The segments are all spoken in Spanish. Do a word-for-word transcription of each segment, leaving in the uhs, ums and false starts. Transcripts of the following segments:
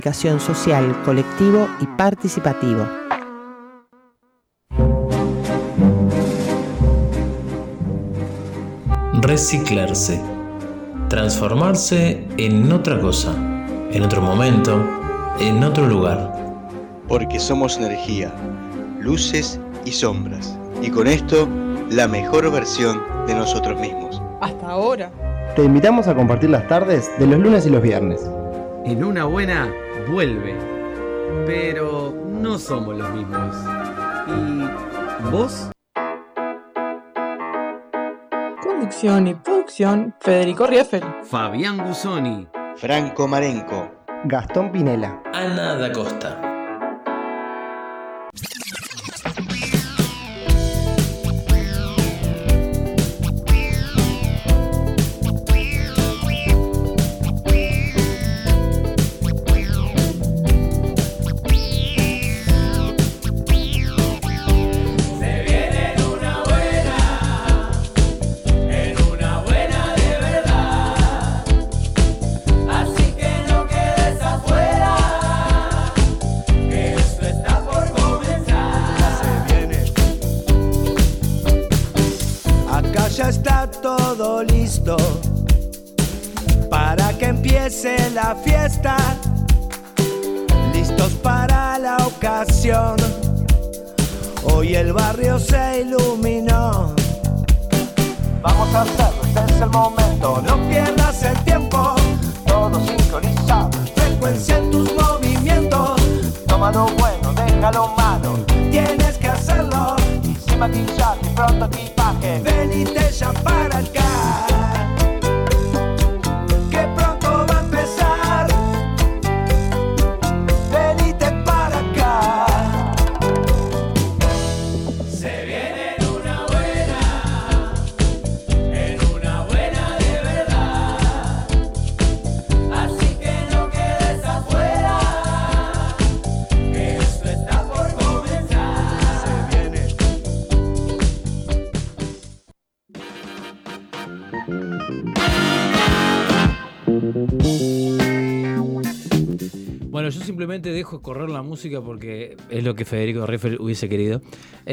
Comunicación social, colectivo y participativo. Reciclarse. Transformarse en otra cosa, en otro momento, en otro lugar. Porque somos energía, luces y sombras. Y con esto, la mejor versión de nosotros mismos. Hasta ahora. Te invitamos a compartir las tardes de los lunes y los viernes. En una buena, vuelve. Pero no somos los mismos. ¿Y vos? Conducción y producción, Federico Rieffel. Fabián Gusoni. Franco Marenco. Gastón Pinela. Ana da Costa. Todo listo para que empiece la fiesta, listos para la ocasión. Hoy el barrio se iluminó. Vamos a hacerlo, este es el momento. No pierdas el tiempo, todo sincronizado. Frecuencia en tus movimientos. Toma lo bueno, deja lo malo. Tienes que hacerlo y sin maquillaje, pronto equipaje. Venite ya para acá, que pronto va a empezar. Venite para acá. Se viene en una buena, en una buena de verdad. Así que no quedes afuera, que esto está por comenzar. Se viene. Bueno, yo simplemente dejo correr la música porque es lo que Federico Rieffel hubiese querido.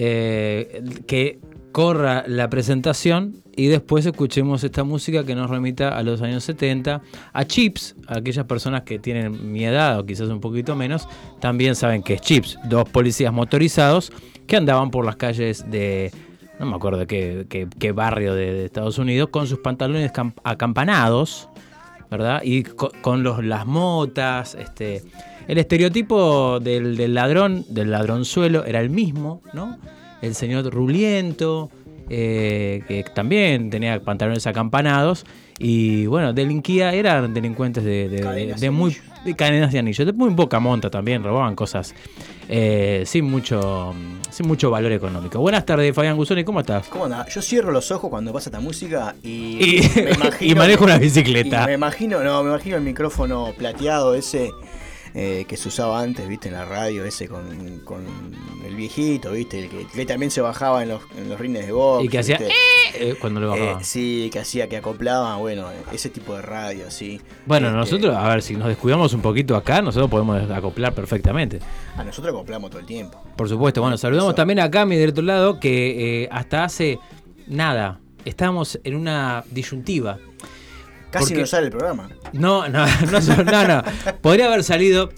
Eh, que corra la presentación y después escuchemos esta música que nos remita a los años setenta, a Chips. A aquellas personas que tienen mi edad o quizás un poquito menos, también saben que es Chips, dos policías motorizados que andaban por las calles de... no me acuerdo de qué, qué, qué barrio de, de Estados Unidos, con sus pantalones camp- acampanados, ¿verdad? Y co- con los, las motas, este, el estereotipo del, del ladrón, del ladronzuelo era el mismo, ¿no? El señor ruliento, eh, que también tenía pantalones acampanados y, bueno, delinquía, eran delincuentes de, de, de, de muy de cadenas de anillos, de muy poca monta también, robaban cosas eh, sin mucho sin mucho valor económico. Buenas tardes, Fabián Gusoni, ¿cómo estás? ¿Cómo andás? Yo cierro los ojos cuando pasa esta música y, y, me imagino, y manejo una bicicleta. Y me imagino, no, me imagino el micrófono plateado ese eh, que se usaba antes, viste, en la radio, ese con, con el viejito, viste, el que, que también se bajaba en los, en los rines de box. Y que hacía ¿viste? Eh, cuando lo bajaba. Eh, sí, que hacía, que acoplaba, bueno, ese tipo de radio, sí. Bueno, este, nosotros, a ver, si nos descuidamos un poquito acá, nosotros podemos acoplar perfectamente. A nosotros acoplamos todo el tiempo. Por supuesto, bueno, saludamos Eso. también acá a mi del otro lado, que eh, hasta hace nada, estábamos en una disyuntiva. Casi Porque... no sale el programa. No, no, no, no, no, no. Podría haber salido.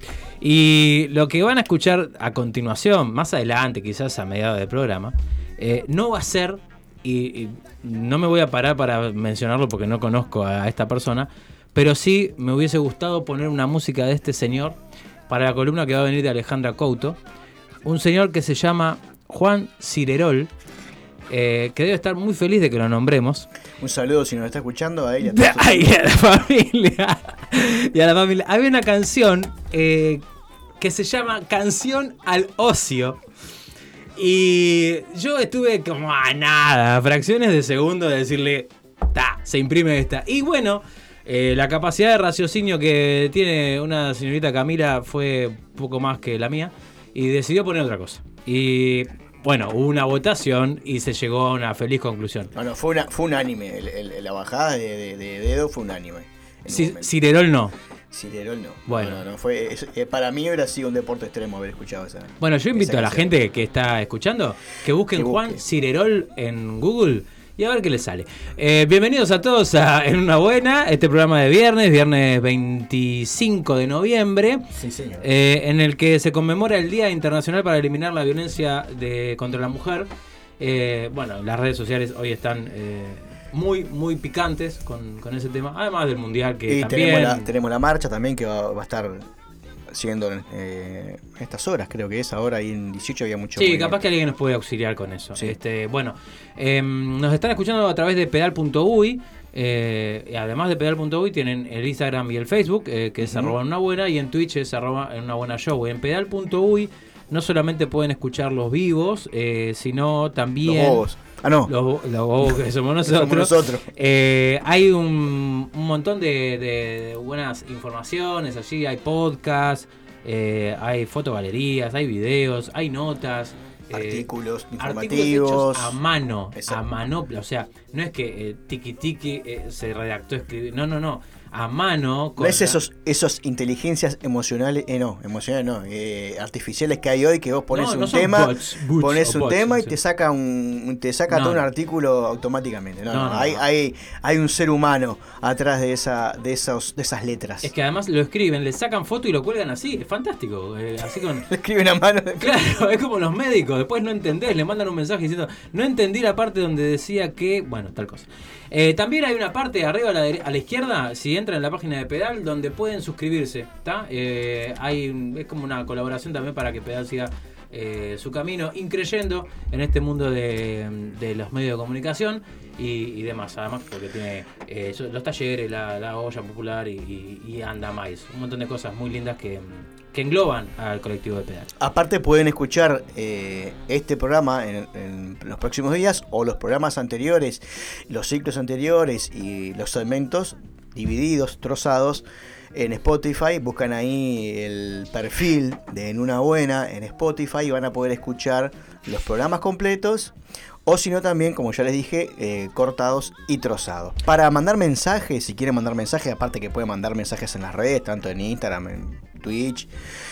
Y lo que van a escuchar a continuación, más adelante, quizás a mediados del programa, eh, no va a ser, y, y no me voy a parar para mencionarlo porque no conozco a esta persona, pero sí me hubiese gustado poner una música de este señor para la columna que va a venir de Alejandra Couto. Un señor que se llama Juan Cirerol, eh, que debe estar muy feliz de que lo nombremos. Un saludo si nos está escuchando a él y a, De, ay, y a la familia. Y a la familia. Había una canción eh, que se llama Canción al Ocio. Y yo estuve como a nada, fracciones de segundo de decirle, ta, se imprime esta. Y bueno, eh, la capacidad de raciocinio que tiene una señorita Camila fue poco más que la mía. Y decidió poner otra cosa. Y bueno, hubo una votación y se llegó a una feliz conclusión. No, no, fue, una, fue unánime. El, el, la bajada de, de, de dedo fue unánime. C- Cirerol no. Cirerol no. Bueno. No, no, no, fue, es- eh, para mí hubiera sido un deporte extremo haber escuchado esa. Bueno, yo invito esa a la canción. gente que está escuchando que busquen Que busque. Juan Cirerol en Google y a ver qué les sale. Eh, bienvenidos a todos a En Una Buena, este programa de viernes, viernes veinticinco de noviembre, Sí, señor. eh, en el que se conmemora el Día Internacional para eliminar la violencia de, contra la mujer. Eh, bueno, las redes sociales hoy están eh, muy, muy picantes con, con ese tema, además del Mundial que Y también... tenemos la, tenemos la marcha también que va, va a estar siguiendo eh, estas horas, creo que es ahora, y en dieciocho había mucho. Sí, movimiento. capaz que alguien nos puede auxiliar con eso. Sí. Este, bueno, eh, nos están escuchando a través de pedal punto uy. Eh, y además de pedal punto uy tienen el Instagram y el Facebook, eh, que es Ujú. arroba en una buena, y en Twitch es arroba en una buena show. En pedal punto uy no solamente pueden escuchar los vivos, eh, sino también... Los bobos. Ah, no. Los, los bobos que somos nosotros. Somos nosotros. Eh, hay un, un montón de, de buenas informaciones allí, hay podcasts, eh, hay fotogalerías, hay videos, hay notas. eh, Artículos artículos informativos. hechos a mano, Exacto. a manopla, o sea, no es que eh, tiki tiki eh, se redactó, escribió, no, no, no, a mano. No es la- esos, esos inteligencias emocionales, eh, no, emocionales no, eh, artificiales que hay hoy que vos pones No, un no son tema, bots, bots pones o un bots, tema y sí. te saca un, te saca No, todo un no. artículo automáticamente. No, No, no, no, hay, no. hay, hay un ser humano atrás de esa, de esos, de esas letras. Es que además lo escriben, le sacan foto y lo cuelgan así, es fantástico, eh, así con... Le escriben a mano. Claro, es como los médicos, después no entendés, le mandan un mensaje diciendo, no entendí la parte donde decía que, bueno, tal cosa. Eh, también hay una parte arriba a la, dere- a la izquierda, si entran en la página de Pedal, donde pueden suscribirse, ¿está? Eh, hay un- es como una colaboración también para que Pedal siga eh, su camino, increyendo en este mundo de, de los medios de comunicación y, y demás, además porque tiene eh, so- los talleres, la, la olla popular y, y- y anda más, un montón de cosas muy lindas que, que engloban al colectivo de Pedal. Aparte pueden escuchar eh, este programa en, en los próximos días o los programas anteriores, los ciclos anteriores y los segmentos divididos, trozados en Spotify. Buscan ahí el perfil de En Una Buena en Spotify y van a poder escuchar los programas completos o si no también, como ya les dije, eh, cortados y trozados. Para mandar mensajes, si quieren mandar mensajes, aparte que pueden mandar mensajes en las redes, tanto en Instagram, en Twitch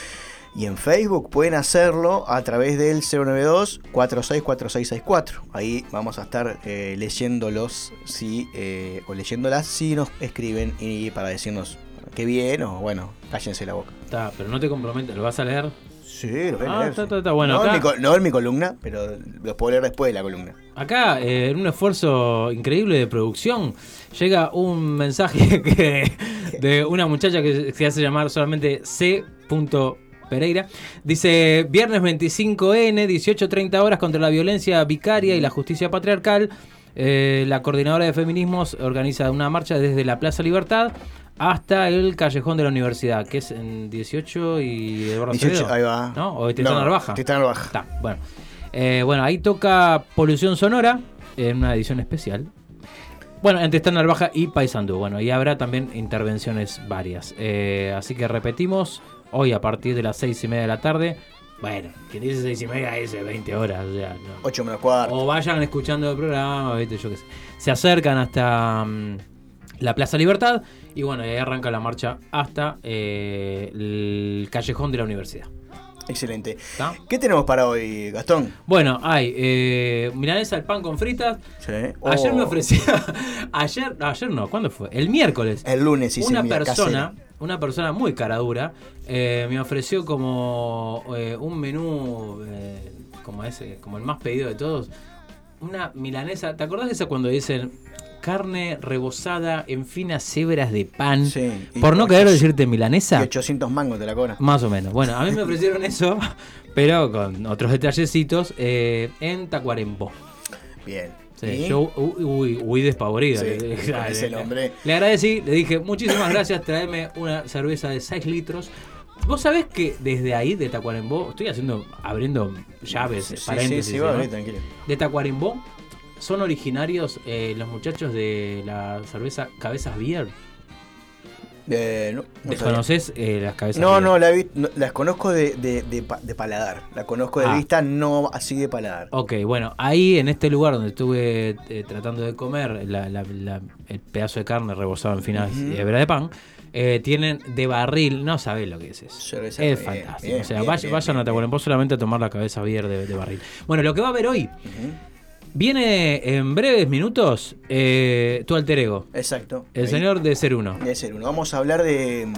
y en Facebook, pueden hacerlo a través del cero nueve dos, cuatro seis cuatro seis seis cuatro. Ahí vamos a estar eh, leyéndolos si, eh, o leyéndolas si nos escriben y para decirnos qué bien o bueno, cállense la boca. Está, pero no te comprometes, ¿lo vas a leer? Sí, lo voy a Ah, leer, está, sí. está, está. Bueno, no, acá- en mi, co- no en mi columna, pero los puedo leer después de la columna. Acá, eh, en un esfuerzo increíble de producción, llega un mensaje que, de una muchacha que se hace llamar solamente C. Pereira. Dice, viernes veinticinco ene, dieciocho treinta horas contra la violencia vicaria y la justicia patriarcal. Eh, la coordinadora de feminismos organiza una marcha desde la Plaza Libertad hasta el callejón de la universidad, que es en dieciocho y Eduardo dieciocho, Acevedo, ahí va. ¿no? O Titán No, Narvaja. Titán Narvaja. Está, bueno. Eh, bueno, ahí toca Polución Sonora en una edición especial. Bueno, entre Titán Narvaja y Paysandú. Bueno, y habrá también intervenciones varias. Eh, así que repetimos, hoy a partir de las seis y media de la tarde. Bueno, quien dice seis y media dice veinte horas. O sea, no. ocho menos cuarto. O vayan escuchando el programa, ¿viste? Yo qué sé. Se acercan hasta mm, la Plaza Libertad y bueno, ahí arranca la marcha hasta eh, el callejón de la universidad. Excelente. ¿Está? ¿Qué tenemos para hoy, Gastón? Bueno, hay eh, milanesa al pan con fritas. Sí. Ayer Oh. me ofrecía, ayer, no, ayer no, ¿cuándo fue? El miércoles. El lunes hice una mi persona, casera. una persona muy caradura, eh, me ofreció como eh, un menú eh, como ese, como el más pedido de todos, una milanesa. ¿Te acordás de esa cuando dicen carne rebozada en finas hebras de pan? Sí. Y Por no ocho- querer decirte Y milanesa. ochocientos mangos te la cobran. Más o menos. Bueno, a mí me ofrecieron eso, pero con otros detallecitos eh, en Tacuarembó. Bien. Sí, ¿Y? yo hu- hu- huí despavorido. Sí, Le- con le- ese le- nombre. Le agradecí, le dije, muchísimas gracias, tráeme una cerveza de seis litros. Vos sabés que desde ahí, de Tacuarembó, estoy haciendo, abriendo llaves, Sí, sí, paréntesis, sí, sí, va, ¿no? sí, tranquilo. De Tacuarembó son originarios eh, los muchachos de la cerveza Cabezas Beer. Eh, no, no ¿Desconoces eh, las Cabezas No, Beer? no, la vi- no, las conozco de, de, de, pa- de paladar. La conozco de Ah. vista, no así de paladar. Ok, bueno, ahí en este lugar donde estuve eh, tratando de comer la- la- la- el pedazo de carne rebozado en finas Ujú. y hebra de pan, Eh, tienen de barril, no sabés lo que es eso. Cerveza, es bien, fantástico. bien, o sea, bien, vay- bien, vayan bien, a Tacuarembó solamente a tomar la cabeza beer de, de barril. Bueno, lo que va a haber hoy, Ujú. viene en breves minutos eh, tu alter ego, Exacto. el Ahí. señor de Ser Uno. De ser uno. Vamos a hablar de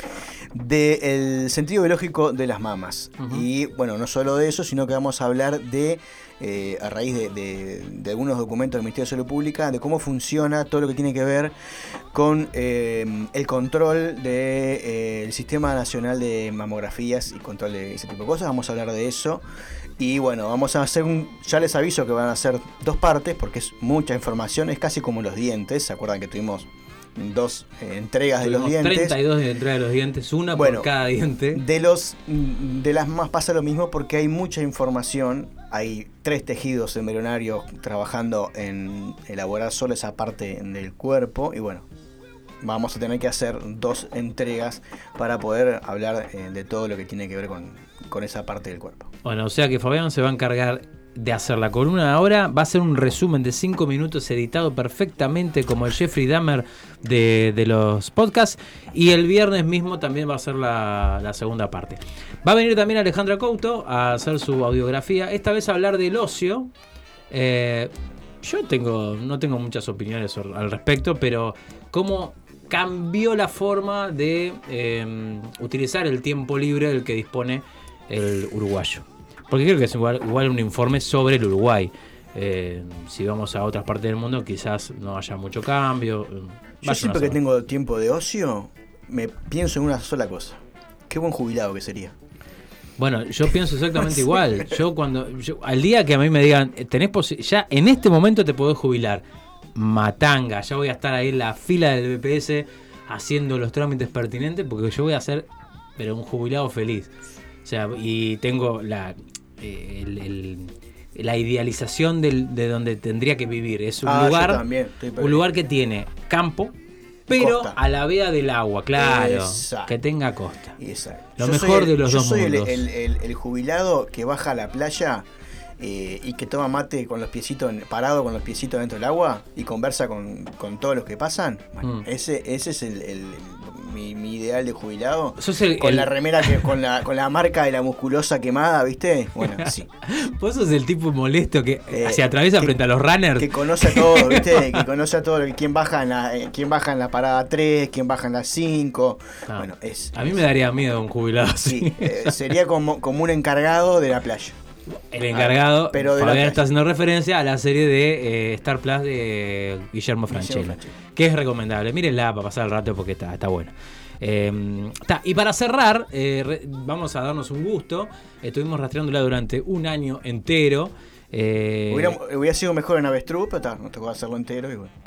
del sentido biológico de las mamas. Ujú. Y bueno, no solo de eso, sino que vamos a hablar de, eh, a raíz de, de- de algunos documentos del Ministerio de Salud Pública, de cómo funciona todo lo que tiene que ver con eh, el control del de, eh, Sistema Nacional de Mamografías y control de ese tipo de cosas. Vamos a hablar de eso. Y bueno, vamos a hacer un... Ya les aviso que van a ser dos partes porque es mucha información, es casi como los dientes. ¿Se acuerdan que tuvimos dos eh, entregas de los Tuvimos dientes? treinta y dos de entrega de los dientes, una Bueno, por cada diente. De los de las más pasa lo mismo porque hay mucha información. Hay tres tejidos embrionarios trabajando en elaborar solo esa parte del cuerpo. Y bueno, vamos a tener que hacer dos entregas para poder hablar eh, de todo lo que tiene que ver con, con esa parte del cuerpo. Bueno, o sea que Fabián se va a encargar de hacer la columna de ahora. Va a ser un resumen de cinco minutos editado perfectamente como el Jeffrey Dahmer de, de los podcasts. Y el viernes mismo también va a ser la, la segunda parte. Va a venir también Alejandra Couto a hacer su audiografía. Esta vez a hablar del ocio. Eh, yo tengo no tengo muchas opiniones al respecto, pero cómo cambió la forma de eh, utilizar el tiempo libre del que dispone el uruguayo. Porque creo que es igual, igual un informe sobre el Uruguay. Eh, si vamos a otras partes del mundo, quizás no haya mucho cambio. Yo siempre que tengo tiempo de ocio, me pienso en una sola cosa. Qué buen jubilado que sería. Bueno, yo pienso exactamente igual. Yo cuando yo, al día que a mí me digan, tenés posi- ya en este momento te podés jubilar. Matanga, ya voy a estar ahí en la fila del B P S haciendo los trámites pertinentes porque yo voy a ser, pero un jubilado feliz. O sea, y tengo la eh, el, el, la idealización del, de donde tendría que vivir. Es un Ah, yo lugar, también, estoy un perdido. lugar que tiene campo, pero Costa. a la vea del agua, claro, Exacto. que tenga costa. Exacto. Lo Yo soy mejor el- de los yo dos soy el- mundos. El, el- el jubilado que baja a la playa eh, y que toma mate con los piecitos en- parado con los piecitos dentro del agua y conversa con, con todos los que pasan. Bueno, Mm. ese, ese es el, el- mi, mi ideal de jubilado. Sos el- con el- la remera que, con la con la marca de la musculosa quemada, ¿viste? Bueno, sí. Vos sos el tipo molesto que Eh, se atraviesa que- frente a los runners. Que conoce a todos, ¿viste? Que conoce a todos. Quién baja en la, eh, quién baja en la parada tres, quién baja en la cinco. Ah, Bueno, es. a mí es- me daría miedo un jubilado así. Sí, eh, sería como, como un encargado de la playa. El encargado, Pero de la Fabián playa. está haciendo referencia a la serie de eh, Star Plus de Guillermo Francella, Francella. que es recomendable. Mírenla para pasar el rato porque está, está bueno. Eh, está. Y para cerrar, eh, re- vamos a darnos un gusto. Estuvimos rastreándola durante un año entero. Eh, Hubiera, hubiera sido mejor en Avestruz, pero está, nos tocó hacerlo entero y bueno.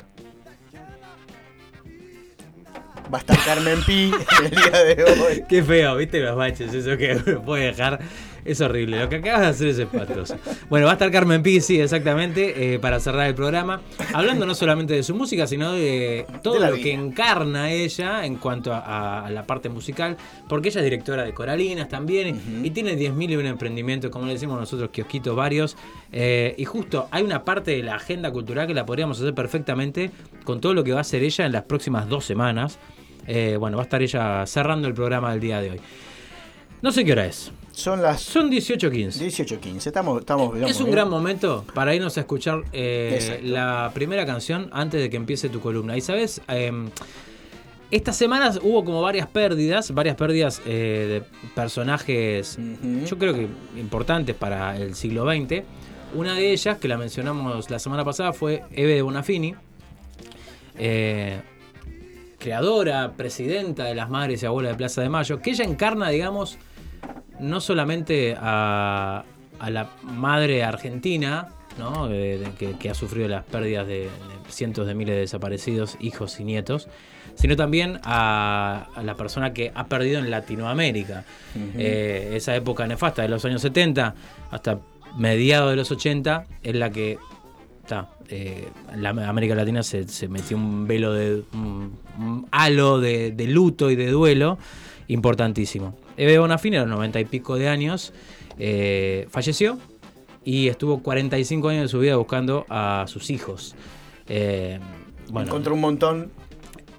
Va a estar Carmen Pi el día de hoy. Qué feo, viste los baches, eso que uno puede dejar. Es horrible, lo que acabas de hacer es espantoso. Bueno, va a estar Carmen Pi, sí, exactamente, eh, para cerrar el programa. Hablando no solamente de su música, sino de todo De la lo vida. que encarna ella en cuanto a, a la parte musical, porque ella es directora de Coralinas también, Ujú. y tiene diez mil y un emprendimientos, como le decimos nosotros, kiosquitos varios. Eh, y justo hay una parte de la agenda cultural que la podríamos hacer perfectamente con todo lo que va a hacer ella en las próximas dos semanas. Eh, bueno, va a estar ella cerrando el programa del día de hoy. No sé qué hora es. Son las Son dieciocho quince. dieciocho quince. Estamos, estamos, Es digamos, un bien. gran momento para irnos a escuchar eh, Exacto. la primera canción antes de que empiece tu columna. Y sabes, eh, estas semanas hubo como varias pérdidas, varias pérdidas eh, de personajes, Ujú. yo creo que importantes para el siglo veinte. Una de ellas, que la mencionamos la semana pasada, fue Eve de Bonafini. Eh, creadora, presidenta de las Madres y Abuelas de Plaza de Mayo, que ella encarna, digamos, no solamente a, a la madre argentina, ¿no? de, de, que, que ha sufrido las pérdidas de, de cientos de miles de desaparecidos, hijos y nietos, sino también a, a la persona que ha perdido en Latinoamérica. Ujú. Eh, esa época nefasta de los años setenta hasta mediados de los ochenta es la que... Ta, eh, la América Latina se, se metió un velo de un, un halo de, de luto y de duelo importantísimo. Eve Bonafini a los noventa y pico de años eh, falleció y estuvo cuarenta y cinco años de su vida buscando a sus hijos. Eh, bueno, Encontró un montón.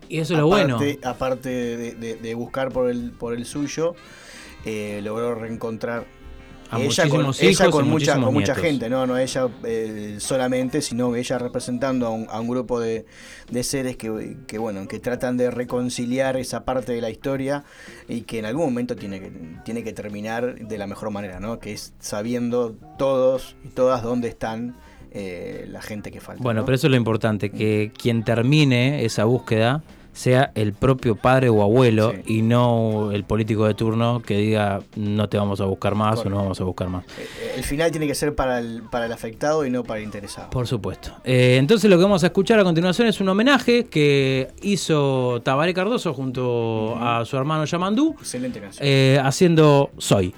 Y eso es lo bueno. Aparte de, de, de buscar por el, por el suyo, eh, logró reencontrar a ella muchísimos con, hijos ella con y mucha, con mucha nietos. gente, no, no ella eh, solamente, sino ella representando a un, a un grupo de, de seres que, que, bueno, que tratan de reconciliar esa parte de la historia y que en algún momento tiene que, tiene que terminar de la mejor manera, ¿no? Que es sabiendo todos y todas dónde están eh, la gente que falta. Bueno, ¿no? pero eso es lo importante, que quien termine esa búsqueda sea el propio padre o abuelo, sí, y no el político de turno que diga no te vamos a buscar más. Correcto. O no vamos a buscar más. El final tiene que ser para el, para el afectado y no para el interesado. Por supuesto. Eh, entonces lo que vamos a escuchar a continuación es un homenaje que hizo Tabaré Cardoso junto uh-huh. a su hermano Yamandú. Excelente canción. Eh, haciendo Soy.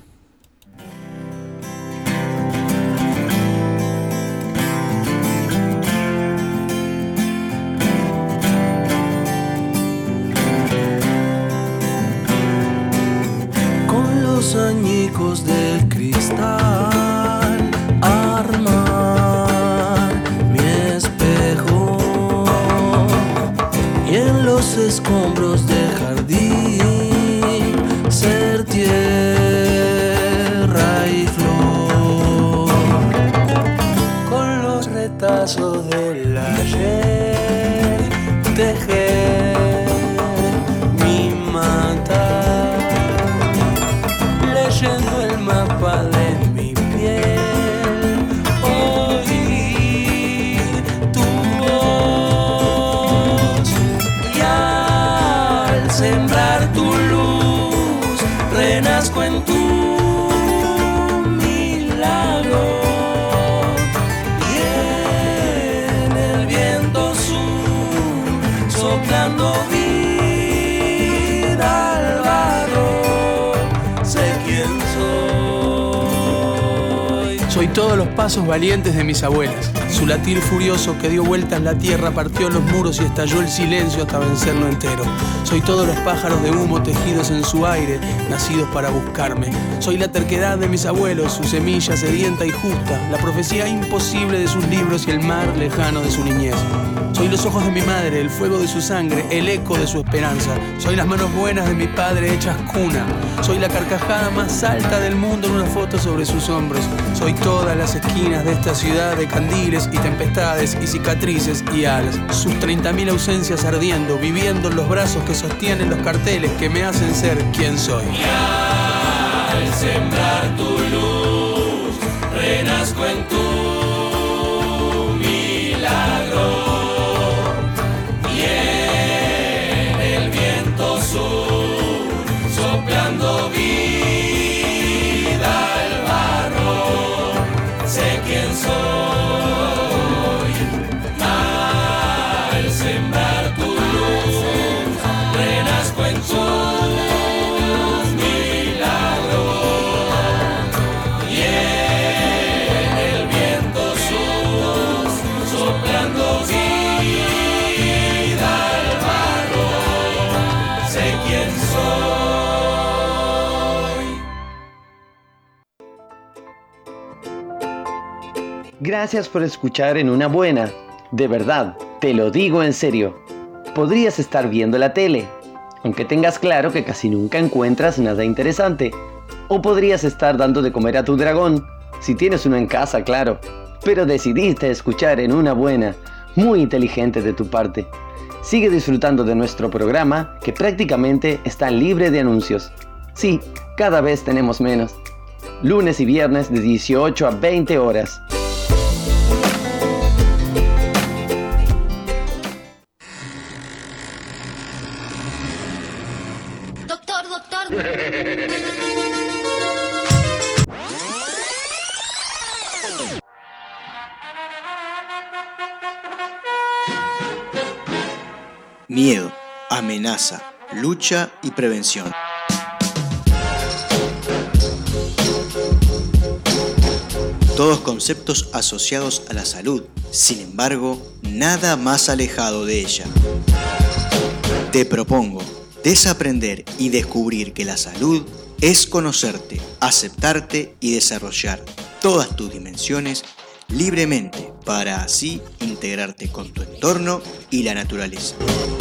Añicos de cristal, armar mi espejo y en los escombros del jardín ser tierra y flor, con los retazos del ayer tejer mi manta. Leyendo el mapa de mi piel, oí tu voz y al sembrar tu luz renazco en tu milagro y en el viento sur soplando vida al barro. Sé quién soy. Soy todos los pasos valientes de mis abuelas. Su latir furioso que dio vueltas la tierra, partió los muros y estalló el silencio hasta vencerlo entero. Soy todos los pájaros de humo tejidos en su aire, nacidos para buscarme. Soy la terquedad de mis abuelos, su semilla sedienta y justa, la profecía imposible de sus libros y el mar lejano de su niñez. Soy los ojos de mi madre, el fuego de su sangre, el eco de su esperanza. Soy las manos buenas de mi padre hechas cuna. Soy la carcajada más alta del mundo en una foto sobre sus hombros. Soy todas las esquinas de esta ciudad de candiles y tempestades y cicatrices y alas. Sus treinta mil ausencias ardiendo, viviendo en los brazos que sostienen los carteles que me hacen ser quien soy. Y al sembrar tu luz, renazco en tu milagro. Soplando vida al barro, sé quién soy. Al sembrar tu luz, renazco en tu milagro. Y en el viento sur, soplando vida al barro, sé quién soy. Gracias por escuchar En Una Buena. De verdad, te lo digo en serio. Podrías estar viendo la tele, aunque tengas claro que casi nunca encuentras nada interesante. O podrías estar dando de comer a tu dragón, si tienes uno en casa, claro. Pero decidiste escuchar En Una Buena. Muy inteligente de tu parte. Sigue disfrutando de nuestro programa, que prácticamente está libre de anuncios. Sí, cada vez tenemos menos. Lunes y viernes de dieciocho a veinte horas. Doctor, doctor. Miedo, amenaza, lucha y prevención. Todos conceptos asociados a la salud, sin embargo, nada más alejado de ella. Te propongo desaprender y descubrir que la salud es conocerte, aceptarte y desarrollar todas tus dimensiones libremente para así integrarte con tu entorno y la naturaleza.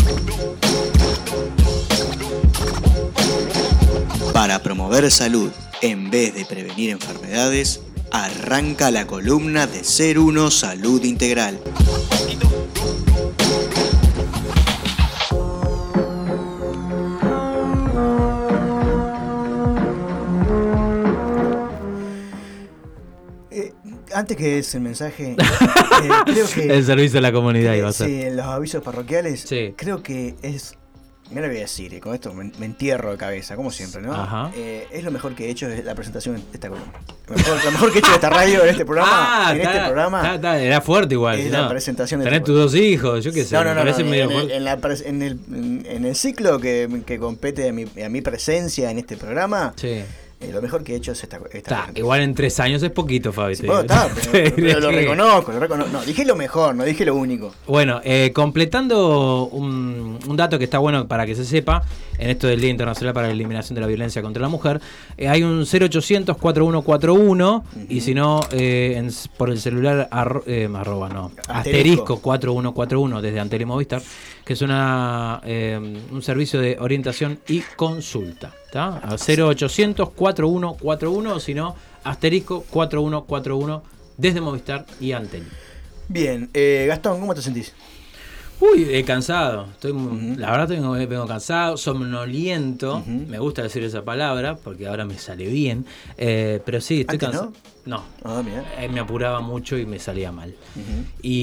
Para promover salud en vez de prevenir enfermedades, arranca la columna de Ser Uno Salud Integral. Antes que ese mensaje, eh, creo que... El servicio a la comunidad iba a ser. Sí, en los avisos parroquiales, sí. Creo que es... Mira lo voy a decir, y con esto me, me entierro de cabeza, como siempre, ¿no? Ajá. Eh, es lo mejor que he hecho de la presentación de esta columna. Lo mejor, lo mejor que he hecho de esta radio, en este programa. Ah, en ta, este programa. Ta, ta, era fuerte igual. Es ¿no? La presentación de Tenés tus dos hijos, yo qué sé. No, no, no. Me parece no medio en, fuerte. en, la, en, el, en el ciclo que, que compete a mi, a mi presencia en este programa. Sí. Eh, lo mejor que he hecho es esta. esta Ta, igual en tres años es poquito, Fabi. Sí, bueno, está, pero, pero lo reconozco, lo reconozco. No, dije lo mejor, no dije lo único. Bueno, eh, completando un, un dato que está bueno para que se sepa, en esto del Día Internacional para la Eliminación de la Violencia contra la Mujer, eh, hay un cero ochocientos cuarenta y uno cuarenta y uno, uh-huh. Y si no, eh, en, por el celular, arro, eh, arroba, no, asterisco, asterisco cuarenta y uno cuarenta y uno desde Antel y Movistar, que es una eh, un servicio de orientación y consulta. ¿Está? A cero ochocientos cuarenta y uno cuarenta y uno, o si no, asterisco cuarenta y uno cuarenta y uno desde Movistar y Antel. Bien, eh, Gastón, ¿cómo te sentís? Uy, he cansado. Estoy, uh-huh. La verdad tengo, vengo cansado, somnoliento. Uh-huh. Me gusta decir esa palabra porque ahora me sale bien. Eh, pero sí, estoy cansado. No, no. Ah, eh, me apuraba mucho y me salía mal. Uh-huh.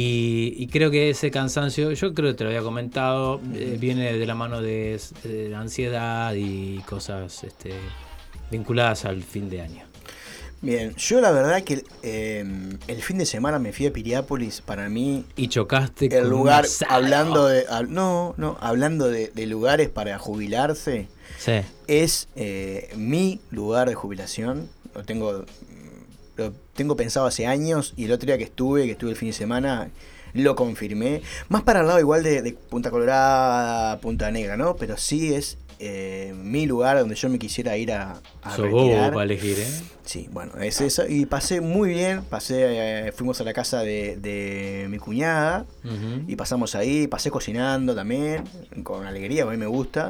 Y, y creo que ese cansancio, yo creo que te lo había comentado, uh-huh. eh, viene de la mano de, de la ansiedad y cosas este, vinculadas al fin de año. Bien, yo la verdad que eh, el fin de semana me fui a Piriápolis, para mí... Y chocaste el con lugar, un hablando de... No, no, hablando de, de lugares para jubilarse, sí. Es eh, mi lugar de jubilación, lo tengo, lo tengo pensado hace años, y el otro día que estuve, que estuve el fin de semana, lo confirmé. Más para el lado igual de, de Punta Colorada, Punta Negra, ¿no? Pero sí es... Eh, mi lugar donde yo me quisiera ir a, a Sos retirar. para elegir, ¿eh? Sí, bueno, es eso. Y pasé muy bien. Pasé, eh, fuimos a la casa de, de mi cuñada, uh-huh. Y pasamos ahí. Pasé cocinando también, con alegría, a mí me gusta.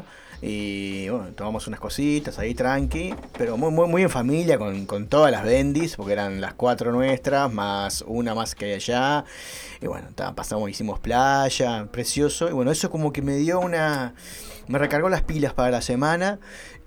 Y bueno, tomamos unas cositas ahí tranqui, pero muy muy muy en familia, con, con todas las bendis, porque eran las cuatro nuestras, más una más que hay allá. Y bueno, pasamos, hicimos playa, precioso. Y bueno, eso como que me dio una... Me recargó las pilas para la semana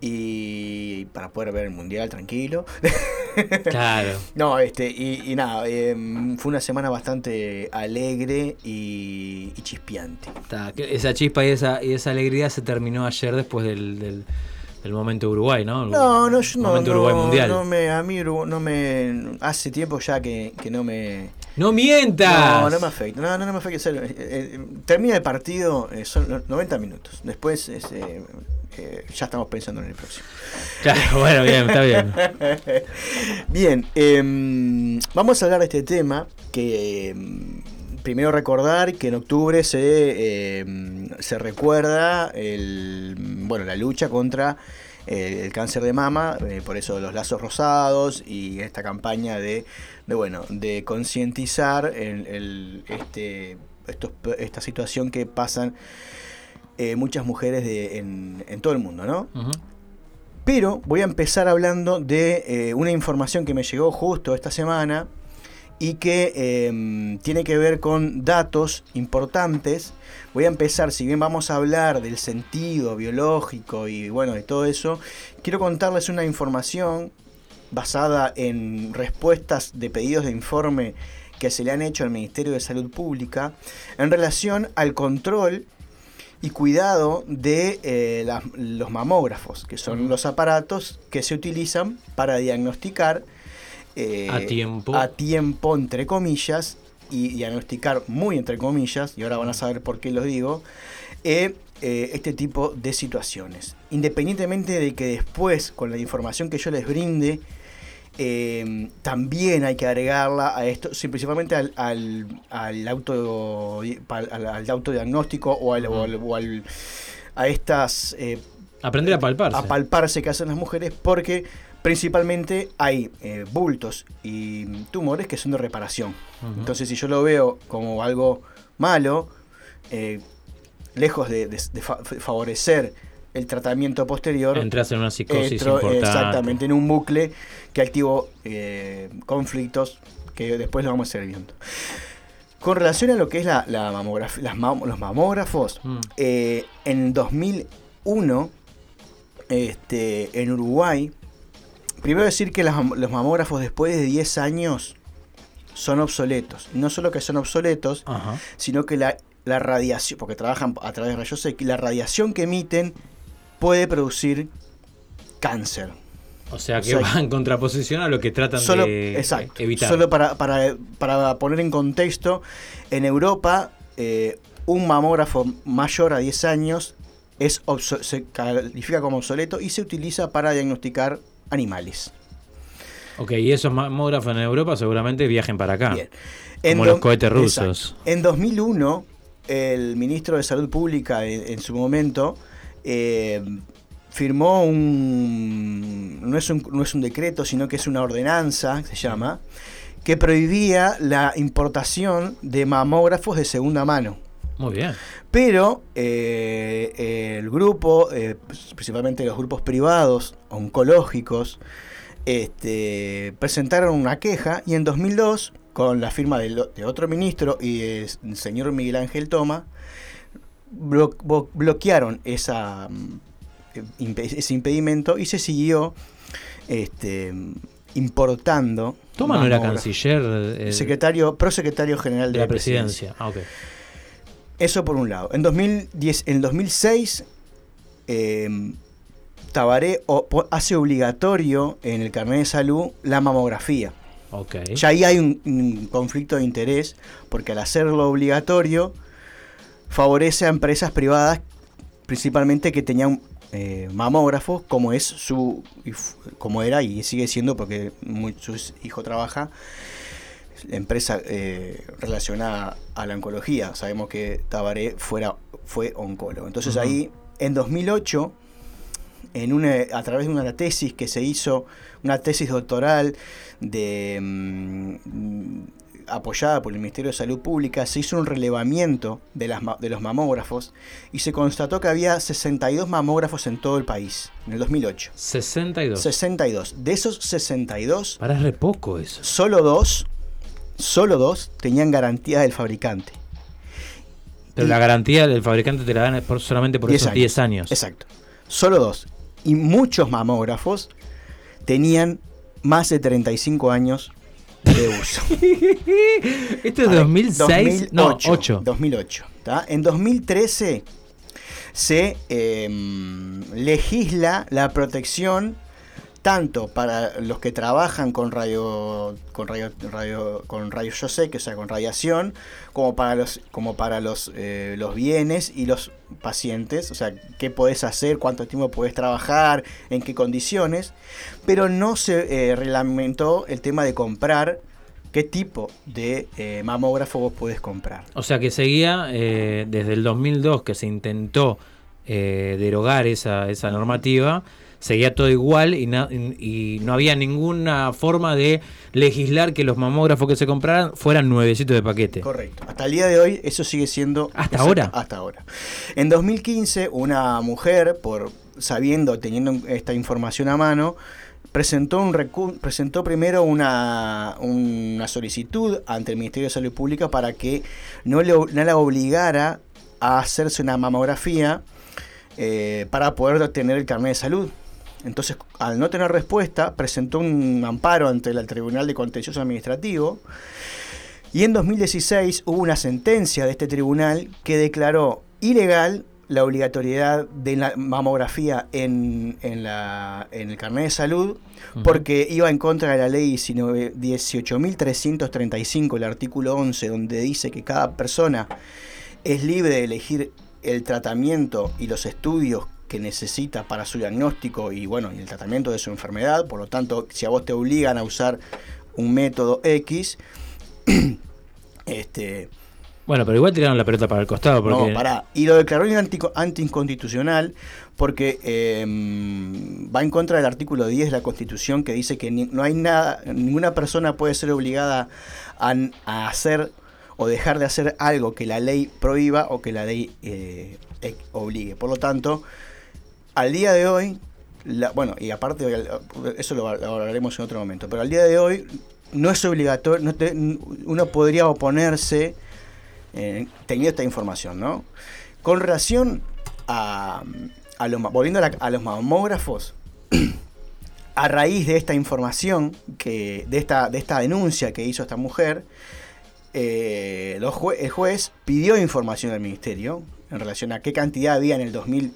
y para poder ver el mundial tranquilo. Claro. No, este, y, y nada, eh, fue una semana bastante alegre y, y chispeante. Ta, esa chispa y esa, y esa alegría se terminó ayer después del, del, del momento Uruguay, ¿no? El no, no, yo no. Momento no, Uruguay mundial. No me, a mí no me. Hace tiempo ya que, que no me. ¡No mientas! No, no me afecta. No, no, no me afecta. Eh, eh, termina el partido, eh, son noventa minutos. Después es, eh, eh, ya estamos pensando en el próximo. Claro, bueno, bien, está bien. Bien, eh, vamos a hablar de este tema que... Eh, primero recordar que en octubre se, eh, se recuerda el, bueno, la lucha contra eh, el cáncer de mama, eh, por eso los lazos rosados y esta campaña de, de bueno, de concientizar el, el, este, estos, esta situación que pasan eh, muchas mujeres de, en, en todo el mundo, ¿no? Uh-huh. Pero voy a empezar hablando de eh, una información que me llegó justo esta semana y que eh, tiene que ver con datos importantes. Voy a empezar, si bien vamos a hablar del sentido biológico y bueno, de todo eso, quiero contarles una información basada en respuestas de pedidos de informe que se le han hecho al Ministerio de Salud Pública en relación al control y cuidado de eh, las, los mamógrafos, que son los aparatos que se utilizan para diagnosticar Eh, a tiempo a tiempo entre comillas y diagnosticar muy entre comillas, y ahora van a saber por qué lo digo, eh, eh, este tipo de situaciones, independientemente de que después con la información que yo les brinde eh, también hay que agregarla a esto, sí, principalmente al, al, al auto al, al autodiagnóstico o al, uh-huh. o al, o al a estas eh, aprender a palparse a palparse que hacen las mujeres, porque Principalmente hay eh, bultos y tumores que son de reparación. Ujú. Entonces, si yo lo veo como algo malo, eh, lejos de, de- de fa- favorecer el tratamiento posterior, Entras en una psicosis entro, importante. exactamente, en un bucle que activo eh, conflictos que después lo vamos a ir viendo. Con relación a lo que es la, la mamografía, las mam- los mamógrafos, Mm. eh, en dos mil uno, este, en Uruguay, primero decir que las mam- los mamógrafos después de diez años son obsoletos. No solo que son obsoletos, Ajá. sino que la, la radiación, porque trabajan a través de rayos X, la radiación que emiten puede producir cáncer. O sea que O sea, va en contraposición a lo que tratan Solo, de exacto, evitar. Solo para, para, para poner en contexto, en Europa eh, un mamógrafo mayor a diez años es obso- se califica como obsoleto y se utiliza para diagnosticar animales. Ok, y esos mamógrafos en Europa seguramente viajen para acá. Bien. Como do- los cohetes rusos. Exacto. En dos mil uno, el ministro de Salud Pública en, en su momento eh, firmó un no, es un... no es un decreto, sino que es una ordenanza, se llama, que prohibía la importación de mamógrafos de segunda mano. Muy bien. Pero eh, el grupo, eh, principalmente los grupos privados, oncológicos, este, presentaron una queja y en dos mil dos, con la firma de, lo- de otro ministro y del señor Miguel Ángel Toma, blo- bo- bloquearon esa, mm, impe- ese impedimento y se siguió este, importando. Toma no era mamógrafos. canciller eh, Secretario, prosecretario general de la presidencia. Ah, ok. Eso por un lado. En dos mil diez, en dos mil seis, eh, Tabaré o- po- hace obligatorio en el carnet de salud la mamografía. Ok. Ya ahí hay un, un conflicto de interés, porque al hacerlo obligatorio, favorece a empresas privadas, principalmente que tenían eh, mamógrafos, como es su, y f- como era y sigue siendo, porque muy- su hijo trabaja, la empresa eh, relacionada a la oncología. Sabemos que Tabaré fuera, fue oncólogo. Entonces Ujú. ahí, en dos mil ocho, en una, a través de una tesis que se hizo, una tesis doctoral de mm, apoyada por el Ministerio de Salud Pública, se hizo un relevamiento de, las, ma- de los mamógrafos y se constató que había sesenta y dos mamógrafos en todo el país, en el dos mil ocho. sesenta y dos. sesenta y dos. De esos sesenta y dos, Para es re poco eso. solo dos, solo dos tenían garantía del fabricante. Pero Y- la garantía del fabricante te la dan por, solamente por esos diez años. Exacto. Solo dos. Y muchos mamógrafos tenían más de treinta y cinco años de uso. ¿Esto es A ver, dos mil seis? No, dos mil ocho, ocho. dos mil ocho, ¿tá? En dos mil trece se eh, legisla la protección tanto para los que trabajan con radio con radio, radio con rayos X, o sea, con radiación, como para los como para los eh, los bienes y los pacientes, o sea, qué podés hacer, cuánto tiempo podés trabajar, en qué condiciones, pero no se eh, reglamentó el tema de comprar qué tipo de eh, mamógrafo vos podés comprar. O sea que seguía eh, desde el dos mil dos que se intentó eh, derogar esa, esa normativa, seguía todo igual y, na- y no había ninguna forma de legislar que los mamógrafos que se compraran fueran nuevecitos de paquete. Correcto. Hasta el día de hoy eso sigue siendo... ¿Hasta exacto, ahora? Hasta ahora. En dos mil quince, una mujer, por sabiendo, teniendo esta información a mano, presentó un recu- presentó primero una, una solicitud ante el Ministerio de Salud Pública para que no, le, no la obligara a hacerse una mamografía eh, para poder tener el carnet de salud. Entonces, al no tener respuesta, presentó un amparo ante el Tribunal de Contencioso Administrativo y en dos mil dieciséis hubo una sentencia de este tribunal que declaró ilegal la obligatoriedad de la mamografía en, en, la, en el carnet de salud, Ujú. porque iba en contra de la ley dieciocho mil trescientos treinta y cinco, el artículo once, donde dice que cada persona es libre de elegir el tratamiento y los estudios que necesita para su diagnóstico y bueno, y el tratamiento de su enfermedad. Por lo tanto, si a vos te obligan a usar un método X, este Bueno, pero igual tiraron la pelota para el costado porque no, pará. Y lo declaró anti- anticonstitucional porque eh, va en contra del artículo diez de la Constitución, que dice que ni, no hay nada, ninguna persona puede ser obligada a, a hacer o dejar de hacer algo que la ley prohíba o que la ley eh, obligue. Por lo tanto, al día de hoy, la, bueno, y aparte, eso lo, lo hablaremos en otro momento, pero al día de hoy no es obligatorio, no te, uno podría oponerse eh, teniendo esta información, ¿no? Con relación a, a los, volviendo a, la, a los mamógrafos, a raíz de esta información, que de esta, de esta denuncia que hizo esta mujer, eh, los jue, el juez pidió información al ministerio en relación a qué cantidad había en el dos mil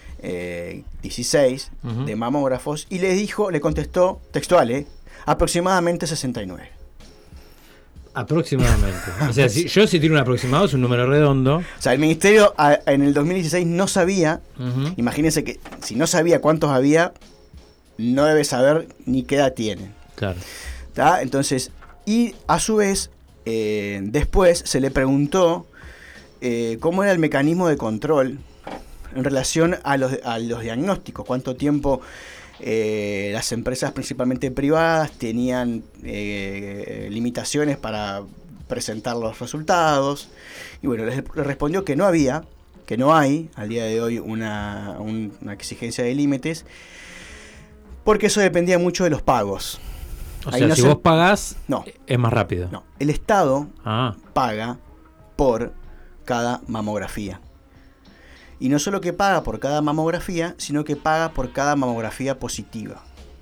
dieciséis uh-huh. de mamógrafos, y le dijo, le contestó textual, ¿eh? aproximadamente sesenta y nueve. Aproximadamente. O sea, si, yo si tiro un aproximado es un número redondo. O sea, el ministerio a, en el dos mil dieciséis no sabía, uh-huh. imagínense que si no sabía cuántos había, no debe saber ni qué edad tienen. Claro. ¿Tá? Entonces, y a su vez, eh, después se le preguntó eh, cómo era el mecanismo de control en relación a los, a los diagnósticos, cuánto tiempo eh, las empresas principalmente privadas tenían eh, limitaciones para presentar los resultados, y bueno, les, les respondió que no había, que no hay al día de hoy una, un, una exigencia de límites, porque eso dependía mucho de los pagos. O Ahí sea, no si se... vos pagás, no, es más rápido. No, el Estado ah. paga por cada mamografía. Y no solo que paga por cada mamografía, sino que paga por cada mamografía positiva.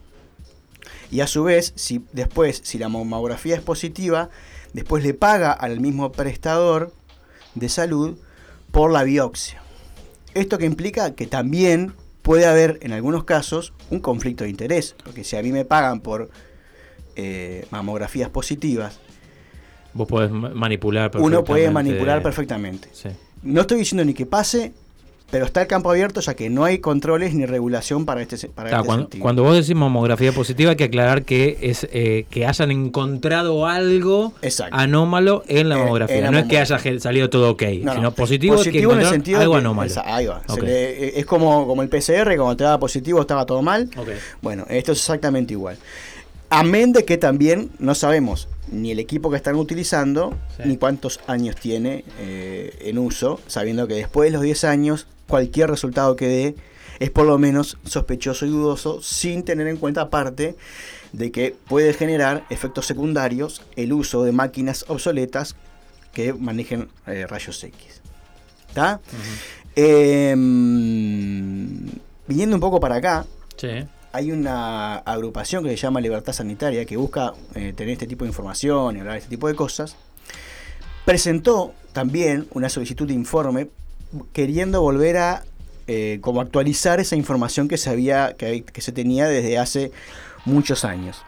Y a su vez, si después, si la mamografía es positiva, después le paga al mismo prestador de salud por la biopsia. Esto que implica que también puede haber, en algunos casos, un conflicto de interés. Porque si a mí me pagan por eh, mamografías positivas, vos podés manipular perfectamente. Uno puede manipular perfectamente. Sí. No estoy diciendo ni que pase, pero está el campo abierto, ya que no hay controles ni regulación para este, para claro, este cuando, sentido. Cuando vos decís mamografía positiva, hay que aclarar que es eh, que hayan encontrado algo Exacto. anómalo en la mamografía. Eh, en la no mamografía. es que haya salido todo ok, no, sino no. positivo, positivo que en el sentido algo que, anómalo. Esa, ahí va. Okay. Se le, es como, como el P C R, cuando te daba positivo estaba todo mal. Okay. Bueno, esto es exactamente igual. Amén de que también no sabemos ni el equipo que están utilizando, sí. ni cuántos años tiene eh, en uso, sabiendo que después de los diez años, cualquier resultado que dé es por lo menos sospechoso y dudoso, sin tener en cuenta aparte de que puede generar efectos secundarios el uso de máquinas obsoletas que manejen eh, rayos X. ¿Está? Uh-huh. Eh, viniendo un poco para acá, sí. hay una agrupación que se llama Libertad Sanitaria, que busca eh, tener este tipo de información y hablar de este tipo de cosas. Presentó también una solicitud de informe queriendo volver a eh, como actualizar esa información que se había que, que se tenía desde hace muchos años.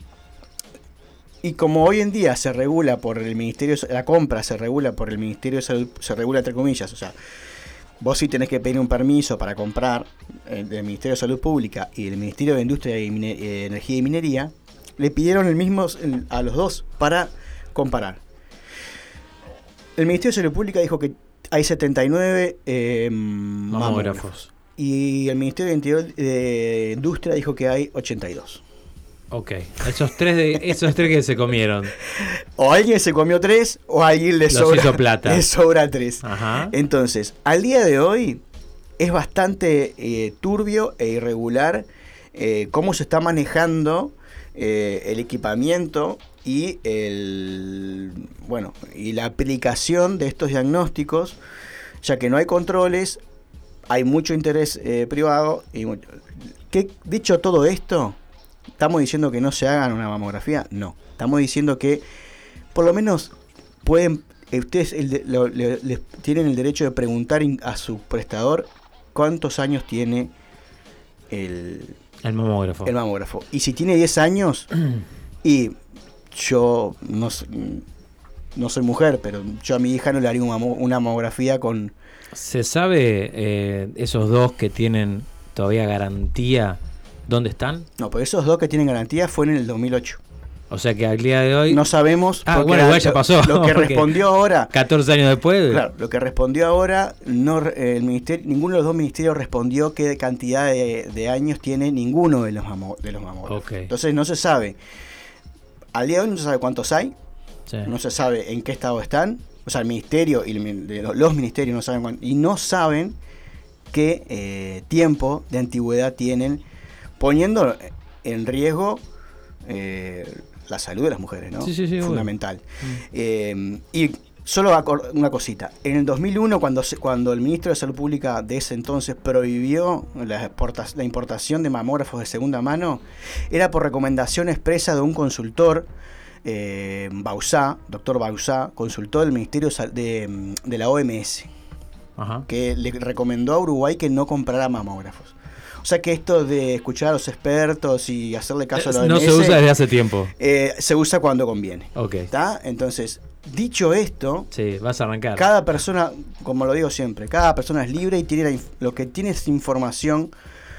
Y como hoy en día se regula por el Ministerio, la compra se regula por el Ministerio de Salud, se regula entre comillas, o sea, vos sí tenés que pedir un permiso para comprar eh, del Ministerio de Salud Pública y del Ministerio de Industria y Mine- eh, Energía y Minería, le pidieron el mismo a los dos para comparar. El Ministerio de Salud Pública dijo que hay setenta y nueve eh, mamógrafos. mamógrafos. Y el Ministerio de, Interior, de Industria dijo que hay ochenta y dos. Ok, esos tres de, esos tres que se comieron. O alguien se comió tres, o a alguien le Los sobra, hizo plata. le sobra tres. Ajá. Entonces, al día de hoy es bastante eh, turbio e irregular eh, cómo se está manejando eh, el equipamiento y el bueno y la aplicación de estos diagnósticos, ya que no hay controles, hay mucho interés eh, privado. Y mucho, ¿qué, dicho todo esto, ¿estamos diciendo que no se hagan una mamografía? No. Estamos diciendo que por lo menos pueden, ustedes el de, lo, le, le, tienen el derecho de preguntar a su prestador cuántos años tiene el, el mamógrafo. El mamógrafo. Y si tiene diez años, y yo no, no soy mujer, pero yo a mi hija no le haría una, una mamografía con... ¿Se sabe eh, esos dos que tienen todavía garantía dónde están? No, pero esos dos que tienen garantía fue en el dos mil ocho. O sea que al día de hoy... No sabemos. Ah, bueno, igual ya pasó. Lo que respondió ahora... catorce años después. Claro, lo que respondió ahora, no el ministerio, ninguno de los dos ministerios respondió qué cantidad de, de años tiene ninguno de los, mamo, de los mamógrafos. Okay. Entonces no se sabe. Al día de hoy no se sabe cuántos hay. Sí. No se sabe en qué estado están. O sea, el ministerio y el, de los, los ministerios no saben cuánto, y no saben qué eh, tiempo de antigüedad tienen, poniendo en riesgo... Eh, la salud de las mujeres, ¿no? Sí, sí, sí, fundamental. Bueno. Eh, y solo una cosita. En el dos mil uno, cuando, se, cuando el ministro de Salud Pública de ese entonces prohibió la, exporta, la importación de mamógrafos de segunda mano, era por recomendación expresa de un consultor, eh, Bauzá, doctor Bauzá, consultor del Ministerio de, de la O M S, Ajá. que le recomendó a Uruguay que no comprara mamógrafos. O sea que esto de escuchar a los expertos y hacerle caso a la O M S... No se usa desde hace tiempo. Eh, se usa cuando conviene. Ok. ¿Está? Entonces, dicho esto... Sí, vas a arrancar. Cada persona, como lo digo siempre, cada persona es libre y tiene la, lo que tiene es información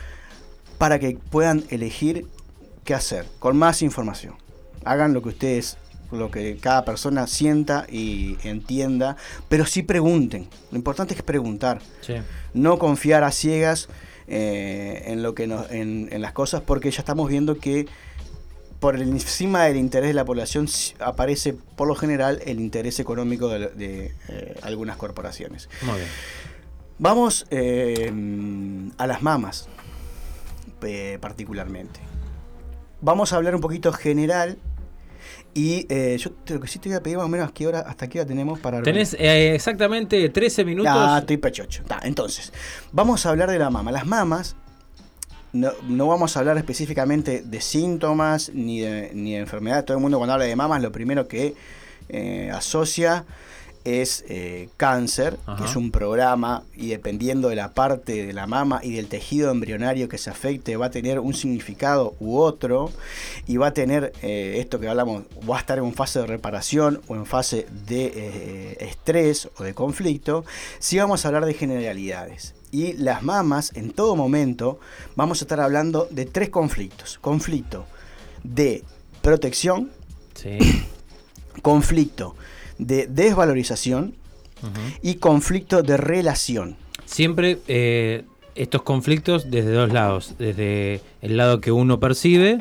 para que puedan elegir qué hacer, con más información. Hagan lo que ustedes, lo que cada persona sienta y entienda, pero sí pregunten. Lo importante es preguntar. Sí. No confiar a ciegas... Eh, en lo que nos, en, en las cosas, porque ya estamos viendo que por encima del interés de la población aparece por lo general el interés económico de, de eh, algunas corporaciones. Muy bien. Vamos eh, a las mamas eh, particularmente. Vamos a hablar un poquito general. Y eh, yo te, lo que sí te voy a pedir más o menos qué hora, hasta qué hora tenemos para... Tenés eh, exactamente trece minutos. Ah, estoy pechocho. Ta, entonces, vamos a hablar de la mama. Las mamas, no, no vamos a hablar específicamente de síntomas ni de, ni de enfermedades. Todo el mundo cuando habla de mamas lo primero que eh, asocia es eh, cáncer, Ajá. que es un programa y dependiendo de la parte de la mama y del tejido embrionario que se afecte va a tener un significado u otro y va a tener eh, esto que hablamos, va a estar en fase de reparación o en fase de eh, estrés o de conflicto. Sí vamos a hablar de generalidades. Y las mamas en todo momento vamos a estar hablando de tres conflictos. Conflicto de protección, sí. conflicto de desvalorización uh-huh. y conflicto de relación. Siempre eh, estos conflictos desde dos lados, desde el lado que uno percibe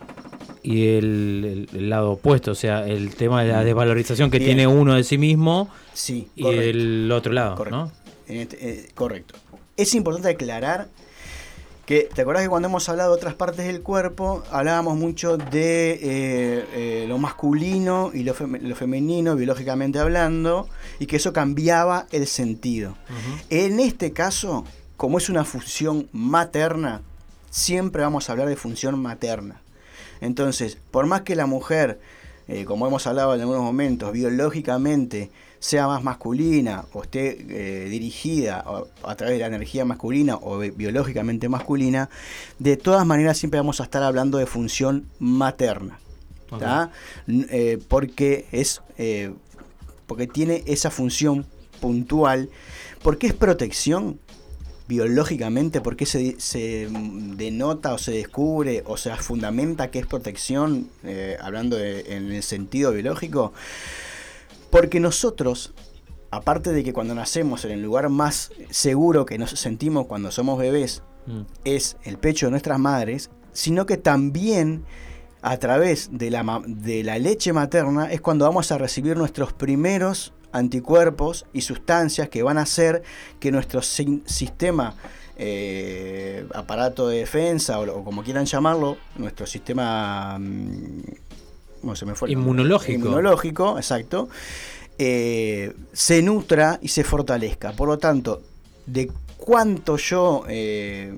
y el, el, el lado opuesto, o sea, el tema de la desvalorización que Bien. tiene uno de sí mismo sí, y del otro lado, correcto. ¿no? Eh, correcto. Es importante aclarar que, ¿te acordás que cuando hemos hablado de otras partes del cuerpo, hablábamos mucho de eh, eh, lo masculino y lo, fem- lo femenino, biológicamente hablando, y que eso cambiaba el sentido? Uh-huh. En este caso, como es una función materna, siempre vamos a hablar de función materna. Entonces, por más que la mujer, eh, como hemos hablado en algunos momentos, biológicamente sea más masculina o esté eh, dirigida a, a través de la energía masculina o bi- biológicamente masculina, de todas maneras siempre vamos a estar hablando de función materna, ¿tá? Okay. Eh, porque es eh, porque tiene esa función puntual, porque es protección biológicamente, porque se, se denota o se descubre o se fundamenta que es protección, eh, hablando de, en el sentido biológico. Porque nosotros, aparte de que cuando nacemos en el lugar más seguro que nos sentimos cuando somos bebés, mm. es el pecho de nuestras madres, sino que también a través de la, de la leche materna es cuando vamos a recibir nuestros primeros anticuerpos y sustancias que van a hacer que nuestro si- sistema, eh, aparato de defensa o, o como quieran llamarlo, nuestro sistema... Mmm, Bueno, se me fue el inmunológico. Inmunológico, exacto. Eh, se nutra y se fortalezca. Por lo tanto, de cuánto yo eh,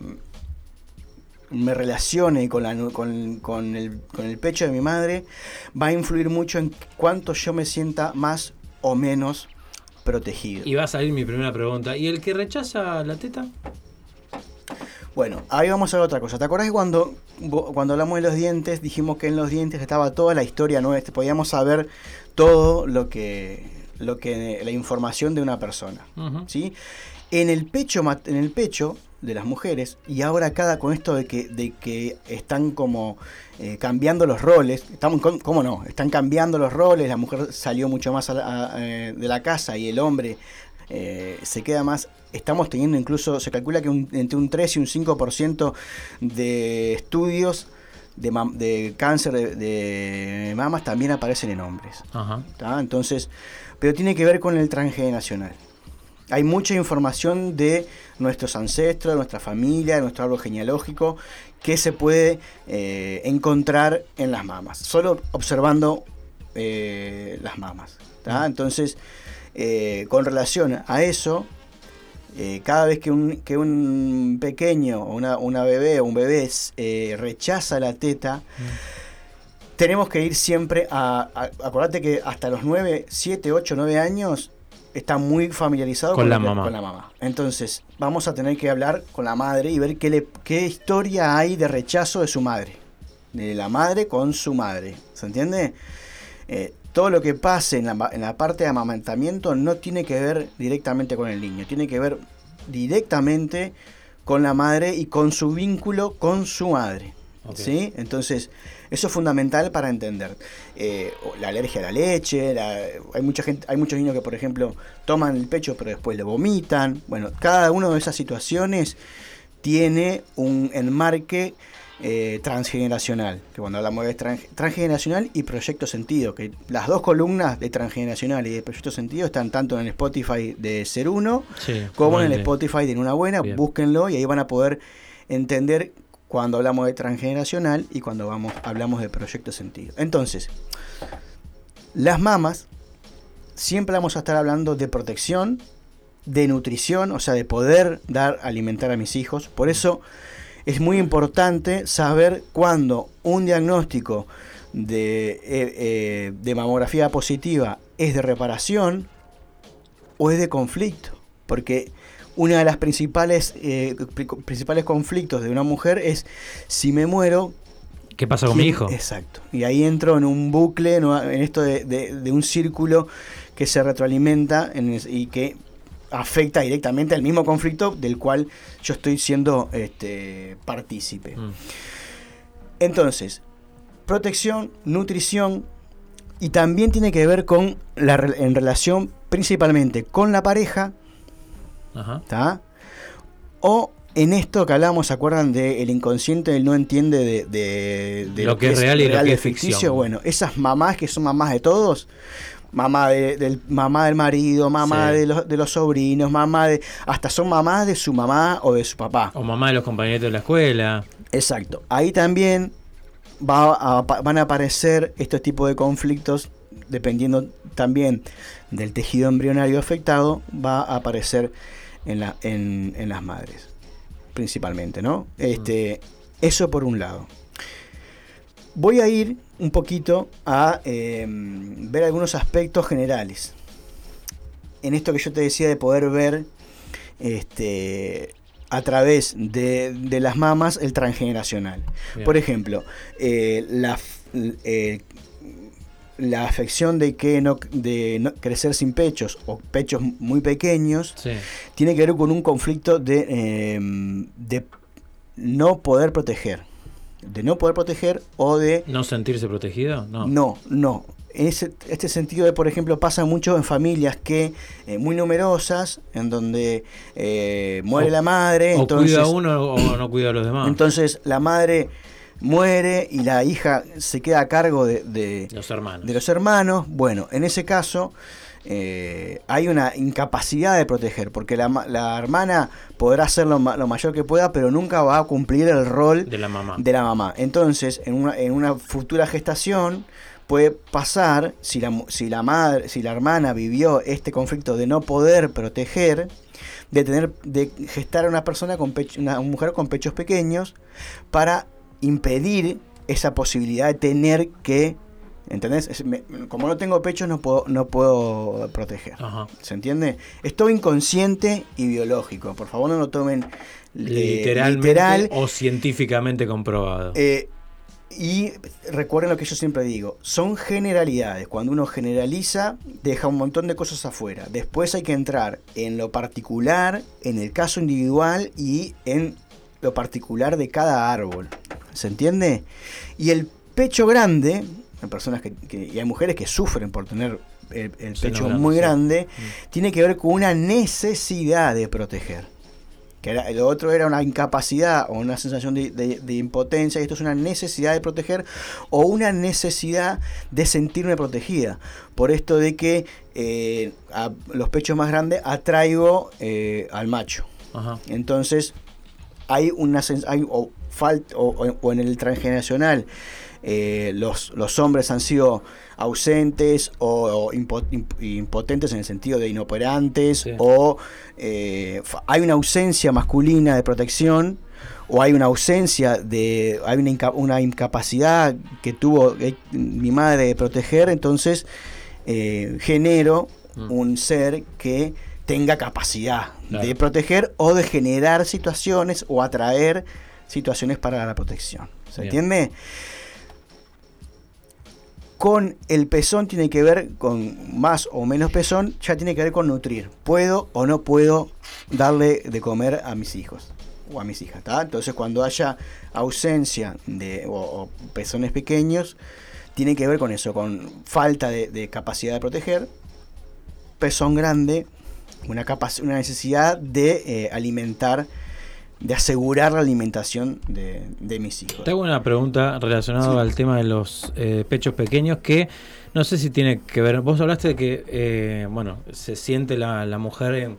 me relacione con, la, con, con, el, con el pecho de mi madre, va a influir mucho en cuánto yo me sienta más o menos protegido. Y va a salir mi primera pregunta. ¿Y el que rechaza la teta? Bueno, ahí vamos a ver otra cosa. ¿Te acordás que cuando, cuando hablamos de los dientes, dijimos que en los dientes estaba toda la historia nuestra? Podíamos saber todo lo que, lo que la información de una persona. Uh-huh. ¿Sí? En el pecho, en el pecho de las mujeres, y ahora cada con esto de que, de que están como eh, cambiando los roles, estamos, ¿cómo no? Están cambiando los roles, la mujer salió mucho más a la, a, a, de la casa y el hombre eh, se queda más. Estamos teniendo incluso, se calcula que un, entre un tres y un cinco por ciento de estudios de, mam, de cáncer de, de mamas también aparecen en hombres. Ajá. ¿Tá? Entonces, pero tiene que ver con el transgeneracional. Hay mucha información de nuestros ancestros, de nuestra familia, de nuestro árbol genealógico, que se puede eh, encontrar en las mamas, solo observando eh, las mamas. ¿Tá? Entonces, eh, con relación a eso, eh, cada vez que un, que un pequeño, una, una bebé o un bebé eh, rechaza la teta, mm. tenemos que ir siempre a, a... Acordate que hasta los nueve, siete, ocho, nueve años está muy familiarizado con, con, la que, mamá. con la mamá. Entonces, vamos a tener que hablar con la madre y ver qué, le, qué historia hay de rechazo de su madre. De la madre con su madre. ¿Se entiende? Eh, todo lo que pase en la, en la parte de amamantamiento no tiene que ver directamente con el niño. Tiene que ver directamente con la madre y con su vínculo con su madre. Okay. ¿Sí? Entonces, eso es fundamental para entender. Eh, la alergia a la leche, la, hay mucha gente, hay muchos niños que, por ejemplo, toman el pecho pero después le vomitan. Bueno, cada una de esas situaciones tiene un enmarque eh, transgeneracional, que cuando hablamos de trans, transgeneracional y proyecto sentido, que las dos columnas de transgeneracional y de proyecto sentido están tanto en el Spotify de Ser Uno, sí, como en el bien. Spotify de En Una Buena. Bien. Búsquenlo y ahí van a poder entender cuando hablamos de transgeneracional y cuando vamos, hablamos de proyecto sentido. Entonces, las mamas, siempre vamos a estar hablando de protección, de nutrición, o sea, de poder dar, alimentar a mis hijos. Por eso es muy importante saber cuándo un diagnóstico de, eh, eh, de mamografía positiva es de reparación o es de conflicto. Porque una de las principales, eh, principales conflictos de una mujer es: si me muero, ¿qué pasa con mi hijo? Exacto. Y ahí entro en un bucle, en esto de, de, de un círculo que se retroalimenta en el, y que afecta directamente al mismo conflicto del cual yo estoy siendo este, partícipe. Mm. Entonces, protección, nutrición, y también tiene que ver con la en relación principalmente con la pareja. Ajá. ¿Tá? O en esto que hablamos, ¿se acuerdan de el inconsciente? Él no entiende de, de, de lo, lo que, que es real y real lo que es ficticio. ficticio. Bueno, esas mamás que son mamás de todos, mamá de, del mamá del marido, mamá sí. de, los, de los sobrinos, mamá de hasta son mamás de su mamá o de su papá. O mamá de los compañeros de la escuela. Exacto. Ahí también va a, van a aparecer estos tipos de conflictos, dependiendo también del tejido embrionario afectado, va a aparecer en, la, en, en las madres, principalmente, ¿no? Este, eso por un lado. Voy a ir un poquito a eh, ver algunos aspectos generales. En esto que yo te decía de poder ver este, a través de, de las mamas el transgeneracional. Bien. Por ejemplo, eh, la... Eh, la afección de que no de no crecer sin pechos o pechos muy pequeños, sí. tiene que ver con un conflicto de, eh, de no poder proteger. De no poder proteger o de... ¿No sentirse protegido? No, no. no. En ese, este sentido, de, por ejemplo, pasa mucho en familias que eh, muy numerosas, en donde eh, muere o, la madre. O entonces, cuida a uno o no cuida a los demás. Entonces la madre muere y la hija se queda a cargo de, de, los, hermanos. de los hermanos. Bueno, en ese caso eh, hay una incapacidad de proteger, porque la, la hermana podrá hacer lo, lo mayor que pueda, pero nunca va a cumplir el rol de la mamá. De la mamá. Entonces, en una, en una futura gestación puede pasar, si la, si la madre, si la hermana vivió este conflicto de no poder proteger, de tener, de gestar a una persona con pecho, una mujer con pechos pequeños, para impedir esa posibilidad de tener que, ¿entendés? Es, me, como no tengo pechos no puedo no puedo proteger. Ajá. ¿Se entiende? Es todo inconsciente y biológico. Por favor, no lo tomen literalmente eh, literal o científicamente comprobado. Eh, Y recuerden lo que yo siempre digo, son generalidades. Cuando uno generaliza, deja un montón de cosas afuera. Después hay que entrar en lo particular, en el caso individual y en lo particular de cada árbol. ¿Se entiende? Y el pecho grande, hay personas que, que y hay mujeres que sufren por tener el, el pecho grande, muy sí. grande, mm. tiene que ver con una necesidad de proteger. Que era, lo otro era una incapacidad o una sensación de, de, de impotencia, y esto es una necesidad de proteger o una necesidad de sentirme protegida. Por esto de que eh, a los pechos más grandes atraigo eh, al macho. Ajá. Entonces hay una hay, o, falta, o, o en el transgeneracional eh, los, los hombres han sido ausentes o, o impotentes en el sentido de inoperantes, sí. o eh, hay una ausencia masculina de protección, o hay una ausencia de hay una, inca, una incapacidad que tuvo eh, mi madre de proteger, entonces eh, genero mm. un ser que tenga capacidad claro. de proteger o de generar situaciones o atraer situaciones para la protección. ¿Se Bien. entiende? Con el pezón tiene que ver con más o menos pezón, ya tiene que ver con nutrir. ¿Puedo o no puedo darle de comer a mis hijos o a mis hijas? ¿tá? Entonces cuando haya ausencia de o, o pezones pequeños, tiene que ver con eso, con falta de, de capacidad de proteger. Pezón grande, una, capac- una necesidad de eh, alimentar, de asegurar la alimentación de, de mis hijos. Te hago una pregunta relacionada sí. al tema de los eh, pechos pequeños que no sé si tiene que ver. Vos hablaste de que eh, bueno, se siente la, la mujer en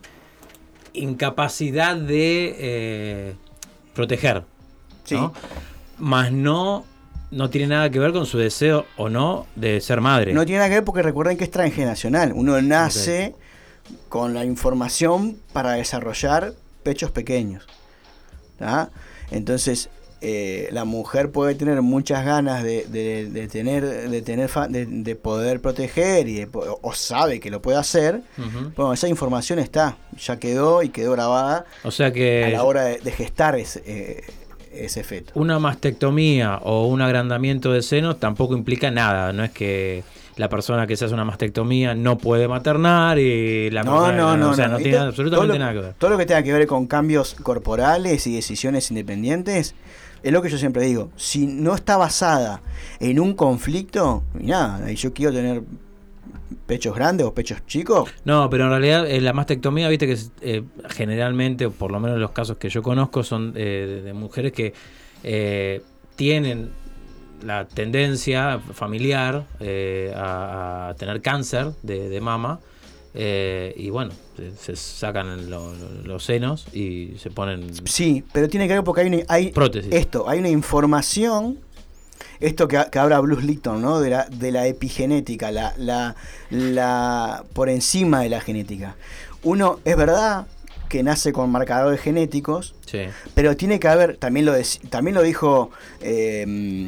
incapacidad de eh, proteger, sí. ¿no? Más no, no tiene nada que ver con su deseo o no de ser madre. No tiene nada que ver porque recuerden que es transgeneracional. Uno nace okay. con la información para desarrollar pechos pequeños. ¿Ah? Entonces eh, la mujer puede tener muchas ganas de, de, de tener de tener fa- de, de poder proteger y de, o sabe que lo puede hacer. Uh-huh. Bueno, esa información está, ya quedó y quedó grabada. O sea que a la hora de, de gestar ese, eh, ese feto. Una mastectomía o un agrandamiento de senos tampoco implica nada, no es que la persona que se hace una mastectomía no puede maternar y la no, persona, no, no, o sea, no, no tiene to, absolutamente lo, nada que ver. Todo lo que tenga que ver con cambios corporales y decisiones independientes es lo que yo siempre digo. Si no está basada en un conflicto, nada, yo quiero tener pechos grandes o pechos chicos. No, pero en realidad eh, la mastectomía, viste que eh, generalmente, o por lo menos los casos que yo conozco, son eh, de, de mujeres que eh, tienen la tendencia familiar eh, a, a tener cáncer de, de mama eh, y bueno, se, se sacan lo, lo, los senos y se ponen sí, pero tiene que ver porque hay, una, hay prótesis. Esto, hay una información, esto que, que habla Bruce Lipton, ¿no? De la, de la epigenética, la, la, la por encima de la genética. Uno, es verdad que nace con marcadores genéticos, sí. pero tiene que haber, también lo, de, también lo dijo eh,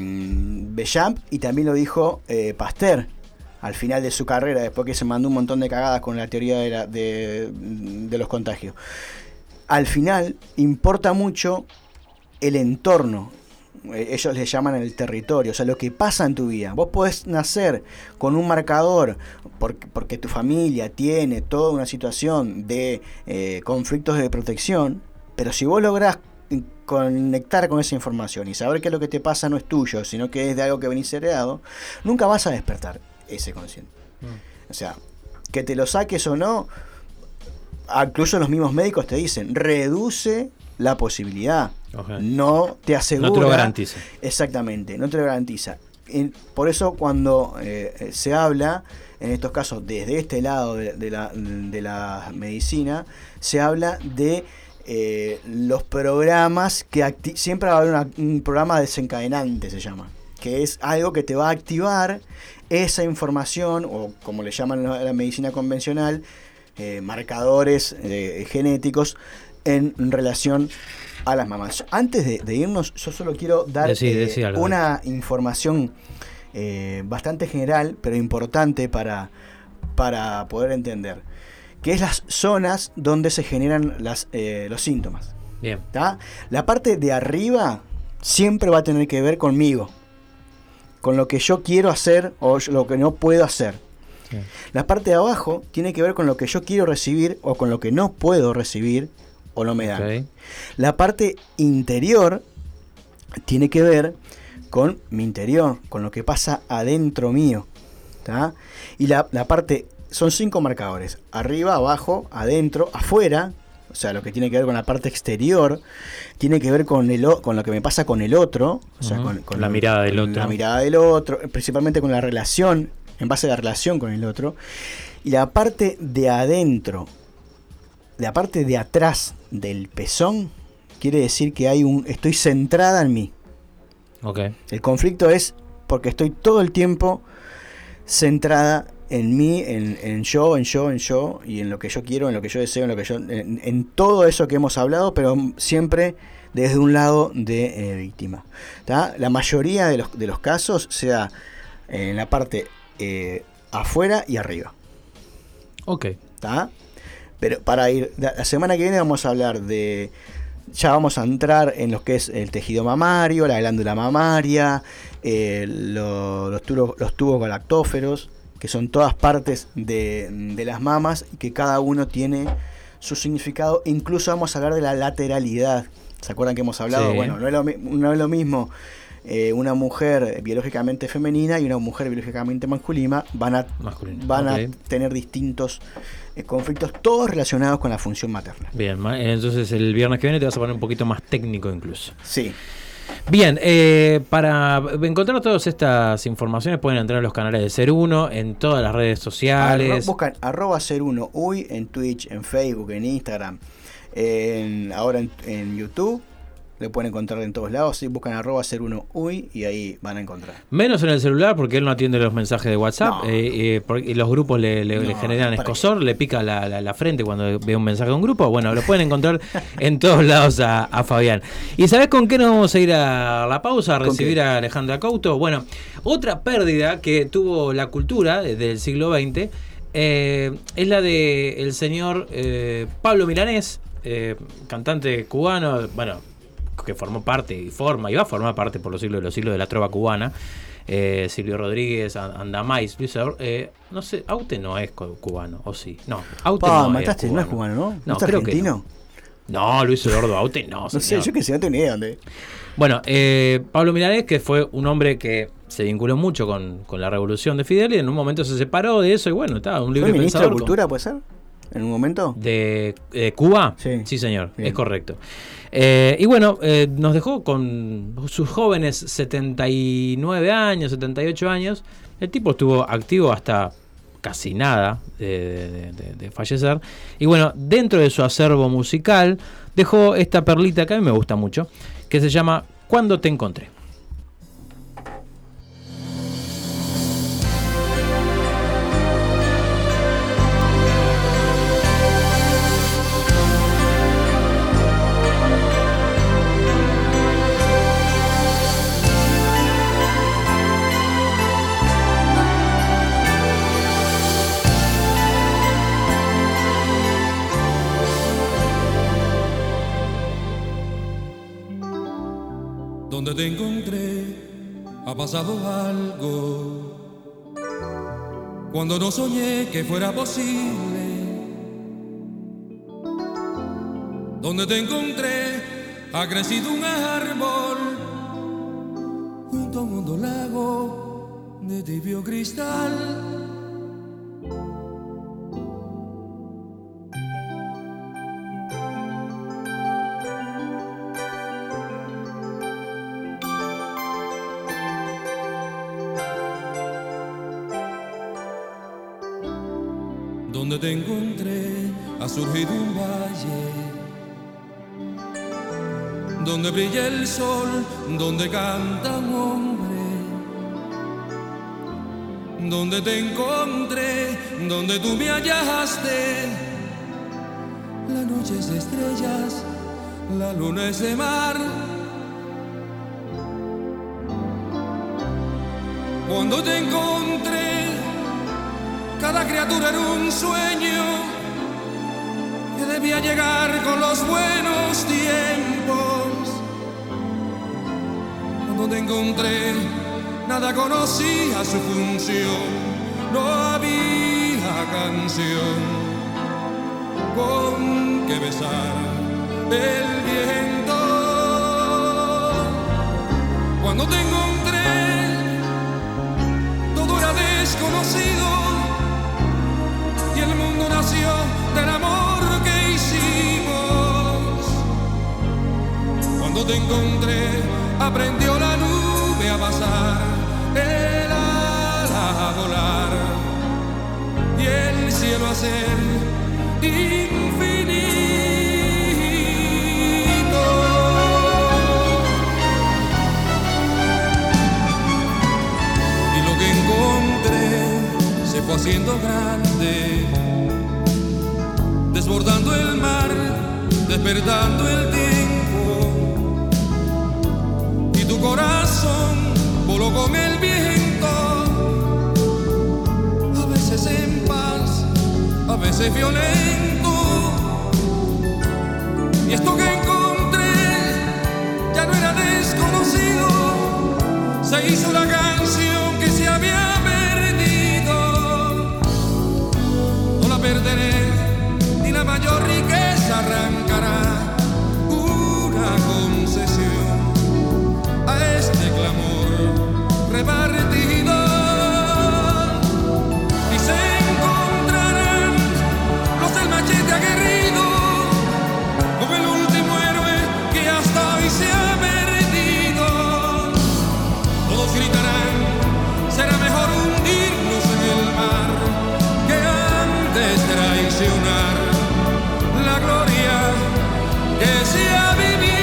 Béchamp y también lo dijo eh, Pasteur al final de su carrera, después que se mandó un montón de cagadas con la teoría de, la, de, de los contagios. Al final importa mucho el entorno, ellos le llaman el territorio, o sea, lo que pasa en tu vida. Vos podés nacer con un marcador porque, porque tu familia tiene toda una situación de eh, conflictos de protección, pero si vos lográs conectar con esa información y saber que lo que te pasa no es tuyo, sino que es de algo que venís heredado, nunca vas a despertar ese consciente. Mm. O sea, que te lo saques o no, incluso los mismos médicos te dicen, reduce la posibilidad. Okay. No te asegura. No te lo garantiza. Exactamente, no te lo garantiza. En, por eso cuando eh, se habla, en estos casos, desde este lado de, de, la, de la medicina, se habla de eh, los programas que acti- siempre va a haber una, un programa desencadenante, se llama, que es algo que te va a activar esa información, o como le llaman a la medicina convencional, eh, marcadores eh, genéticos en relación a las mamás. Antes de, de irnos, yo solo quiero dar decí, eh, decí algo, una información eh, bastante general, pero importante para, para poder entender, que es las zonas donde se generan las, eh, los síntomas. Bien. ¿Tá? La parte de arriba siempre va a tener que ver conmigo. con lo que yo quiero hacer o lo que no puedo hacer. Sí. La parte de abajo tiene que ver con lo que yo quiero recibir o con lo que no puedo recibir o no me dan. Okay. La parte interior tiene que ver con mi interior, con lo que pasa adentro mío. ¿Tá? Y la, la parte, son cinco marcadores, arriba, abajo, adentro, afuera, o sea, lo que tiene que ver con la parte exterior, tiene que ver con, el, con lo que me pasa con el otro, o sea, uh-huh. con, con la el, mirada del otro. La mirada del otro, principalmente con la relación, en base a la relación con el otro. Y la parte de adentro, la parte de atrás del pezón, quiere decir que hay un, estoy centrada en mí. Okay. El conflicto es porque estoy todo el tiempo centrada en mí, en, en yo, en yo, en yo, y en lo que yo quiero, en lo que yo deseo, en lo que yo, en, en todo eso que hemos hablado, pero siempre desde un lado de eh, víctima. ¿Tá? La mayoría de los, de los casos se da en la parte eh, afuera y arriba. Ok. ¿Tá? Pero para ir, la semana que viene vamos a hablar de, ya vamos a entrar en lo que es el tejido mamario, la glándula mamaria, eh, lo, los, tubos, los tubos galactóferos, que son todas partes de, de las mamas y que cada uno tiene su significado. Incluso vamos a hablar de la lateralidad. ¿Se acuerdan que hemos hablado? Sí. Bueno, no es lo, no es lo mismo eh, una mujer biológicamente femenina y una mujer biológicamente masculina. Van a, Masculino. van Okay. a tener distintos eh, conflictos, todos relacionados con la función materna. Bien, entonces el viernes que viene te vas a poner un poquito más técnico incluso. Sí. Bien, eh, para encontrar todas estas informaciones pueden entrar en los canales de Ser Uno, en todas las redes sociales. Arro, buscan arroba Ser Uno Uy en Twitch, en Facebook, en Instagram, en, ahora en, en YouTube. Lo pueden encontrar en todos lados. Sí, buscan arroba Ser Uno Uy y ahí van a encontrar. Menos en el celular porque él no atiende los mensajes de WhatsApp. No. Eh, eh, porque los grupos le, le, no, le generan escozor, qué? le pica la, la, la frente cuando ve un mensaje de un grupo. Bueno, lo pueden encontrar en todos lados a, a Fabián. ¿Y sabés con qué nos vamos a ir a la pausa? A recibir a Alejandra Couto. Bueno, otra pérdida que tuvo la cultura del siglo veinte eh, es la de el señor eh, Pablo Milanés, eh, cantante cubano, bueno, que formó parte y forma y va a formar parte por los siglos de los siglos de la trova cubana. eh, Silvio Rodríguez, Andamais, Luis eh, no sé, Aute no es cubano, o sí, no, Aute pa, no mataste, es no es cubano, ¿no? ¿No, no es argentino? No. no, Luis Eduardo Aute no. No señor. sé, yo que sé, no tengo ni idea dónde. Bueno, eh, Pablo Milanés, que fue un hombre que se vinculó mucho con, con la revolución de Fidel y en un momento se separó de eso y bueno, estaba un libre ¿Fue ministro pensador. de Cultura, puede ser? ¿En un momento? ¿De eh, Cuba? Sí. Sí, señor, Bien. es correcto. Eh, y bueno, eh, nos dejó con sus jóvenes setenta y nueve años, setenta y ocho años. El tipo estuvo activo hasta casi nada de, de, de, de fallecer. Y bueno, dentro de su acervo musical dejó esta perlita que a mí me gusta mucho, que se llama Cuando te encontré. Donde te encontré ha pasado algo, cuando no soñé que fuera posible. Donde te encontré ha crecido un árbol junto a un hondo lago de tibio cristal. Donde te encontré ha surgido un valle, donde brilla el sol, donde canta un hombre. Donde te encontré, donde tú me hallaste. La noche es de estrellas, la luna es de mar. Cuando te encontré, cada criatura era un sueño que debía llegar con los buenos tiempos. Cuando te encontré, nada conocía su función, no había canción con que besar el viento. Cuando te encontré, todo era desconocido y el mundo nació del amor que hicimos. Cuando te encontré, aprendió la nube a pasar, el ala a volar y el cielo a ser infinito. Y lo que encontré se fue haciendo grande, desbordando el mar, despertando el tiempo, y tu corazón voló con el viento, a veces en paz, a veces violento. Y esto que encontré ya no era desconocido, se hizo la canción que se había perdido. No la perderé, ni la mayor riqueza arrancará una concesión a este clamor repartido. Y se encontrarán los del machete aguerrido con el último héroe que hasta hoy se ha perdido. Todos gritarán, será mejor hundirnos en el mar que antes traicionar la gloria que se ha vivido.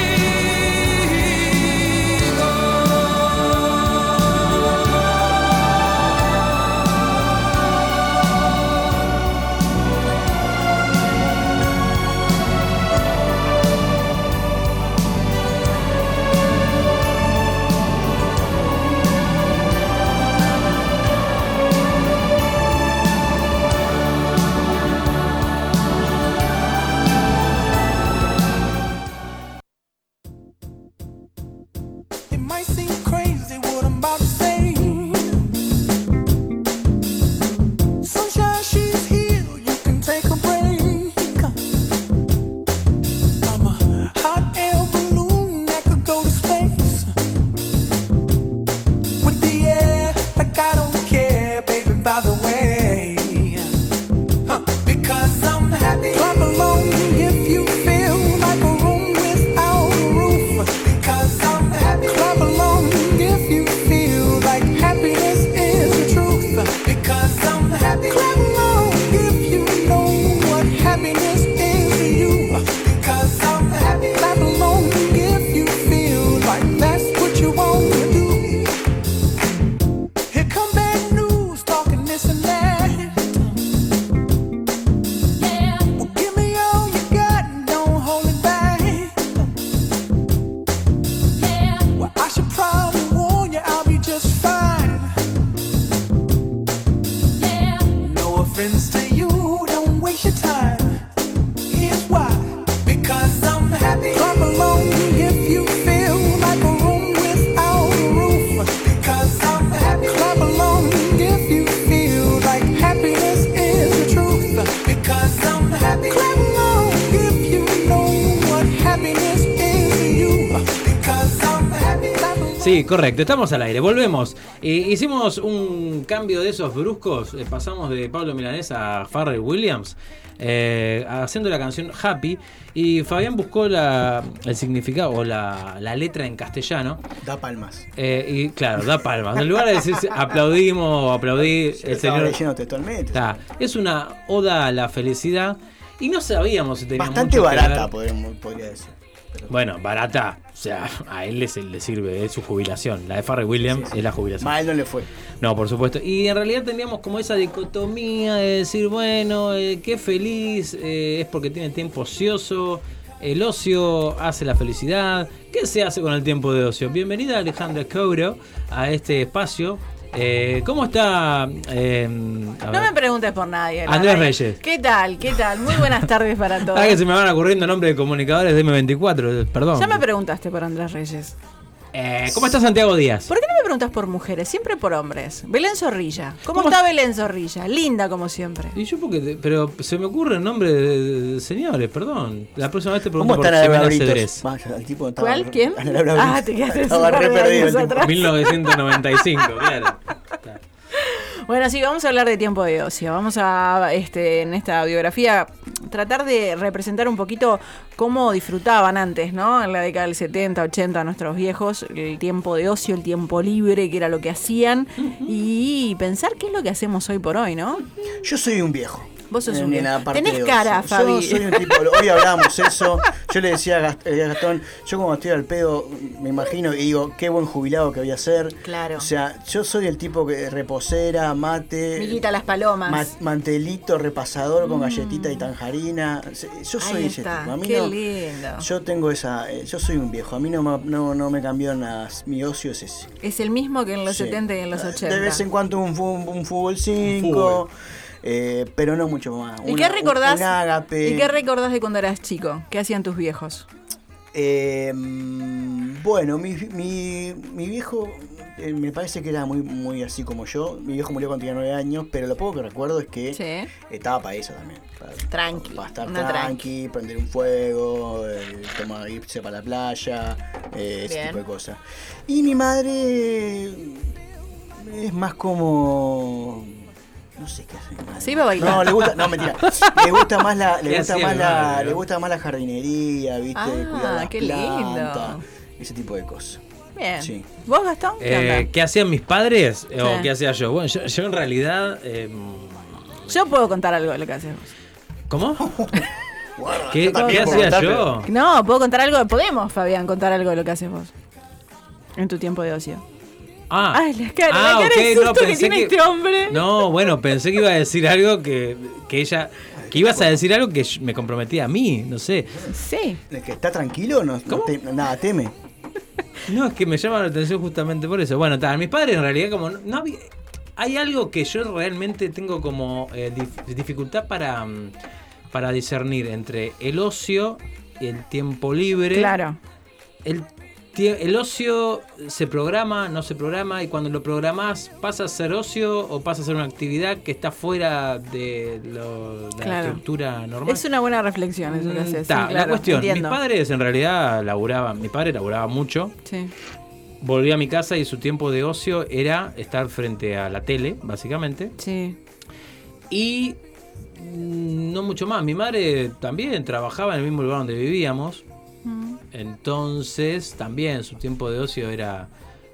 Sí, correcto, estamos al aire, volvemos. Eh, hicimos un cambio de esos bruscos, eh, pasamos de Pablo Milanés a Pharrell Williams, eh, haciendo la canción Happy, y Fabián buscó la, el significado o la, la letra en castellano. Da palmas. Eh, y claro, da palmas. En lugar de decir aplaudimos o aplaudí, sí, el estaba señor... leyendo textualmente. Está, es una oda a la felicidad y no sabíamos si tenía bastante mucho que barata, ver. podría, podría decir. Pero... Bueno, barata, o sea, a él le, le sirve, es su jubilación. La de Pharrell Williams sí, sí. es la jubilación. Mal no le fue. No, por supuesto. Y en realidad teníamos como esa dicotomía de decir, bueno, eh, qué feliz, eh, es porque tiene tiempo ocioso, el ocio hace la felicidad. ¿Qué se hace con el tiempo de ocio? Bienvenida Alejandra Couro a este espacio. Eh, ¿Cómo está? Eh, no me preguntes por nadie. Andrés Reyes. ¿Qué tal? ¿Qué tal? Muy buenas tardes para todos. Ah, que se me van ocurriendo nombres de comunicadores de eme veinticuatro, perdón. Ya me preguntaste por Andrés Reyes. Eh, ¿Cómo está Santiago Díaz? ¿Por qué no me preguntas por mujeres? Siempre por hombres. Belén Zorrilla. ¿Cómo, ¿Cómo está Belén Zorrilla? Linda como siempre. Y yo porque, te- pero se me ocurre el nombre de, de señores, perdón. La próxima vez te pregunto ¿Cómo por están Ximena Laura Cedrés. Britos? Va, el tipo estaba- ¿Cuál? ¿Quién? Ana Laura Britos. Ah, te quedaste Estaba un par re de perdido el años tipo. atrás. mil novecientos noventa y cinco, claro. Bueno, sí, vamos a hablar de tiempo de ocio. Vamos a, este, en esta biografía, tratar de representar un poquito cómo disfrutaban antes, ¿no? En la década del setenta, ochenta, nuestros viejos, el tiempo de ocio, el tiempo libre, que era lo que hacían, y pensar qué es lo que hacemos hoy por hoy, ¿no? Yo soy un viejo. Vos sos En un viejo. la parte Tenés de cara, ocio. Fabi. Yo soy un tipo, hoy hablábamos eso. Yo le decía a Gast- eh, a Gastón, yo como estoy al pedo, me imagino y digo, qué buen jubilado que voy a ser. Claro. O sea, yo soy el tipo que reposera, mate, Miguita las palomas. ma- mantelito, repasador con Mm. galletita y tanjarina. Yo soy Ahí ese está, tipo. A mí qué no, lindo. yo tengo esa, eh, yo soy un viejo. A mí no, me- no, no me cambió nada. Mi ocio es ese. Es el mismo que en los Sí. setenta y en los ochenta. De vez en cuando un, fu- un fútbol cinco, eh, pero no mucho más. ¿Y Una- qué recordás? Un, un ágape. ¿Y qué recordás de cuando eras chico? ¿Qué hacían tus viejos? Eh, mm, bueno, mi, mi, mi viejo eh, me parece que era muy, muy así como yo. Mi viejo murió cuando tenía nueve años, pero lo poco que recuerdo es que Sí. estaba para eso también. Para, Tranqui. para estar una tranqui, prender un fuego, eh, tomar, irse para la playa, eh, ese Bien. tipo de cosas. Y mi madre es más como... No sé qué hace mi madre. Se iba a bailar. No, le gusta, no, mentira. Le gusta más la, le ¿Qué gusta hacía más mi la, madre, le no? gusta más la jardinería, ¿viste? Ah, Cuidar las qué lindo. plantas, ese tipo de cosas. Bien. Sí. ¿Vos, Gastón? ¿Qué Eh, onda? ¿Qué hacían mis padres eh, Sí. o qué hacía yo? Bueno, yo, yo en realidad... eh, Yo puedo contar algo de lo que haces vos. ¿Cómo? Guarda, ¿Qué, yo también qué puedo hacía contar, yo? No, puedo contar algo. Podemos, Fabián, contar algo de lo que haces vos. En tu tiempo de ocio. Ah, Ay, la cara, Ah, la cara ok, de no, susto que pensé tiene que- este hombre. no, bueno, pensé que iba a decir algo que, que ella... Que ibas a decir algo que me comprometía a mí, no sé. Sí. El que está tranquilo, no, no te- nada teme. No, es que me llama la atención justamente por eso. Bueno, tal, mis padres en realidad como no, no había... Hay algo que yo realmente tengo como eh, dif- dificultad para, mm, para discernir entre el ocio y el tiempo libre. Claro. El, tie- el ocio se programa, no se programa, y cuando lo programás pasa a ser ocio o pasa a ser una actividad que está fuera de, lo- de la Claro. estructura normal. Es una buena reflexión eso que Mm, haces. ta, sí, la claro, cuestión, entiendo. mis padres en realidad laburaban, mi padre laburaba mucho. Sí. Volví a mi casa y su tiempo de ocio era estar frente a la tele, básicamente. Sí. Y mm, no mucho más. Mi madre también trabajaba en el mismo lugar donde vivíamos. Mm. Entonces también su tiempo de ocio era...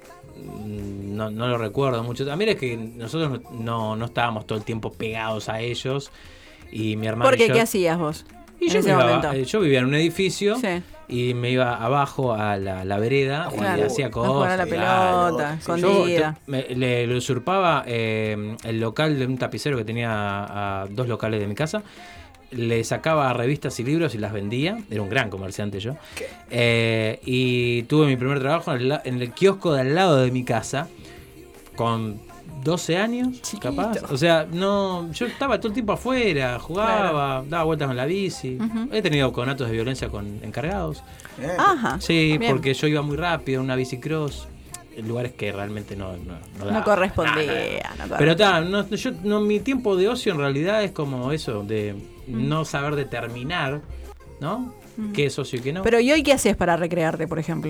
mm, No, no lo recuerdo mucho. También es que nosotros no, no, no estábamos todo el tiempo pegados a ellos. Y mi hermano... ¿Por y qué? yo- ¿Qué hacías vos? Y en yo, ese me iba- momento. eh, yo vivía en un edificio Sí. y me iba abajo a la, la vereda Claro. y hacía A cosas. jugar a la claro. pelota, Sí, escondida. yo me- le, le usurpaba eh, el local de un tapicero que tenía a, a dos locales de mi casa. Le sacaba revistas y libros y las vendía. Era un gran comerciante yo. Eh, y tuve mi primer trabajo en el, la- en el kiosco de al lado de mi casa con doce años, capaz. O sea, no, yo estaba todo el tiempo afuera, jugaba, daba vueltas con la bici. Ujú. He tenido conatos de violencia con encargados. Ajá. Sí, Bien. porque yo iba muy rápido en una bicicross, en lugares que realmente no, no, no daba. No correspondía. Nada. no correspondía. Pero ta, no, yo, no, mi tiempo de ocio en realidad es como eso, de no saber determinar, ¿no? Mm. ¿Qué es ocio y qué no? Pero ¿y hoy qué haces para recrearte, por ejemplo?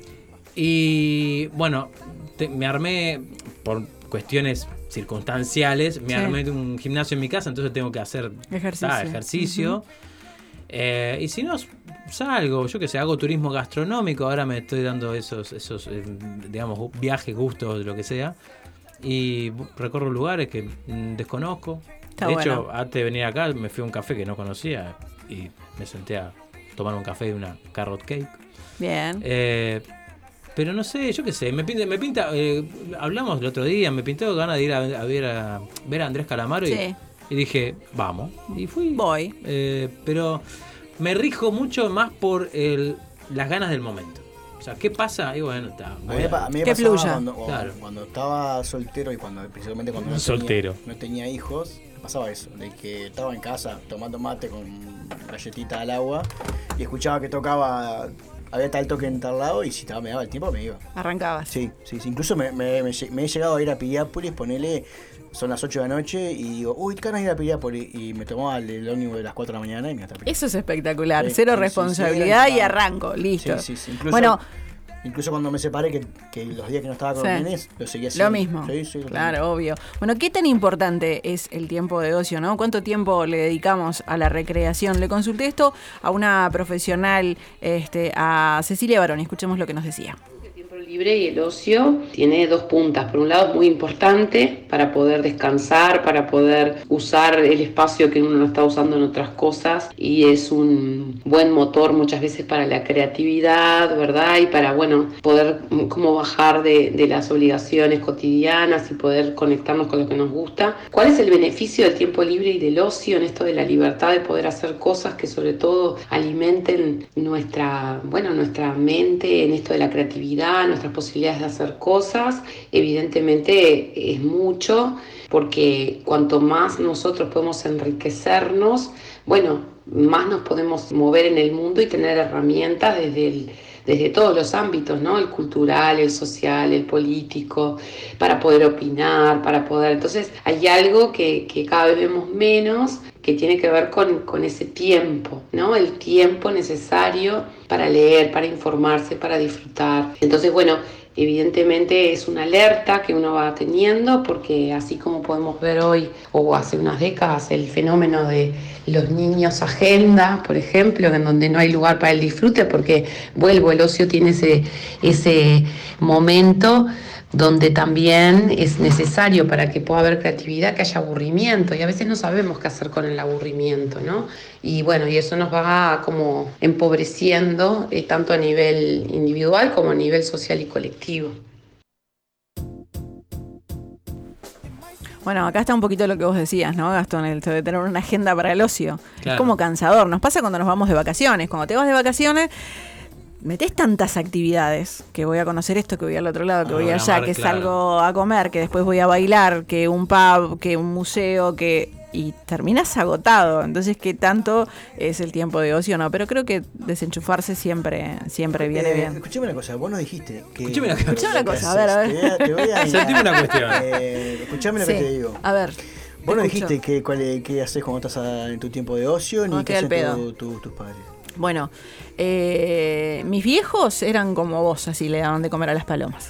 Y bueno, te- me armé por cuestiones circunstanciales, me Sí. armé un gimnasio en mi casa, entonces tengo que hacer Ejercicio. ta, ejercicio. Eh, y si no, salgo, yo que sé, hago turismo gastronómico, ahora me estoy dando esos, esos eh, digamos, gu- viajes, gustos, lo que sea. Y bu- recorro lugares que mm, desconozco. Está de bueno. hecho, antes de venir acá me fui a un café que no conocía y me senté a tomar un café y una carrot cake. Bien. Eh, pero no sé, yo qué sé, me pinta, me pinta eh, hablamos el otro día, me pintó ganas de ir a, a ver a ver a Andrés Calamaro y, Sí. y dije, vamos. Y fui. Voy. Eh, pero me rijo mucho más por el, las ganas del momento. O sea, ¿qué pasa? Y bueno, está. A mí, voy me a- pa- a mí me Que pasaba fluya. Cuando, o- Claro. cuando estaba soltero y cuando principalmente cuando no Soltero. Tenía, no tenía hijos, me pasaba eso, de que estaba en casa tomando mate con galletita al agua y escuchaba que tocaba había tal toque en tal lado y si estaba, me daba el tiempo me iba. Arrancabas. Sí, sí, sí. Incluso me, me, me, me he llegado a ir a Piriápolis, ponele, son las ocho de la noche y digo, uy, qué ganas de ir a Piriápolis. Y me tomaba el, el ómnibus de las cuatro de la mañana y me hasta Piriápolis. Eso es espectacular, Sí, cero sí, sí, responsabilidad sí, y claro. arranco, listo. Sí, sí, sí. Incluso, Bueno, incluso cuando me separé, que, que los días que no estaba con Sí. los nenes, lo seguía haciendo. lo mismo. Sí, sí, lo claro, obvio. Bueno, ¿qué tan importante es el tiempo de ocio, no? ¿Cuánto tiempo le dedicamos a la recreación? Le consulté esto a una profesional, este, a Cecilia Baroni. Escuchemos lo que nos decía. Libre y el ocio tiene dos puntas. Por un lado es muy importante para poder descansar, para poder usar el espacio que uno no está usando en otras cosas, y es un buen motor muchas veces para la creatividad, ¿verdad? Y para, bueno, poder como bajar de, de las obligaciones cotidianas y poder conectarnos con lo que nos gusta. ¿Cuál es el beneficio del tiempo libre y del ocio en esto de la libertad de poder hacer cosas que sobre todo alimenten nuestra, bueno, nuestra mente en esto de la creatividad, nuestras posibilidades de hacer cosas? Evidentemente es mucho, porque cuanto más nosotros podemos enriquecernos, bueno, más nos podemos mover en el mundo y tener herramientas desde el desde todos los ámbitos, ¿no? El cultural, el social, el político, para poder opinar, para poder... Entonces hay algo que, que cada vez vemos menos, que tiene que ver con, con ese tiempo, ¿no? El tiempo necesario para leer, para informarse, para disfrutar. Entonces, bueno, evidentemente es una alerta que uno va teniendo, porque así como podemos ver hoy, o hace unas décadas, el fenómeno de los niños agenda, por ejemplo, en donde no hay lugar para el disfrute, porque, vuelvo, el ocio tiene ese, ese momento donde también es necesario, para que pueda haber creatividad, que haya aburrimiento, y a veces no sabemos qué hacer con el aburrimiento, ¿no? Y bueno, y eso nos va como empobreciendo, eh, tanto a nivel individual como a nivel social y colectivo. Bueno, acá está un poquito lo que vos decías, ¿no, Gastón? El de tener una agenda para el ocio. Claro. Es como cansador. Nos pasa cuando nos vamos de vacaciones. Cuando te vas de vacaciones, metés tantas actividades, que voy a conocer esto, que voy al otro lado, que Ah, voy voy a allá, amar, que claro. salgo a comer, que después voy a bailar, que un pub, que un museo, que... y terminas agotado. Entonces, ¿qué tanto es el tiempo de ocio? No, pero creo que desenchufarse siempre, siempre viene Eh, bien. Escuchame una cosa, vos nos dijiste que... Escuchame una cosa. Escuchame una cosa, a ver, a ver. Te voy a, te voy a- Sentime una cuestión. Eh, escuchame lo Sí, que te digo. a ver. Vos nos escucho. dijiste que, cuál, es- qué haces cuando estás a- en tu tiempo de ocio, Cuando ni qué estoy al hacen pedo. tu- tu- tus padres. Bueno, eh, mis viejos eran como vos, así le daban de comer a las palomas.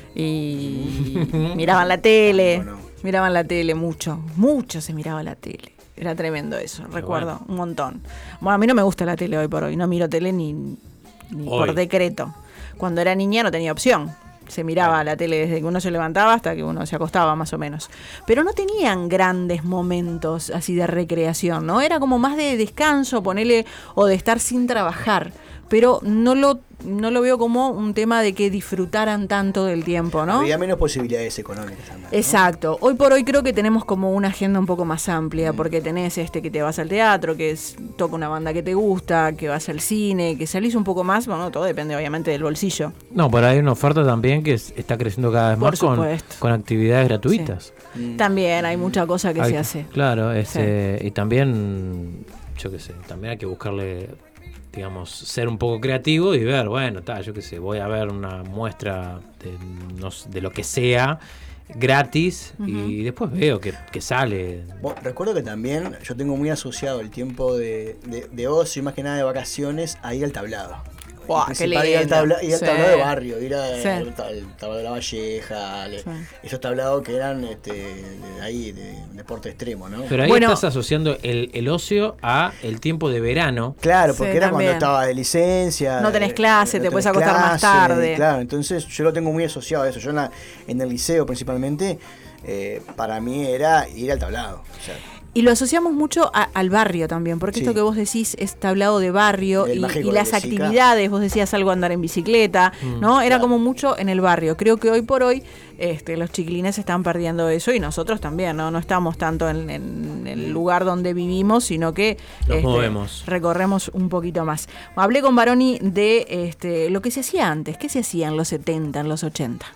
Y miraban la tele, miraban la tele mucho, mucho se miraba la tele. Era tremendo eso, recuerdo, bueno. un montón. Bueno, a mí no me gusta la tele hoy por hoy, no miro tele ni, ni Hoy. por decreto. Cuando era niña no tenía opción. Se miraba la tele desde que uno se levantaba hasta que uno se acostaba, más o menos. Pero no tenían grandes momentos así de recreación, ¿no? Era como más de descanso, ponele, o de estar sin trabajar. Pero no lo, no lo veo como un tema de que disfrutaran tanto del tiempo, ¿no? Había menos posibilidades económicas también. Exacto. Hoy por hoy creo que tenemos como una agenda un poco más amplia, porque tenés este que te vas al teatro, que es, toca una banda que te gusta, que vas al cine, que salís un poco más, bueno, todo depende obviamente del bolsillo. No, pero hay una oferta también que es- está creciendo cada vez Por más con, supuesto. con actividades gratuitas. También hay mucha cosa que Hay- se hace. Claro, Sí. este, y también, yo qué sé, también hay que buscarle, digamos, ser un poco creativo y ver, bueno, ta, yo qué sé, voy a ver una muestra de, no sé, de lo que sea gratis y después veo que, que sale. Bueno, recuerdo que también yo tengo muy asociado el tiempo de, de, de ocio y más que nada de vacaciones a ir al tablado. Buah, Y qué principal, ir al lindo. tabla- ir al Sí. tablado de barrio, ir al, Sí. al tab- al tablado de la Valleja, al- Sí. esos tablados que eran este, de ahí, de deporte extremo, ¿no? Pero ahí estás asociando el, el ocio a el tiempo de verano. Claro, porque Sí, era también. cuando estaba de licencia. No tenés eh, clase, no te tenés puedes acostar más clase, tarde. Claro, entonces yo lo tengo muy asociado a eso. Yo en, la- en el liceo principalmente, eh, para mí era ir al tablado. O sea, Y lo asociamos mucho a- al barrio también, porque Sí. esto que vos decís es tablado de barrio El y, mágico y de las Lezica. actividades, vos decías algo andar en bicicleta, Mm, ¿no? Era claro. como mucho en el barrio. Creo que hoy por hoy este, los chiquilines están perdiendo eso y nosotros también, ¿no? No estamos tanto en, en el lugar donde vivimos, sino que Nos este, movemos. recorremos un poquito más. Hablé con Baroni de este, lo que se hacía antes. ¿Qué se hacía en los setenta, en los ochenta?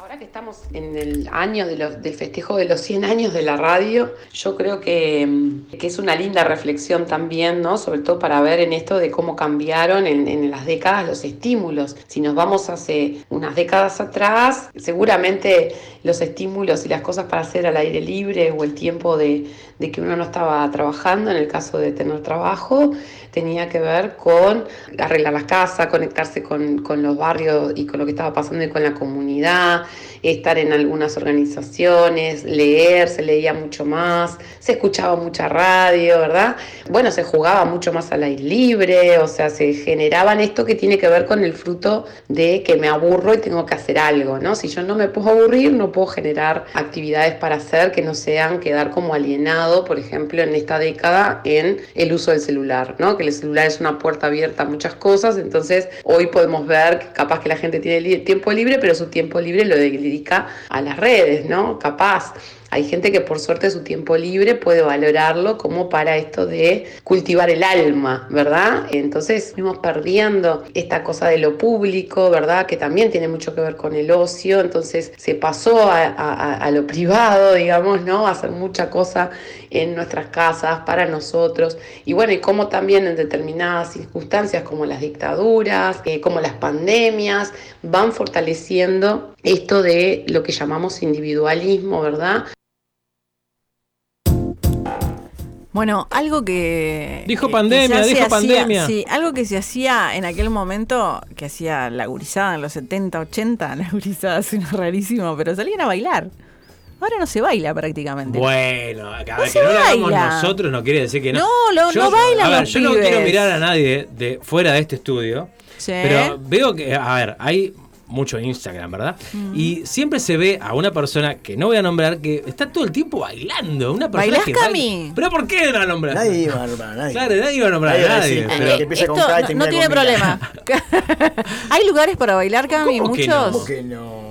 Ahora que estamos en el año de los, del festejo de los cien años de la radio, yo creo que, que es una linda reflexión también, ¿no? Sobre todo para ver en esto de cómo cambiaron en, en las décadas los estímulos. Si nos vamos hace unas décadas atrás, seguramente los estímulos y las cosas para hacer al aire libre o el tiempo de, de que uno no estaba trabajando, en el caso de tener trabajo, tenía que ver con arreglar las casas, conectarse con, con los barrios y con lo que estaba pasando y con la comunidad, estar en algunas organizaciones, leer, se leía mucho más, se escuchaba mucha radio, ¿verdad? Bueno, se jugaba mucho más al aire libre, o sea, se generaban esto que tiene que ver con el fruto de que me aburro y tengo que hacer algo, ¿no? Si yo no me puedo aburrir, no puedo generar actividades para hacer que no sean quedar como alienado, por ejemplo, en esta década en el uso del celular, ¿no? Que el celular es una puerta abierta a muchas cosas, entonces hoy podemos ver que capaz que la gente tiene li- tiempo libre, pero su tiempo libre lo dedica a las redes, ¿no? Capaz. Hay gente que por suerte su tiempo libre puede valorarlo como para esto de cultivar el alma, ¿verdad? Entonces fuimos perdiendo esta cosa de lo público, ¿verdad? Que también tiene mucho que ver con el ocio, entonces se pasó a, a, a lo privado, digamos, ¿no? A hacer mucha cosa en nuestras casas, para nosotros. Y bueno, y como también en determinadas circunstancias como las dictaduras, eh, como las pandemias, van fortaleciendo esto de lo que llamamos individualismo, ¿verdad? Bueno, algo que... Dijo que- pandemia, que se dijo hacía- pandemia. Sí, algo que se hacía en aquel momento, que hacía la gurizada en los setenta, ochenta, la gurizada suena rarísimo, pero salían a bailar. Ahora no se baila prácticamente. Bueno, a ver, No que se no lo hagamos baila. nosotros no quiere decir que no. No, lo- no bailan A ver, los yo no pibes. quiero mirar a nadie de fuera de este estudio, Sí. pero veo que, a ver, hay mucho Instagram, ¿verdad? Mm. Y siempre se ve a una persona que no voy a nombrar que está todo el tiempo bailando. Una persona ¿Bailás, que Cami? baila- ¿Pero por qué no la nombras? Nadie iba a nombrar a nadie. Claro, nadie iba a nombrar Nadie a va a nadie. decir, pero- que empieza con Esto K y no, termina no tiene con Mila. problema. ¿Hay lugares para bailar, Cami? ¿Cómo que ¿Muchos? no? ¿Cómo que no?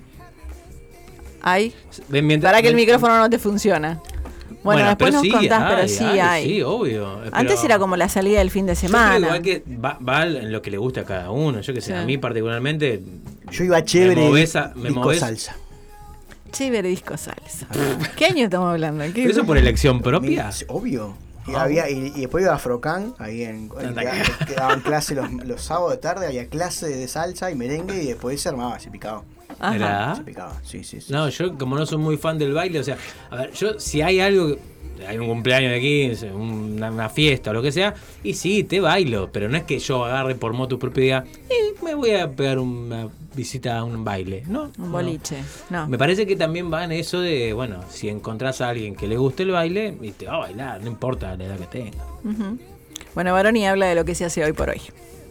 Hay. Ven, mientras- Para que el ven- micrófono no te funciona. Bueno, Bueno, después pero nos sí contás, hay, pero sí hay, hay. sí, obvio. Antes Pero- era como la salida del fin de Yo creo semana. igual que va, va en lo que le gusta a cada uno. Yo que sé, Sí. a mí particularmente. Yo iba chévere, Me movés a- me disco movés- salsa. Chévere disco salsa. ¿Qué año estamos hablando? ¿Qué- ¿Pero eso por elección propia? Mi- Obvio. Y, Ah. había, y, y después iba a Afrocan, ahí en, en que, que daban clase los, los sábados de tarde, había clase de salsa y merengue y después se armaba, se picaba. Ajá. ¿Era? Se picaba, sí, sí, sí. No, yo como no soy muy fan del baile, o sea, a ver, yo si hay algo, que- hay un cumpleaños de quince, una, una fiesta o lo que sea, y sí, te bailo, pero no es que yo agarre por motu propio y diga, eh, me voy a pegar una visita a un baile, ¿no? Un No. boliche. No. Me parece que también va en eso de, bueno, si encontrás a alguien que le guste el baile, y te va a bailar, no importa la edad que tenga. Ujú. Bueno, Baroni habla de lo que se hace hoy por hoy.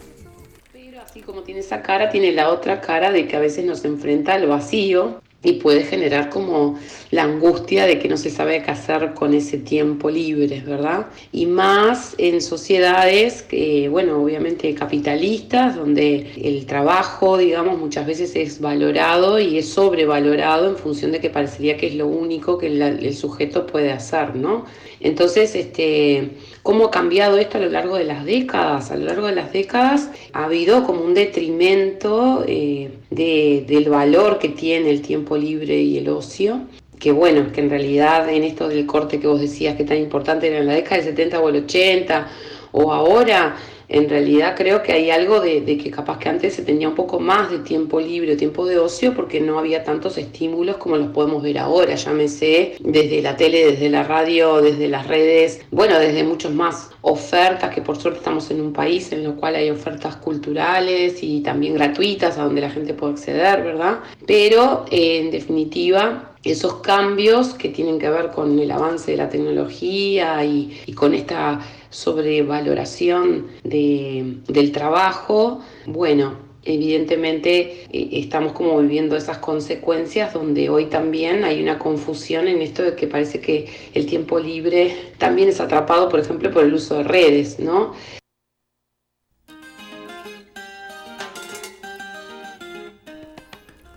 Así como tiene esa cara, tiene la otra cara de que a veces nos enfrenta al vacío y puede generar como la angustia de que no se sabe qué hacer con ese tiempo libre, ¿verdad? Y más en sociedades, que, bueno, obviamente capitalistas, donde el trabajo, digamos, muchas veces es valorado y es sobrevalorado en función de que parecería que es lo único que la- el sujeto puede hacer, ¿no? Entonces, este, ¿cómo ha cambiado esto a lo largo de las décadas? A lo largo de las décadas ha habido como un detrimento eh, de, del valor que tiene el tiempo libre y el ocio, que bueno, que en realidad en esto del corte que vos decías que tan importante era en la década del setenta o el ochenta, o ahora, en realidad creo que hay algo de, de que capaz que antes se tenía un poco más de tiempo libre o tiempo de ocio porque no había tantos estímulos como los podemos ver ahora, llámese desde la tele, desde la radio, desde las redes, bueno, desde muchos más ofertas, que por suerte estamos en un país en el cual hay ofertas culturales y también gratuitas a donde la gente puede acceder, ¿verdad? Pero eh, en definitiva esos cambios que tienen que ver con el avance de la tecnología y, y con esta sobrevaloración de, del trabajo, bueno, evidentemente eh, estamos como viviendo esas consecuencias donde hoy también hay una confusión en esto de que parece que el tiempo libre también es atrapado, por ejemplo, por el uso de redes, ¿no?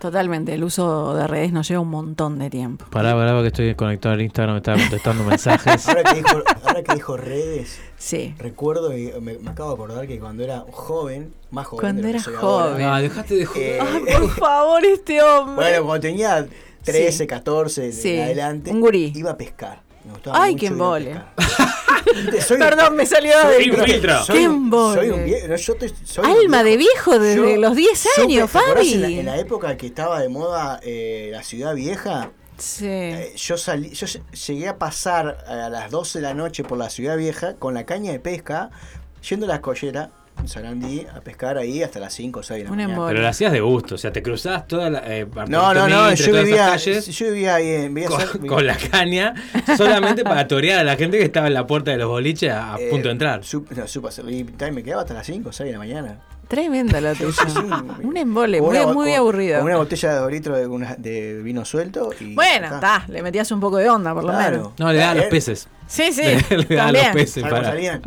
Totalmente, el uso de redes nos lleva un montón de tiempo. Pará, pará, que estoy conectado al Instagram, me estaba contestando mensajes. Ahora que dijo, ahora que dijo redes, sí. recuerdo y me, me acabo de acordar que cuando era joven, más joven Cuando de lo que era soy joven. ahora, No, dejaste de jugar. eh, Ay, por favor, este hombre. bueno, cuando tenía trece, Sí. catorce Sí, en adelante, un gurí. iba a pescar. Me gustaba Ay, mucho qué ir a embole. pescar. Soy- Perdón, me salió soy- adentro. soy- ¡Qué soy un- embole! Soy un viejo. No, yo te- soy un Alma de viejo desde Yo los diez supe- años, ¿te acordás Fabi? En la, en la época que estaba de moda eh, la ciudad vieja, Sí. eh, yo salí, yo llegué a pasar a las doce de la noche por la ciudad vieja con la caña de pesca, yendo a la escollera en Sarandí a pescar ahí hasta las cinco o seis de la Un mañana. embole. Pero lo hacías de gusto, o sea, te cruzabas toda la. Eh, por No, no, Mitre, no, yo todas esas vivía, calles yo vivía ahí en vivía con, cerca- con la caña, solamente para torear a la gente que estaba en la puerta de los boliches a, a eh, punto de entrar. sup- no, supe hacerlo. Y también me quedaba hasta las cinco o seis de la mañana. Tremendo lo tuyo. Un embole, Con muy, una- muy con- aburrido. Con una botella de dos litros de, una- de vino suelto. Y Bueno, está. está, le metías un poco de onda, por lo Claro. menos. No, le daba a los Eh, peces. Sí, sí. Le, le daba a los también. peces Algo para. salían.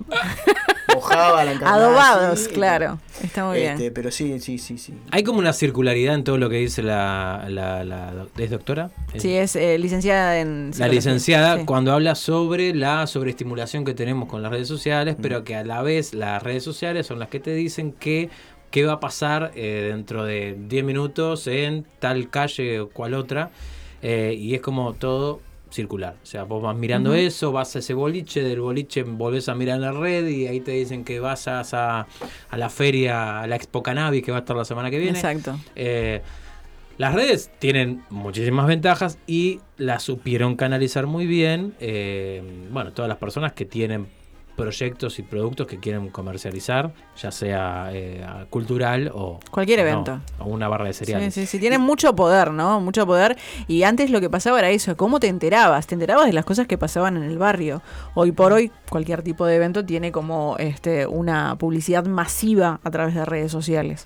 Mojaba la encarnada. Adobados, así, claro. Está muy este, bien. Pero sí, sí, sí, sí. Hay como una circularidad en todo lo que dice la. la, la doc- ¿Es doctora? Sí, es eh, licenciada en La psicología. licenciada Sí. cuando habla sobre la sobreestimulación que tenemos con las redes sociales, pero que a la vez las redes sociales son las que te dicen que qué va a pasar eh, dentro de diez minutos en tal calle o cual otra, eh, y es como todo circular. O sea, vos vas mirando Ujú. eso, vas a ese boliche, del boliche volvés a mirar en la red y ahí te dicen que vas a, a, a la feria, a la Expo Cannabis que va a estar la semana que viene. Exacto. Eh, las redes tienen muchísimas ventajas y las supieron canalizar muy bien. Eh, bueno, todas las personas que tienen proyectos y productos que quieren comercializar, ya sea eh, cultural o Cualquier o no, evento. o una barra de cereales. Sí, sí, sí, tienen mucho poder, ¿no? Mucho poder. Y antes lo que pasaba era eso, ¿cómo te enterabas? Te enterabas de las cosas que pasaban en el barrio. Hoy por hoy, cualquier tipo de evento tiene como este una publicidad masiva a través de redes sociales.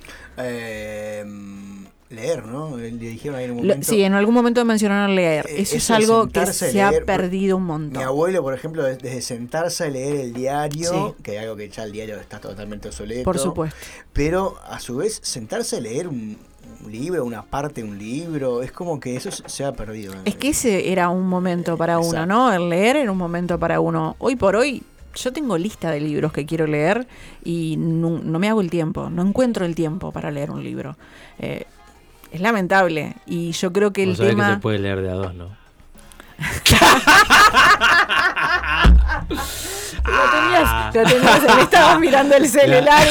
Eh, leer, ¿no? Le dijeron ahí en un Lo- momento. sí, en algún momento mencionaron leer. Eh, Eso es eso de algo que sentarse a se ha leer, perdido un Mi montón. abuelo, por ejemplo, des- desde sentarse a leer el diario, Sí. que es algo que ya el diario está totalmente obsoleto. Por supuesto. Pero a su vez, sentarse a leer un, un libro, una parte de un libro, es como que eso se se ha perdido. Es que ese era un momento para uno, Exacto. ¿no? El leer era un momento para uno. Hoy por hoy, yo tengo lista de libros que quiero leer y no, no me hago el tiempo, no encuentro el tiempo para leer un libro. Eh, es lamentable y yo creo que el Vos sabés tema... que se puede leer de a dos, ¿no? Lo tenías, lo tenías, me estabas mirando el celular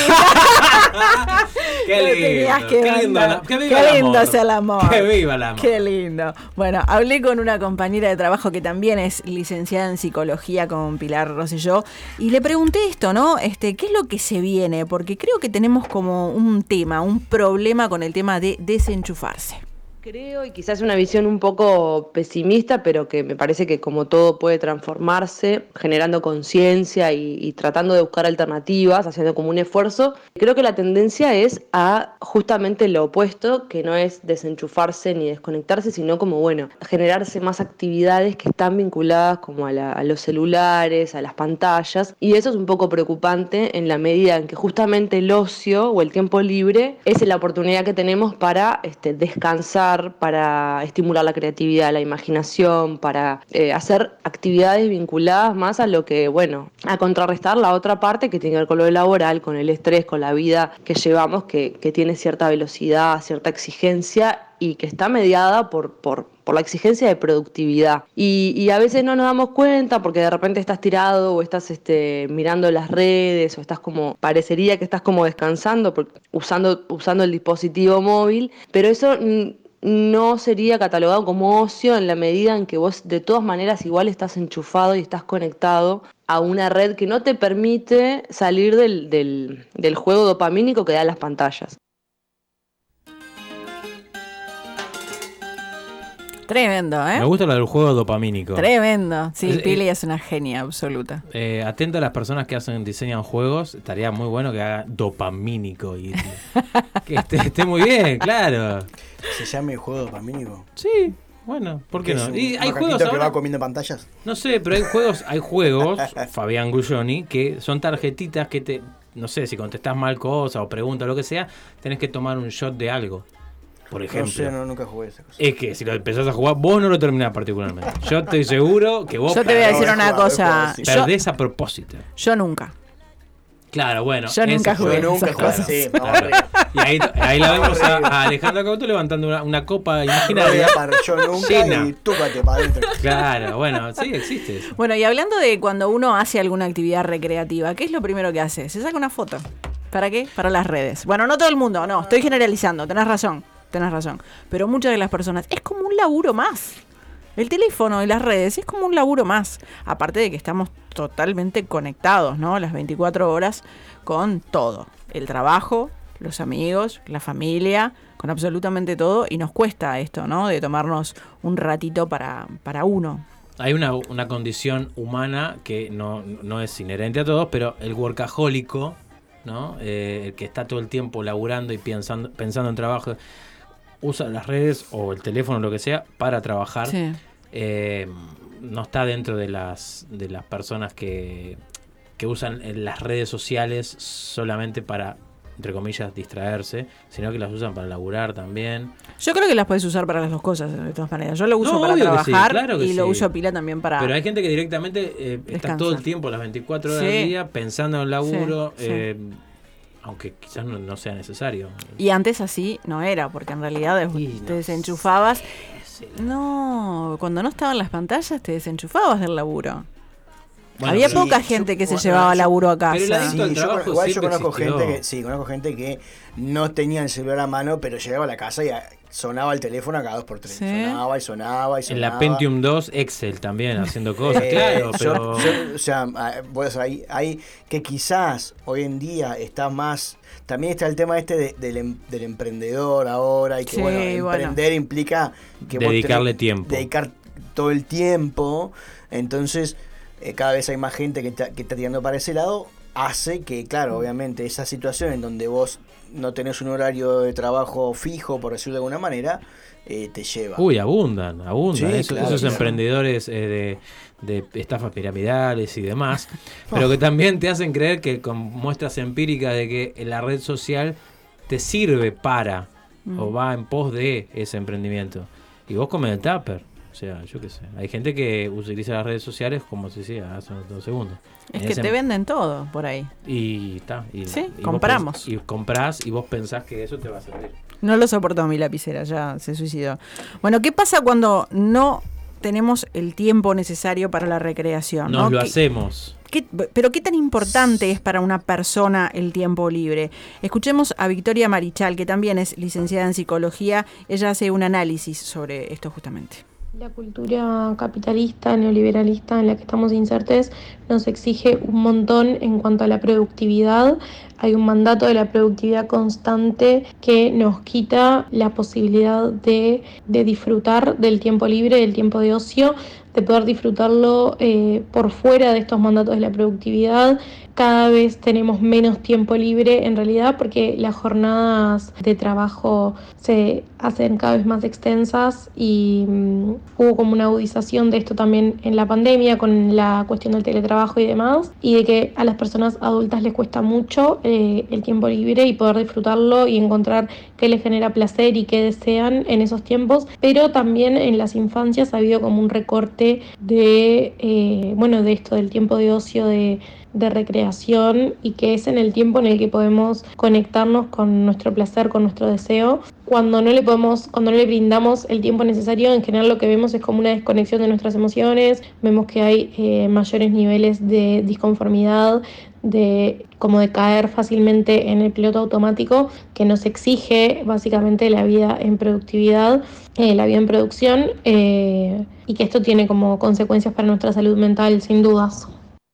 y Qué lo lindo, tenías que qué lindo, mandar. la- que viva Qué el lindo amor. es el amor. Que viva el amor. Qué lindo. Bueno, hablé con una compañera de trabajo que también es licenciada en psicología, con Pilar Rosselló, y le pregunté esto, ¿no? Este, ¿qué es lo que se viene? Porque creo que tenemos como un tema, un problema con el tema de desenchufarse. Creo, y quizás una visión un poco pesimista, pero que me parece que como todo puede transformarse, generando conciencia y, y tratando de buscar alternativas, haciendo como un esfuerzo, creo que la tendencia es a justamente lo opuesto, que no es desenchufarse ni desconectarse, sino como, bueno, generarse más actividades que están vinculadas como a, la- a los celulares, a las pantallas, y eso es un poco preocupante en la medida en que justamente el ocio o el tiempo libre es la oportunidad que tenemos para este, descansar, para estimular la creatividad, la imaginación, para eh, hacer actividades vinculadas más a lo que, bueno, a contrarrestar la otra parte que tiene que ver con lo laboral, con el estrés, con la vida que llevamos, que, que tiene cierta velocidad, cierta exigencia y que está mediada por, por, por la exigencia de productividad. Y, y a veces no nos damos cuenta porque de repente estás tirado o estás este, mirando las redes o estás como, parecería que estás como descansando porque, usando, usando el dispositivo móvil, pero eso mm, no sería catalogado como ocio en la medida en que vos de todas maneras igual estás enchufado y estás conectado a una red que no te permite salir del, del, del juego dopamínico que dan las pantallas. Tremendo, ¿eh? Me gusta lo del juego dopamínico. Tremendo. Sí, Es- Pili es una genia absoluta. Eh, atenta a las personas que hacen diseñan juegos, estaría muy bueno que haga dopamínico y que esté, esté muy bien, claro. ¿Se llama el juego dopamínico? Sí, bueno, ¿por qué ¿Es no? un Y hay macaquito juegos que ahora, va comiendo pantallas? no sé, pero hay juegos, hay juegos, Fabián Guglioni, que son tarjetitas que te, no sé, si contestás mal cosa o preguntas o lo que sea, tenés que tomar un shot de algo. por ejemplo. No sé, no, nunca jugué esa cosa. Es que si lo empezás a jugar, vos no lo terminás particularmente. Yo estoy seguro que vos Yo te voy a decir perdés- una cosa. Perdés a propósito. Yo nunca. Claro, bueno. Yo nunca ese jugué juego. esas Claro, cosas. Sí, claro. Y ahí, ahí la vemos a, a Alejandra Cauto levantando una, una copa imaginaria. Yo nunca llena. y túcate para adentro. Claro, bueno, sí, existe eso. Bueno, y hablando de cuando uno hace alguna actividad recreativa, ¿qué es lo primero que hace? Se saca una foto. ¿Para qué? Para las redes. Bueno, no todo el mundo, no, estoy generalizando, tenés razón, tenés razón. Pero muchas de las personas, es como un laburo más. El teléfono y las redes es como un laburo más. Aparte de que estamos totalmente conectados, ¿no? Las veinticuatro horas con todo. El trabajo, los amigos, la familia, con absolutamente todo. Y nos cuesta esto, ¿no? De tomarnos un ratito para, para uno. Hay una, una condición humana que no, no es inherente a todos, pero el workahólico, ¿no? Eh, el que está todo el tiempo laburando y pensando, pensando en trabajo, usa las redes o el teléfono, lo que sea, para trabajar. Sí. Eh, no está dentro de las de las personas que, que usan las redes sociales solamente para, entre comillas, distraerse, sino que las usan para laburar también. Yo creo que las puedes usar para las dos cosas, de todas maneras. Yo lo uso No, para obvio que sí, trabajar claro que y lo sí. uso pila también para... Pero hay gente que directamente eh, está descansar. todo el tiempo, las veinticuatro horas Sí. del día, pensando en el laburo, Sí, sí. eh, aunque quizás no, no sea necesario. Y antes así no era, porque en realidad des- te desenchufabas. No, cuando no estaban las pantallas te desenchufabas del laburo. Bueno, Había sí, poca yo- gente que se bueno, llevaba yo- laburo a casa. Sí, yo con- igual yo siempre conozco existió. gente que sí, conozco gente que no tenía el celular a mano, pero llegaba a la casa y a- sonaba el teléfono a cada dos por tres. Sí. Sonaba y sonaba y En sonaba. la Pentium dos, Excel también, haciendo cosas, Eh, claro, yo- pero... yo- o sea, ah, pues hay, hay que quizás hoy en día está más. También está el tema este de- del, em- del emprendedor ahora y que Sí, bueno, bueno. emprender implica que vos Dedicarle tenés- tiempo. dedicar todo el tiempo. Entonces, eh, cada vez hay más gente que está, que está tirando para ese lado. Hace que, claro, obviamente, esa situación en donde vos no tenés un horario de trabajo fijo, por decirlo de alguna manera, eh, te lleva. Uy, abundan, abundan. Sí, Eso- claro, esos claro. emprendedores eh, de, de estafas piramidales y demás, pero que también te hacen creer que con muestras empíricas de que la red social te sirve para Mm. o va en pos de ese emprendimiento. Y vos comes el tupper. O sea, yo qué sé. Hay gente que utiliza las redes sociales como se decía hace unos dos segundos. Es En que ese- te venden todo por ahí. Y está. Y, Sí, y vos compramos. pens- y comprás y vos pensás que eso te va a servir. No lo soportó mi lapicera, ya se suicidó. Bueno, ¿qué pasa cuando no tenemos el tiempo necesario para la recreación? Nos ¿no? lo ¿Qué- hacemos. qué- pero qué tan importante es para una persona el tiempo libre. Escuchemos a Victoria Marichal, que también es licenciada en psicología. Ella hace un análisis sobre esto justamente. La cultura capitalista, neoliberalista en la que estamos insertes nos exige un montón en cuanto a la productividad. Hay un mandato de la productividad constante que nos quita la posibilidad de, de disfrutar del tiempo libre, del tiempo de ocio, de poder disfrutarlo eh, por fuera de estos mandatos de la productividad. Cada vez tenemos menos tiempo libre en realidad porque las jornadas de trabajo se hacen cada vez más extensas y um, hubo como una agudización de esto también en la pandemia con la cuestión del teletrabajo y demás, y de que a las personas adultas les cuesta mucho eh, el tiempo libre y poder disfrutarlo y encontrar qué les genera placer y qué desean en esos tiempos, pero también en las infancias ha habido como un recorte de, eh, bueno, de esto del tiempo de ocio, de de recreación, y que es en el tiempo en el que podemos conectarnos con nuestro placer, con nuestro deseo. Cuando no le podemos, cuando no le brindamos el tiempo necesario, en general lo que vemos es como una desconexión de nuestras emociones, vemos que hay eh, mayores niveles de disconformidad, de como de caer fácilmente en el piloto automático que nos exige básicamente la vida en productividad, eh, la vida en producción, eh, y que esto tiene como consecuencias para nuestra salud mental, sin dudas.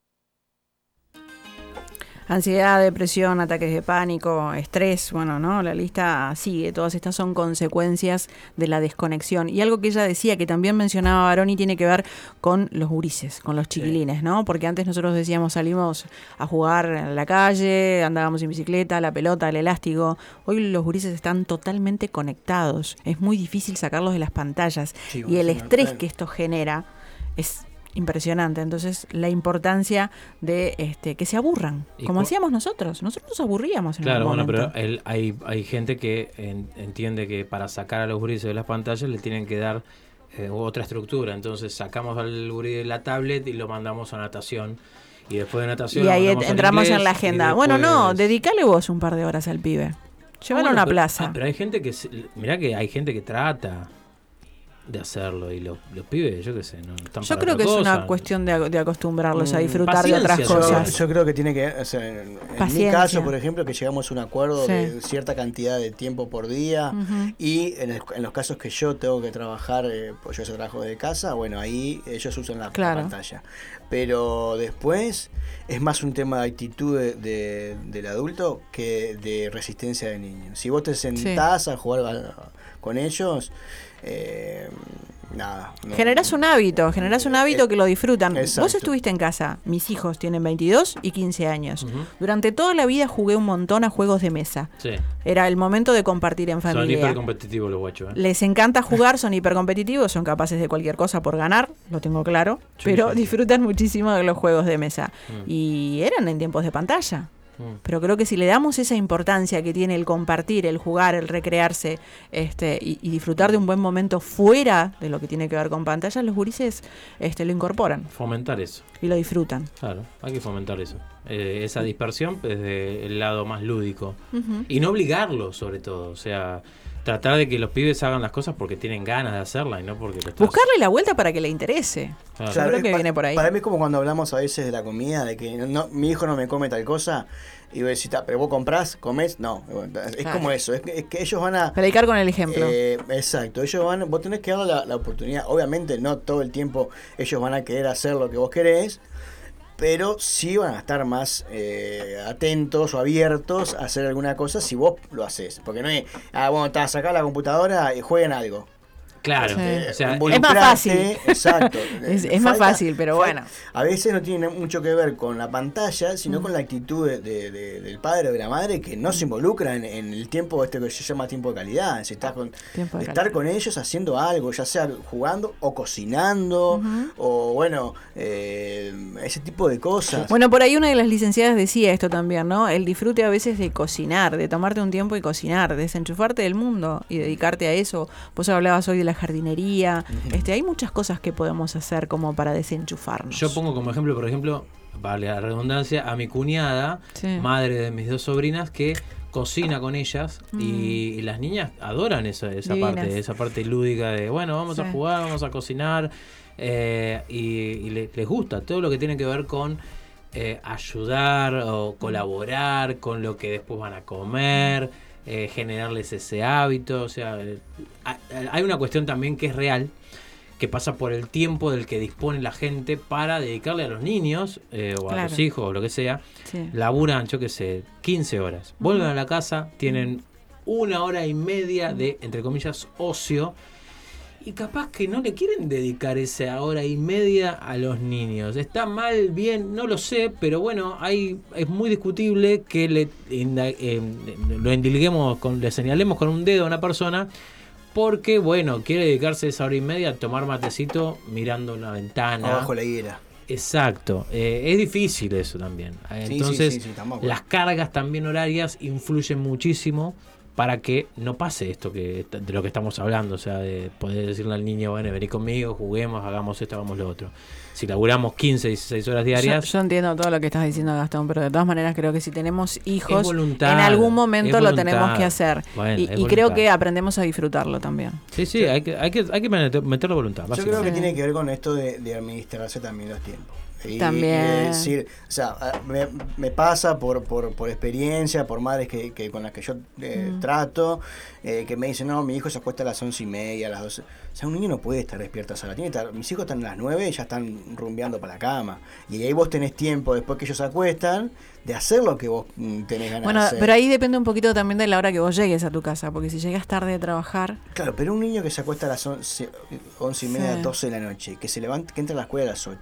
Ansiedad, depresión, ataques de pánico, estrés, bueno, ¿no? La lista sigue. Todas estas son consecuencias de la desconexión. Y algo que ella decía, que también mencionaba Baroni, tiene que ver con los gurises, con los chiquilines, ¿no? Porque antes nosotros decíamos, salimos a jugar en la calle, andábamos en bicicleta, la pelota, el elástico. Hoy los gurises están totalmente conectados. Es muy difícil sacarlos de las pantallas. Sí, y el sí, estrés claro. que esto genera es impresionante. Entonces, la importancia de este que se aburran, como hacíamos nosotros. Nosotros nos aburríamos en Claro, algún bueno, momento. pero el, hay, hay gente que en, entiende que para sacar a los gurises de las pantallas le tienen que dar eh, otra estructura. Entonces sacamos al gurí de la tablet y lo mandamos a natación. Y después de natación Y ahí lo mandamos al entramos inglés, en la y agenda. Bueno, no, después- dedícale vos un par de horas al pibe. Llévalo Ah, bueno, a una pero- plaza. ah, pero hay gente que, se- mirá que hay gente que trata de hacerlo y los, los pibes, yo qué sé, no están Yo para creo que otra es una cosa. cuestión de, de acostumbrarlos a Mm, disfrutar de otras paciencia, cosas. Yo, yo creo que tiene que, o sea, en, en mi Paciencia. caso, por ejemplo, que llegamos a un acuerdo Sí. de cierta cantidad de tiempo por día Ujú. y en, el- en los casos que yo tengo que trabajar, eh, pues yo ese trabajo de casa, bueno, ahí ellos usan la, la Claro. pantalla. Pero después es más un tema de actitud de- de- del adulto que de resistencia del niño. Si vos te sentás a jugar a- con ellos, eh, nada. no- Generás un hábito, generás un hábito que lo disfrutan. Exacto. Vos estuviste en casa, mis hijos tienen veintidós y quince años. Durante toda la vida jugué un montón a juegos de mesa. Sí. Era el momento de compartir en Son familia. hiper competitivos los guachos. ¿eh? Les encanta jugar, son hipercompetitivos, son capaces de cualquier cosa por ganar, lo tengo claro, Sí, pero sí, sí. disfrutan muchísimo de los juegos de mesa. Mm. Y eran en tiempos de pantalla. Mm. Pero creo que si le damos esa importancia que tiene el compartir, el jugar, el recrearse este, y, y disfrutar de un buen momento fuera de lo que tiene que ver con pantallas, los gurises este, lo incorporan Fomentar eso. y lo disfrutan. Claro, hay que fomentar eso. Eh, esa dispersión desde el lado más lúdico. Ujú. Y no obligarlos, sobre todo. O sea, tratar de que los pibes hagan las cosas porque tienen ganas de hacerlas y no porque lo estás... Buscarle la vuelta para que le interese. Claro. Yo creo es que pa- viene por ahí. Para mí es como cuando hablamos a veces de la comida, de que no, mi hijo no me come tal cosa, y vos decís, "Ta, pero vos comprás, comés, no. Es Claro. como eso, es que, es que ellos van a... Predicar con el ejemplo. Eh, exacto, ellos van, vos tenés que darle la, la oportunidad, obviamente no todo el tiempo ellos van a querer hacer lo que vos querés, pero sí van a estar más eh, atentos o abiertos a hacer alguna cosa si vos lo haces, porque no es, ah, bueno, está, sacá la computadora y jueguen algo. Claro, Sí. o sea, Es más Involucrarte, fácil. Exacto. Es- es más fácil, pero fal- bueno. A veces no tiene mucho que ver con la pantalla, sino Mm. con la actitud de- de- de- del padre o de la madre que no se involucra en, en el tiempo este que se llama tiempo de calidad. Si estás con, Tiempo de estar calidad. con ellos haciendo algo, ya sea jugando o cocinando, Ujú. o bueno, eh, ese tipo de cosas. Bueno, por ahí una de las licenciadas decía esto también, ¿no? El disfrute a veces de cocinar, de tomarte un tiempo y cocinar, desenchufarte del mundo y dedicarte a eso. Vos hablabas hoy de la jardinería. Este, hay muchas cosas que podemos hacer como para desenchufarnos. yo pongo como ejemplo, por ejemplo, vale la redundancia, a mi cuñada, Sí. madre de mis dos sobrinas, que cocina con ellas Mm. y, y las niñas adoran esa, esa Divinas. parte, esa parte lúdica de, bueno, vamos Sí. a jugar, vamos a cocinar, eh, y, y le- les gusta todo lo que tiene que ver con eh, ayudar o colaborar con lo que después van a comer, eh, generarles ese hábito, o sea, eh, hay- hay una cuestión también que es real, que pasa por el tiempo del que dispone la gente para dedicarle a los niños eh, o a Claro. los hijos o lo que sea. Sí. Laburan, yo qué sé, quince horas. Vuelven a la casa, tienen una hora y media de, entre comillas, ocio. Y capaz que no le quieren dedicar esa hora y media a los niños. Está mal, bien, no lo sé, pero bueno, hay, es muy discutible que le inda- eh, lo indilguemos, con, le señalemos con un dedo a una persona porque, bueno, quiere dedicarse esa hora y media a tomar matecito mirando una ventana. Abajo la higuera. Exacto, eh, es difícil eso también. Eh, Sí, Entonces, sí, sí, sí, estamos de las cargas también horarias influyen muchísimo para que no pase esto que de lo que estamos hablando, o sea, de poder decirle al niño, bueno, vení conmigo, juguemos, hagamos esto, hagamos lo otro. Si laburamos quince, dieciséis horas Yo, diarias, yo entiendo todo lo que estás diciendo, Gastón, pero de todas maneras creo que si tenemos hijos, Es voluntad, en algún momento es lo voluntad. tenemos que hacer. Bueno, y es y voluntad. creo que aprendemos a disfrutarlo también. sí, sí, hay que, hay que, hay que meter- meterle voluntad. Yo creo básicamente. que tiene que ver con esto de, de administrarse también los tiempos. Y, También. y de decir, o sea, a- me, me pasa por, por, por experiencia, por madres que, que con las que yo eh, Mm. trato, eh, que me dicen, no, mi hijo se acuesta a las once y media, a las doce. O sea, un niño no puede estar despierto a esa hora. Tiene que estar- mis hijos están a las nueve y ya están rumbeando para la cama. Y ahí vos tenés tiempo, después que ellos se acuestan, de hacer lo que vos mm, tenés ganas Bueno, de hacer. pero ahí depende un poquito también de la hora que vos llegues a tu casa, porque si llegas tarde de trabajar, Claro, pero un niño que se acuesta a las once, once y media, Sí. doce de la noche, que se levanta, que entra a la escuela a las ocho.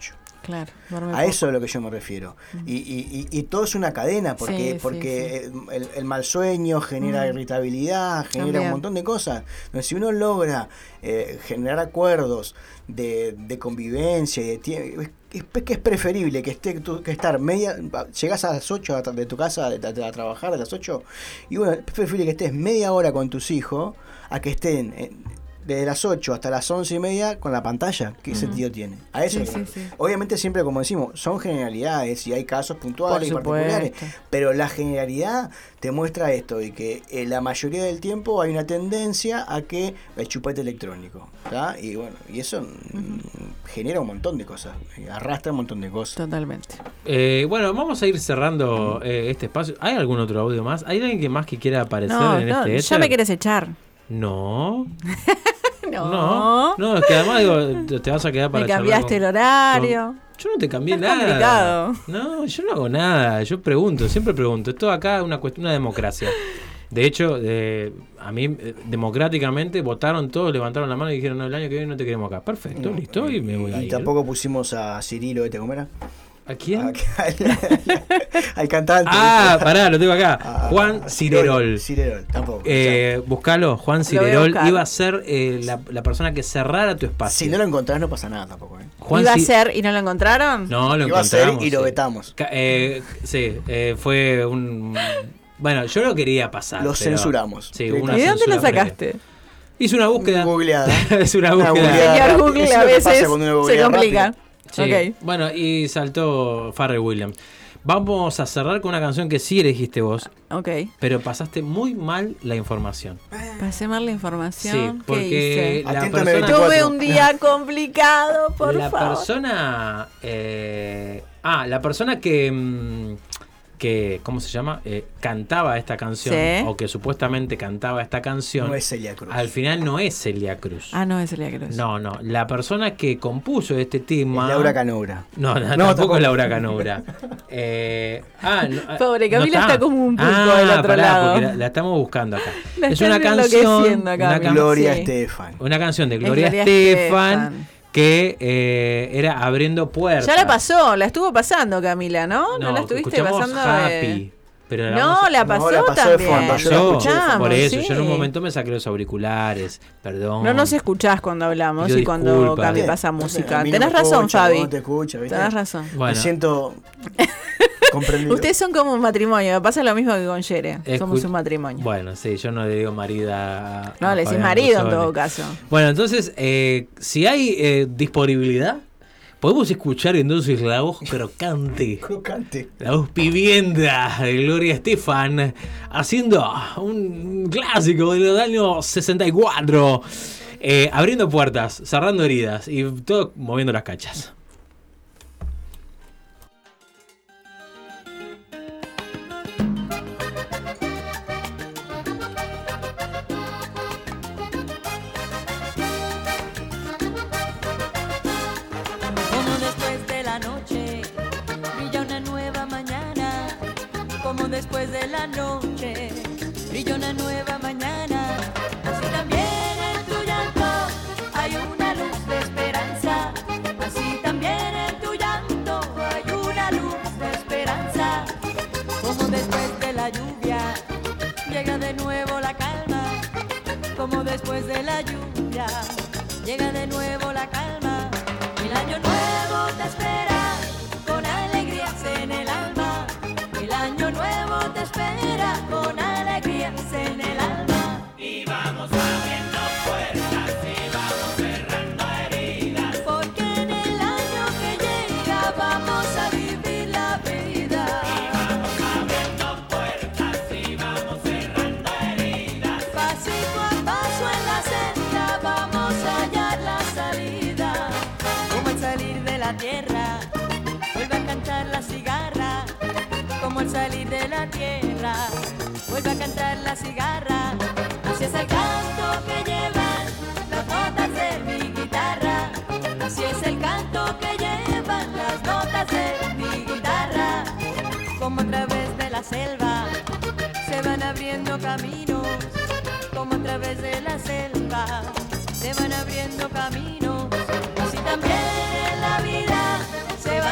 Claro, duerme A poco. eso es a lo que yo me refiero. Y, y, y, y todo es una cadena, porque, Sí, porque sí, sí. El, el mal sueño genera Mm. irritabilidad, genera También. un montón de cosas. Entonces, si uno logra eh, generar acuerdos de, de convivencia y de tiempo, es, es que es preferible que esté tú- que estar media, llegás a las ocho a- de tu casa de, de- a trabajar a las ocho, y bueno, es preferible que estés media hora con tus hijos a que estén eh, desde las ocho hasta las once y media con la pantalla. ¿Qué Ujú. sentido tiene? A eso Sí, es lo que- sí, sí. Obviamente siempre, como decimos, son generalidades y hay casos puntuales y Por particulares, supuesto. pero la generalidad te muestra esto, y que eh, la mayoría del tiempo hay una tendencia a que el chupete electrónico, ¿tá? Y bueno, y eso mm, genera un montón de cosas, eh, arrastra un montón de cosas. Totalmente. Eh, bueno, vamos a ir cerrando eh, este espacio. ¿Hay algún otro audio más? ¿Hay alguien que más que quiera aparecer No, en no, este ya éter? me querés echar. No. No. No, no, es que además digo, te- te vas a quedar para Me charlar cambiaste con- el horario. con- Yo no te cambié Es nada. complicado. No, yo no hago nada. Yo pregunto, siempre pregunto. Esto acá es una cuestión, una democracia. De hecho, eh, a mí eh, democráticamente votaron todos, levantaron la mano y dijeron, no, el año que viene no te queremos acá. Perfecto, No, listo, y me voy a Y ir. tampoco pusimos a Cirilo, este, ¿cómo era? ¿A quién? al, al cantante. Ah, pará, lo tengo acá. A- Juan a Cirerol. Cirerol, tampoco. Eh, buscalo, Juan Lo voy a Cirerol buscar. iba a ser eh, la, la persona que cerrara tu espacio. Si no lo encontrás no pasa nada tampoco, ¿eh? Juan Iba a Ci- ser y no lo encontraron. No, lo Iba a ser encontramos. y lo sí. vetamos. Ca- eh, sí, eh, fue un... Bueno, yo lo quería pasar. Lo pero- censuramos. Sí, ¿Y hubo una ¿Y de dónde censura lo previa. sacaste? Hice una búsqueda. Googleada. es una Una búsqueda. googleada. Señor rápido. Google Eso a es lo que veces pasa cuando uno se googlea complica. rápido. Sí. Ok. Bueno, y saltó Pharrell Williams. Vamos a cerrar con una canción que sí elegiste vos, Ok. pero pasaste muy mal la información. Pasé mal la información. Sí, ¿Qué porque hice? la Atiéntame persona, veinticuatro. Tuve un día complicado, por la favor. persona, eh, ah, la persona que, mm, que, ¿cómo se llama? Eh, cantaba esta canción, Sí. o que supuestamente cantaba esta canción, No es Celia Cruz. al final no es Celia Cruz. Ah, no, es Elia Cruz. No, no, la persona que compuso este tema... Es Laura Canoura. No, no, No, tampoco, tampoco. es Laura Canoura. Eh, ah, no, ah, Pobre, no Camila está como un pulpo ah, del otro pará, lado. porque La, la estamos buscando acá. La es están una canción, enloqueciendo acá, una, Camila. can- Gloria Sí. Estefan. una canción de Es Gloria, Gloria Estefan, Estefan. que eh, era Abriendo Puertas. Ya la pasó, la estuvo pasando Camila, ¿no? No, No, la estuviste escuchamos pasando. Happy. eh, Pero No, vamos a- la pasó, No, la pasó de también. fondo, yo la Pasó, escuché. por eso, sí. yo en un momento me saqué los auriculares, perdón. No nos escuchás cuando hablamos Pido y cuando disculpas. Cami Bien. pasa A música. mí no Tenés me razón, escucha, Fabi. no te escucha, ¿viste? Tenés razón. Bueno. Me siento comprendido. Ustedes son como un matrimonio, me pasa lo mismo que con Yere. Escu- Somos un matrimonio. Bueno, sí, yo no le digo marida a- No, a le decís Fabián marido en Busoni. todo caso. Bueno, entonces, eh, si hay eh, disponibilidad, podemos escuchar entonces la voz crocante, Crocante. la voz pibienda de Gloria Estefan, haciendo un clásico de los años sesenta y cuatro, eh, abriendo puertas, cerrando heridas y todo moviendo las cachas. Como después de la noche brilla una nueva mañana. Como después de la noche brilla una nueva mañana. Así también en tu llanto hay una luz de esperanza. Así también en tu llanto hay una luz de esperanza. Como después de la lluvia llega de nuevo la calma. Como después de la lluvia llega de nuevo la calma. El año nuevo te espera con alegrías en el alma. El año nuevo te espera con alegrías en el alma. Y vamos abriendo puertas y vamos cerrando heridas. Porque en el año que llega vamos a vivir la vida. Y vamos abriendo puertas y vamos cerrando heridas. Pasito a paso en la senda vamos a hallar la salida. Como al salir de la tierra vuelve a cantar la cigarra. Como al salir de la tierra vuelve a cantar la cigarra. Así es el canto que llevan las notas de mi guitarra. Así es el canto que llevan las notas de mi guitarra. Como a través de la selva se van abriendo caminos. Como a través de la selva se van abriendo caminos. Así también en la vida se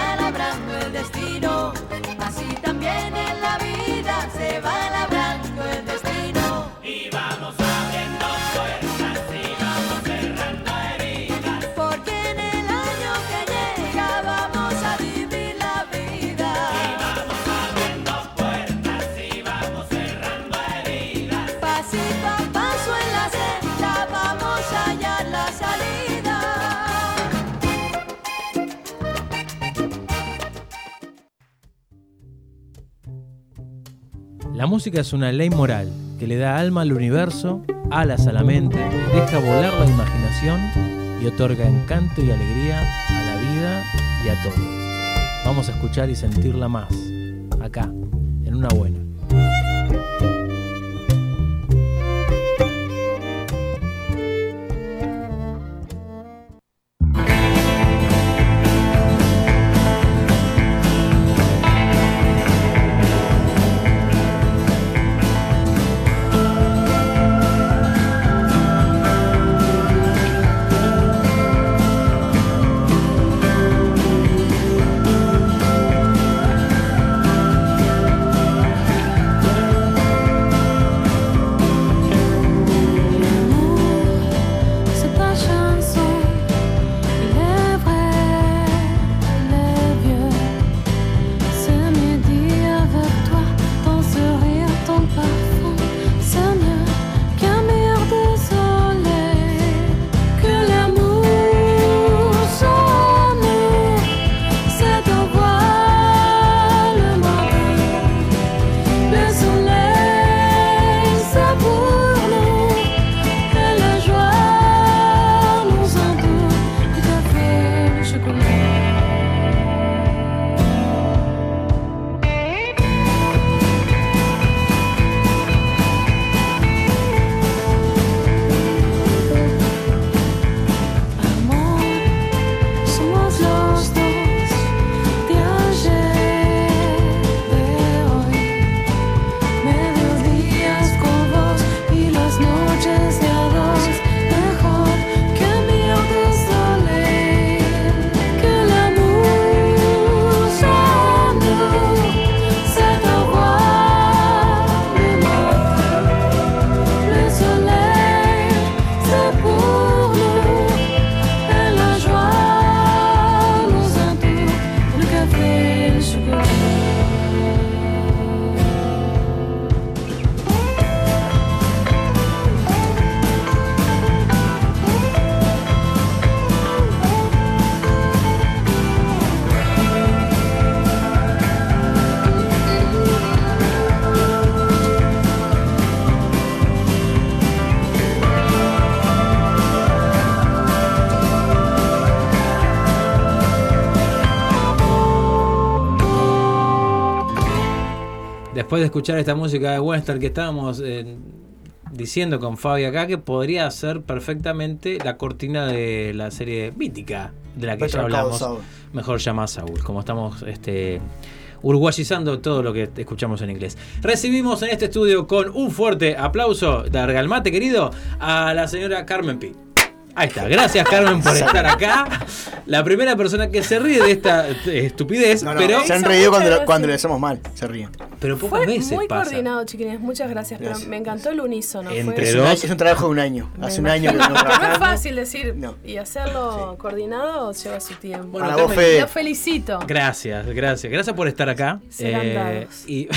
La música es una ley moral que le da alma al universo, alas a la mente, deja volar la imaginación y otorga encanto y alegría a la vida y a todo. Vamos a escuchar y sentirla más, acá, en Una Buena. Después de escuchar esta música de western que estábamos eh, diciendo con Fabi acá, que podría ser perfectamente la cortina de la serie mítica de la que ya hablamos, Mejor llamada Saúl, como estamos este, uruguayizando todo lo que escuchamos en inglés. Recibimos en este estudio con un fuerte aplauso, larga el mate querido, a la señora Carmen Pi. Ahí está, gracias Carmen por estar acá. La primera persona que se ríe de esta estupidez, no, no, pero se han reído cuando, cuando le hacemos mal, se ríen. Pero pocas Fue veces muy pasa. coordinado, chiquines, muchas gracias, pero me encantó el unísono. Entre fue... dos. Es un trabajo de un año, hace un año que no Pero no es trabajamos. fácil decir No. y hacerlo coordinado lleva su tiempo. Bueno, Para vos, Fede. Los felicito. Gracias, gracias. Gracias por estar acá. Serán dados. y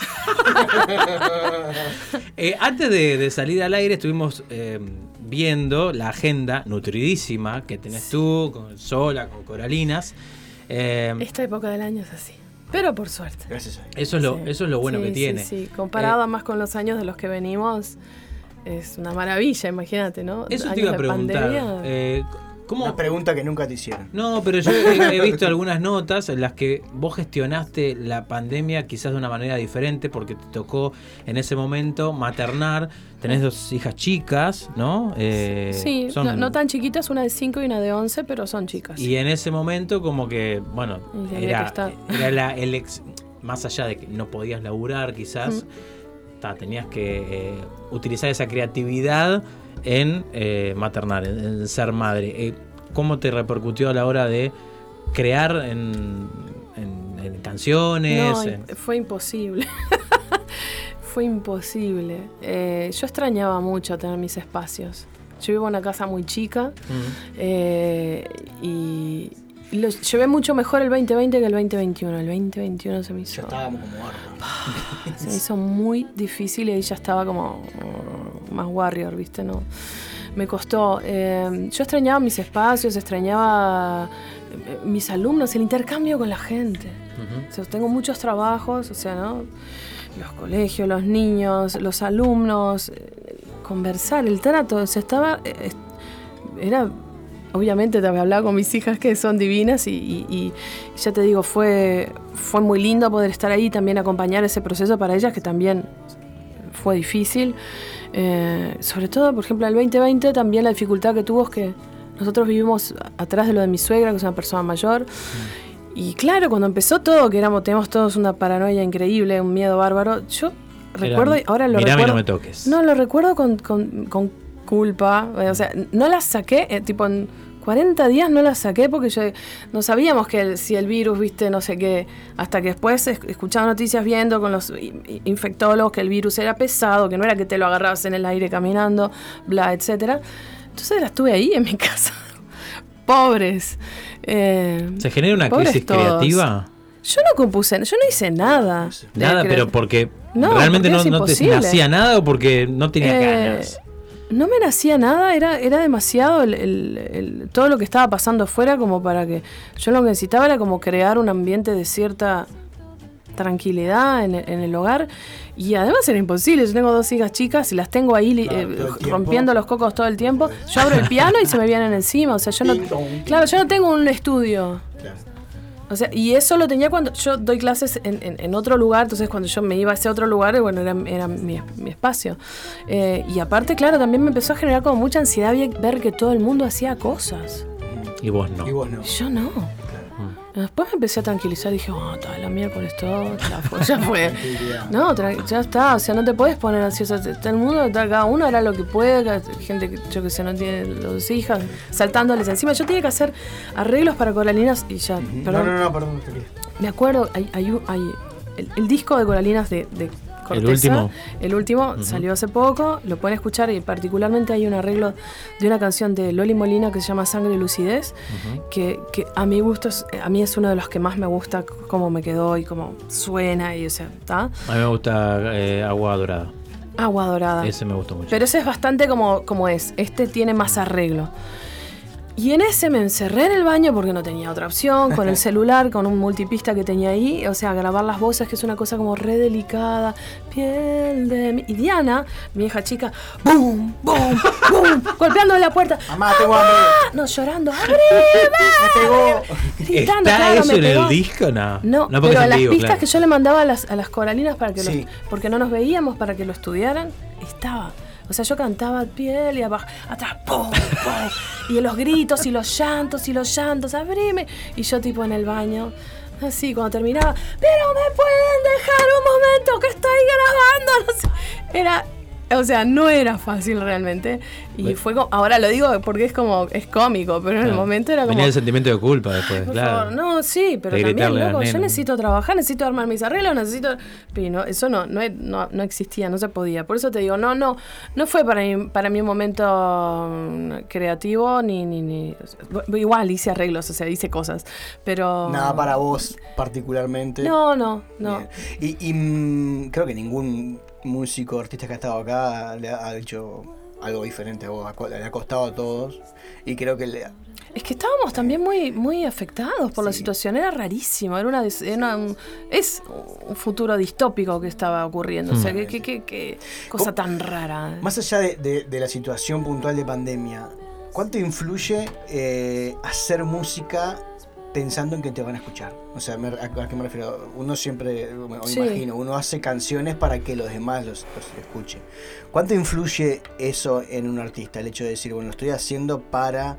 eh, antes de, de salir al aire estuvimos eh, viendo la agenda nutridísima que tenés tú, con Sola, con Coralinas. Eh, Esta época del año es así. Pero por suerte. Gracias a Dios. eso, es lo, Sí. eso es lo bueno Sí, que sí, tiene. Sí, comparado Eh, más con los años de los que venimos, es una maravilla, imagínate, ¿no? Eso te Años iba a de preguntar. pandemia. Eh, ¿cómo? Una pregunta que nunca te hicieron. No, pero yo he, he visto algunas notas en las que vos gestionaste la pandemia quizás de una manera diferente porque te tocó en ese momento maternar. Tenés dos hijas chicas, ¿no? Eh, Sí, son- no, no tan chiquitas, una de cinco y una de once, pero son chicas. Y en ese momento como que, bueno, Y había que era, estar. era la, el ex, más allá de que no podías laburar quizás, Mm. ta, tenías que eh, utilizar esa creatividad en eh, maternar, en, en ser madre. Eh, ¿Cómo te repercutió a la hora de crear en, en- en canciones? No, en- fue imposible. Fue imposible. Eh, yo extrañaba mucho tener mis espacios. Yo vivo en una casa muy chica eh, y lo llevé mucho mejor el veinte veinte que el veinte veintiuno. El veinte veintiuno se me hizo, Ya estábamos como árboles. se me hizo muy difícil y ahí ya estaba como uh, más warrior, ¿viste? No, me costó. Eh, yo extrañaba mis espacios, extrañaba eh, mis alumnos, el intercambio con la gente. Uh-huh. O sea, tengo muchos trabajos, o sea, ¿no? Los colegios, los niños, los alumnos, eh, conversar, el trato, o sea, estaba, eh, era, obviamente también hablaba con mis hijas que son divinas y, y, y ya te digo, fue, fue muy lindo poder estar ahí y también acompañar ese proceso para ellas que también fue difícil. Eh, sobre todo, por ejemplo, en el veinte veinte también la dificultad que tuvo es que nosotros vivimos atrás de lo de mi suegra, que es una persona mayor. Mm. Y claro, cuando empezó todo, que éramos, teníamos todos una paranoia increíble, un miedo bárbaro, yo Era, recuerdo, ahora lo mirame recuerdo. Y no me toques. No, lo recuerdo con, con, con culpa. O sea, no la saqué, eh, tipo en cuarenta días no la saqué porque yo no sabíamos que el, si el virus, viste, no sé qué, hasta que después escuchaba noticias viendo con los infectólogos que el virus era pesado, que no era que te lo agarrabas en el aire caminando, bla, etcétera. Entonces la estuve ahí en mi casa. Pobres. Eh, ¿Se genera una crisis todos. creativa? Yo no compuse, yo no hice nada. Nada, pero porque no, realmente porque no, no te nacía nada o porque no tenía eh, ganas. No me nacía nada, era, era demasiado el, el, el, todo lo que estaba pasando afuera como para que... Yo lo que necesitaba era como crear un ambiente de cierta tranquilidad en el, en el hogar y además era imposible. Yo tengo dos hijas chicas y las tengo ahí claro, eh, rompiendo los cocos todo el tiempo. Yo abro el piano y se me vienen encima. O sea, yo no... Claro, yo no tengo un estudio. Claro. O sea, y eso lo tenía cuando yo doy clases en, en, en otro lugar, entonces cuando yo me iba a ese otro lugar, bueno, era, era mi, mi espacio. Eh, y aparte, claro, también me empezó a generar como mucha ansiedad ver que todo el mundo hacía cosas. Y vos no. Y vos no. Yo no. Claro. Después me empecé a tranquilizar y dije, oh, está la miércoles todo, ya fue. Ya, fue. No, tra- ya está, o sea, no te puedes poner ansioso. Todo el mundo, cada uno hará lo que puede, gente que yo que sé, no tiene dos hijas, saltándoles encima. Yo tenía que hacer arreglos para Coralinas y ya, Uh-huh. perdón. No, no, no, perdón. Me acuerdo, hay, hay, hay el, el disco de Coralinas de, de Corteza, el último, el último uh-huh. salió hace poco, lo pueden escuchar y particularmente hay un arreglo de una canción de Loli Molina que se llama Sangre y Lucidez, uh-huh. que, que a mi gusto es, a mí es uno de los que más me gusta cómo me quedó y cómo suena y o sea, ¿está? A mí me gusta eh, Agua Dorada. Agua Dorada. Ese me gustó mucho. Pero ese es bastante como, como es, este tiene más arreglo. Y en ese me encerré en el baño porque no tenía otra opción, con el celular, con un multipista que tenía ahí, o sea, grabar las voces, que es una cosa como re delicada, piel de mi... Y Diana, mi hija chica, ¡boom, boom, boom! Golpeando la puerta. Mamá, tengo hambre. No, llorando, ¡abrime! Me pegó. Gritando, ¿Está claro, eso me en pegó. el disco? No, No, no pero las vivo, pistas claro. que yo le mandaba a las, a las coralinas para que Sí. los, porque no nos veíamos, para que lo estudiaran, estaba. O sea, yo cantaba piel y abajo, atrás, ¡pum! ¡Pum! Y los gritos y los llantos y los llantos, abrime. Y yo tipo en el baño, así, cuando terminaba, pero me pueden dejar un momento que estoy grabando. No sé. Era, o sea, no era fácil realmente. Y Bueno. fue como, ahora lo digo porque es como, es cómico, pero en el Claro. momento era como... Venía el sentimiento de culpa después, Por claro. favor, no, sí, pero De también, gritarle al loco, yo nene. necesito trabajar, necesito armar mis arreglos, necesito... Pero no, eso no, no, no, no existía, no se podía. Por eso te digo, no, no, no fue para mí, para mí un momento um, creativo, ni, ni, ni... Igual hice arreglos, o sea, hice cosas, pero... Nada para vos particularmente. No, no, no. Bien. Y, y mm, creo que ningún músico, artista que ha estado acá le ha, ha hecho algo diferente a vos, le ha costado a todos y creo que le... Es que estábamos también muy, muy afectados por sí. la situación, era rarísimo, era una, era un, es un futuro distópico que estaba ocurriendo, mm. o sea, qué, qué, qué, qué cosa tan rara. Más allá de, de, de la situación puntual de pandemia, ¿cuánto influye eh, hacer música pensando en que te van a escuchar? O sea, ¿a, a qué me refiero? Uno siempre, me sí. imagino, uno hace canciones para que los demás los, los escuchen. ¿Cuánto influye eso en un artista? El hecho de decir, bueno, lo estoy haciendo para...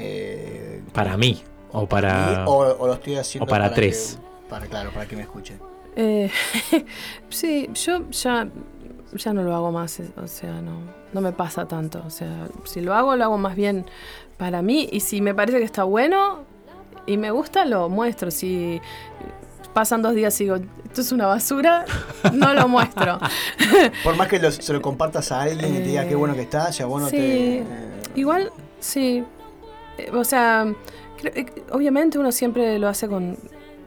Eh, para mí, o para... Mí, o, o lo estoy haciendo o para, para tres. Que, para, claro, para que me escuchen. Eh, sí, yo ya, ya no lo hago más, o sea, no, no me pasa tanto. O sea, si lo hago, lo hago más bien para mí. Y si me parece que está bueno... y me gusta, lo muestro. Si pasan dos días y digo, esto es una basura, no lo muestro. Por más que lo, se lo compartas a alguien eh, y te diga qué bueno que está, ya vos no sí, te... Eh... Igual, sí. Eh, o sea, creo, eh, obviamente uno siempre lo hace con... Eh,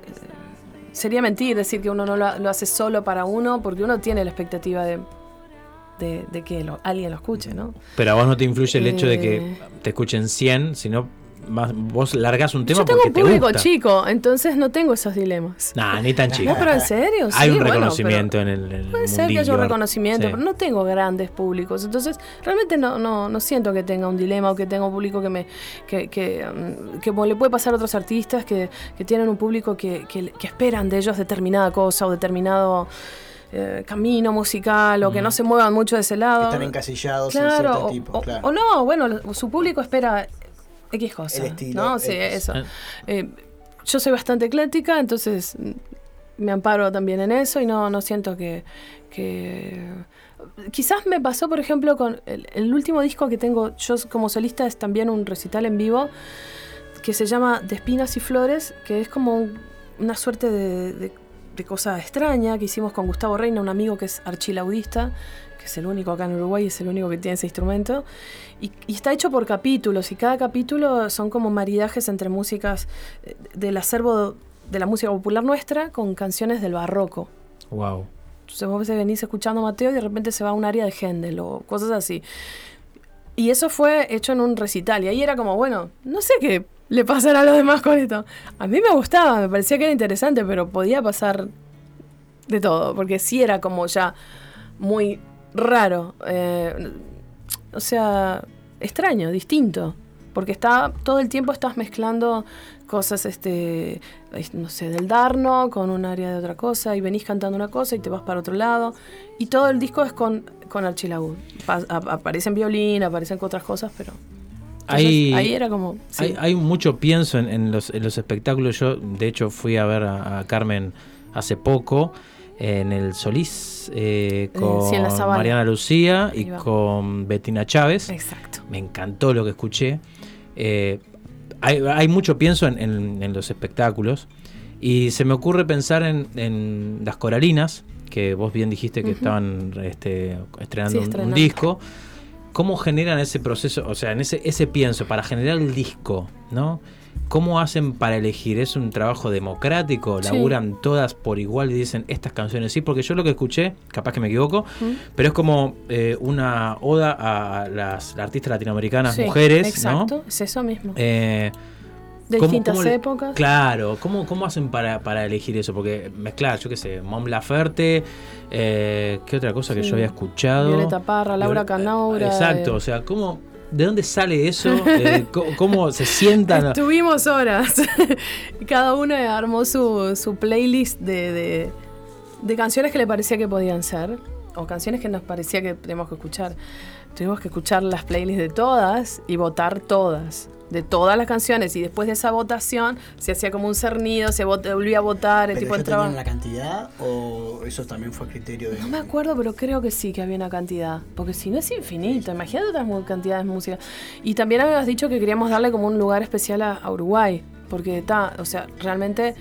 sería mentir decir que uno no lo, lo hace solo para uno, porque uno tiene la expectativa de... De, de que lo, alguien lo escuche, ¿no? Pero a vos no te influye el hecho eh, de que te escuchen cien, sino... más, vos largás un tema Yo tengo porque un te público gusta. chico, entonces no tengo esos dilemas. Nah, ni tan chico. No, pero en serio, sí. Hay un bueno, reconocimiento pero en el, en el puede ser que haya un mundillo. reconocimiento, Sí. pero no tengo grandes públicos. Entonces, realmente no, no, no siento que tenga un dilema o que tenga un público que me que, que, um, que como le puede pasar a otros artistas que, que tienen un público que, que, que esperan de ellos determinada cosa o determinado eh, camino musical o que no se muevan mucho de ese lado. Están encasillados en Claro, cierto o- tipo, o, claro. o no, bueno, su público espera X cosa. El estilo, ¿no? Sí, X. eso. Eh, yo soy bastante ecléctica, entonces mm, me amparo también en eso y no, no siento que, que... Quizás me pasó, por ejemplo, con el, el último disco que tengo yo como solista, es también un recital en vivo que se llama De Espinas y Flores, que es como un- una suerte de, de, de cosa extraña que hicimos con Gustavo Reina, un amigo que es archilaudista, que es el único acá en Uruguay, es el único que tiene ese instrumento, y, y está hecho por capítulos, y cada capítulo son como maridajes entre músicas eh, del acervo de la música popular nuestra con canciones del barroco. Wow. Entonces vos venís escuchando a Mateo y de repente se va a un área de Händel o cosas así. Y eso fue hecho en un recital, y ahí era como, bueno, no sé qué le pasará a los demás con esto. A mí me gustaba, me parecía que era interesante, pero podía pasar de todo, porque sí era como ya muy raro, eh, o sea, extraño, distinto, porque está todo el tiempo estás mezclando cosas, este, no sé, del Darno con un área de otra cosa, y venís cantando una cosa y te vas para otro lado, y todo el disco es con, con archilaúd. Pa- a- aparecen violín, aparecen otras cosas, pero entonces, Hay, ahí era como, sí. hay, hay mucho pienso en, en, los, en los espectáculos. Yo, de hecho, fui a ver a, a Carmen hace poco en el Solís eh, con sí, en la Sabana. Mariana Lucía Ahí y va. con Bettina Chávez. Exacto. Me encantó lo que escuché. Eh, hay, hay mucho pienso en, en, en los espectáculos y se me ocurre pensar en, en las coralinas, que vos bien dijiste que Ujú. estaban este, estrenando Sí, un- un, estrenando. disco. ¿Cómo generan ese proceso? O sea, en ese, ese pienso para generar el disco, ¿no? ¿Cómo hacen para elegir? ¿Es un trabajo democrático? Sí. ¿Laburan todas por igual y dicen estas canciones sí? Porque yo lo que escuché, capaz que me equivoco, ¿Mm? pero es como eh, una oda a las artistas latinoamericanas, Sí, mujeres, exacto, ¿no? es eso mismo. Eh, De ¿cómo- distintas cómo le- épocas. Claro, ¿cómo, cómo hacen para, para elegir eso? Porque mezclar, yo qué sé, Mon Laferte, eh, ¿qué otra cosa que Sí. yo había escuchado? Violeta Parra, Laura Viole- Canaura. Exacto, eh, o sea, ¿cómo, ¿de dónde sale eso? Eh, ¿cómo, cómo se sientan? Estuvimos horas. Cada uno armó su, su playlist de, de, de canciones que le parecía que podían ser, o canciones que nos parecía que teníamos que escuchar. Tuvimos que escuchar las playlists de todas y votar todas, de todas las canciones. Y después de esa votación se hacía como un cernido, se vot- volvía a votar, el ¿Pero tipo ya entraba. tenían la cantidad o eso también fue criterio de...? No me acuerdo, pero creo que sí, que había una cantidad. Porque si no es infinito, imagínate otras mu- cantidades de música. Y también habías dicho que queríamos darle como un lugar especial a, a Uruguay. Porque está, o sea, realmente,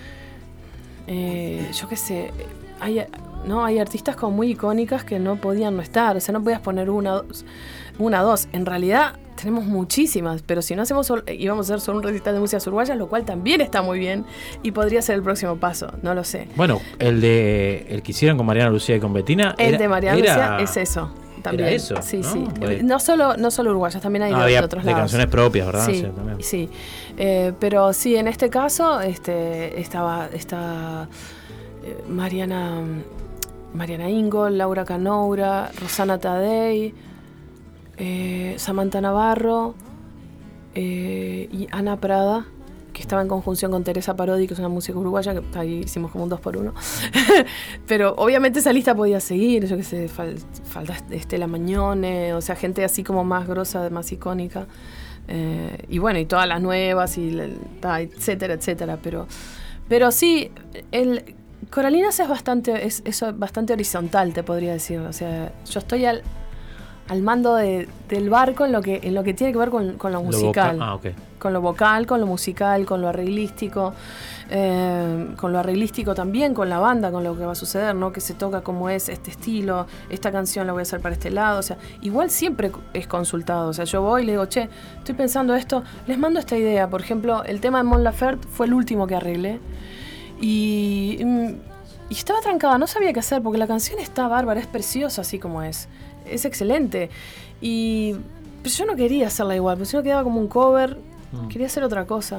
eh, yo qué sé, hay, no, hay artistas como muy icónicas que no podían no estar. O sea, no podías poner una, dos, una, dos. En realidad tenemos muchísimas, pero si no hacemos, sol- íbamos a hacer solo un recital de músicas uruguayas, lo cual también está muy bien y podría ser el próximo paso, no lo sé. Bueno, el de el que hicieron con Mariana Lucía y con Bettina. El era- de Mariana era- Lucía es eso. También. Era eso, Sí, ¿no? sí. Porque- No solo, no solo uruguayas, también hay Ah, de, había de otros de lados. canciones propias, ¿verdad? Sí, Sí, también. sí. Eh, pero sí, en este caso este, estaba esta, eh, Mariana, Mariana Ingol, Laura Canoura, Rosana Tadei, eh, Samantha Navarro eh, y Ana Prada, que estaba en conjunción con Teresa Parodi, que es una música uruguaya, que ahí hicimos como un dos por uno. Pero obviamente esa lista podía seguir, yo qué sé, fal- falta Estela Mañone, o sea, gente así como más grosa, más icónica. Eh, y bueno, y todas las nuevas, y la- ta, etcétera, etcétera. Pero, pero sí, el Coralinas es bastante, es, es bastante horizontal, te podría decir. O sea, yo estoy al, al mando de, del barco en lo que, en lo que tiene que ver con, con lo Lo musical. vocal- ah, ok. Con lo vocal, con lo musical, con lo arreglístico, eh, con lo arreglístico también, con la banda, con lo que va a suceder, ¿no? Que se toca como es este estilo, esta canción la voy a hacer para este lado, o sea, igual siempre es consultado, o sea, yo voy y le digo, che, estoy pensando esto, les mando esta idea, por ejemplo, el tema de Mon Laferte fue el último que arreglé y, mm, y estaba trancada, no sabía qué hacer porque la canción está bárbara, es preciosa así como es, es excelente y pero yo no quería hacerla igual, porque si no quedaba como un cover. Mm. Quería hacer otra cosa.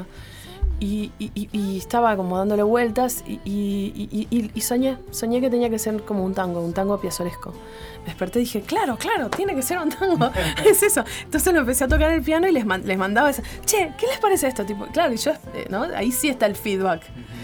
Y, y, y, y estaba como dándole vueltas y, y, y, y, y soñé, soñé que tenía que ser como un tango, un tango piazolesco. Me desperté y dije, claro, claro, tiene que ser un tango, es eso. Entonces lo empecé a tocar el piano y les, man, les mandaba esa, che, ¿qué les parece esto? Tipo, claro, y yo, eh, ¿no? Ahí sí está el feedback.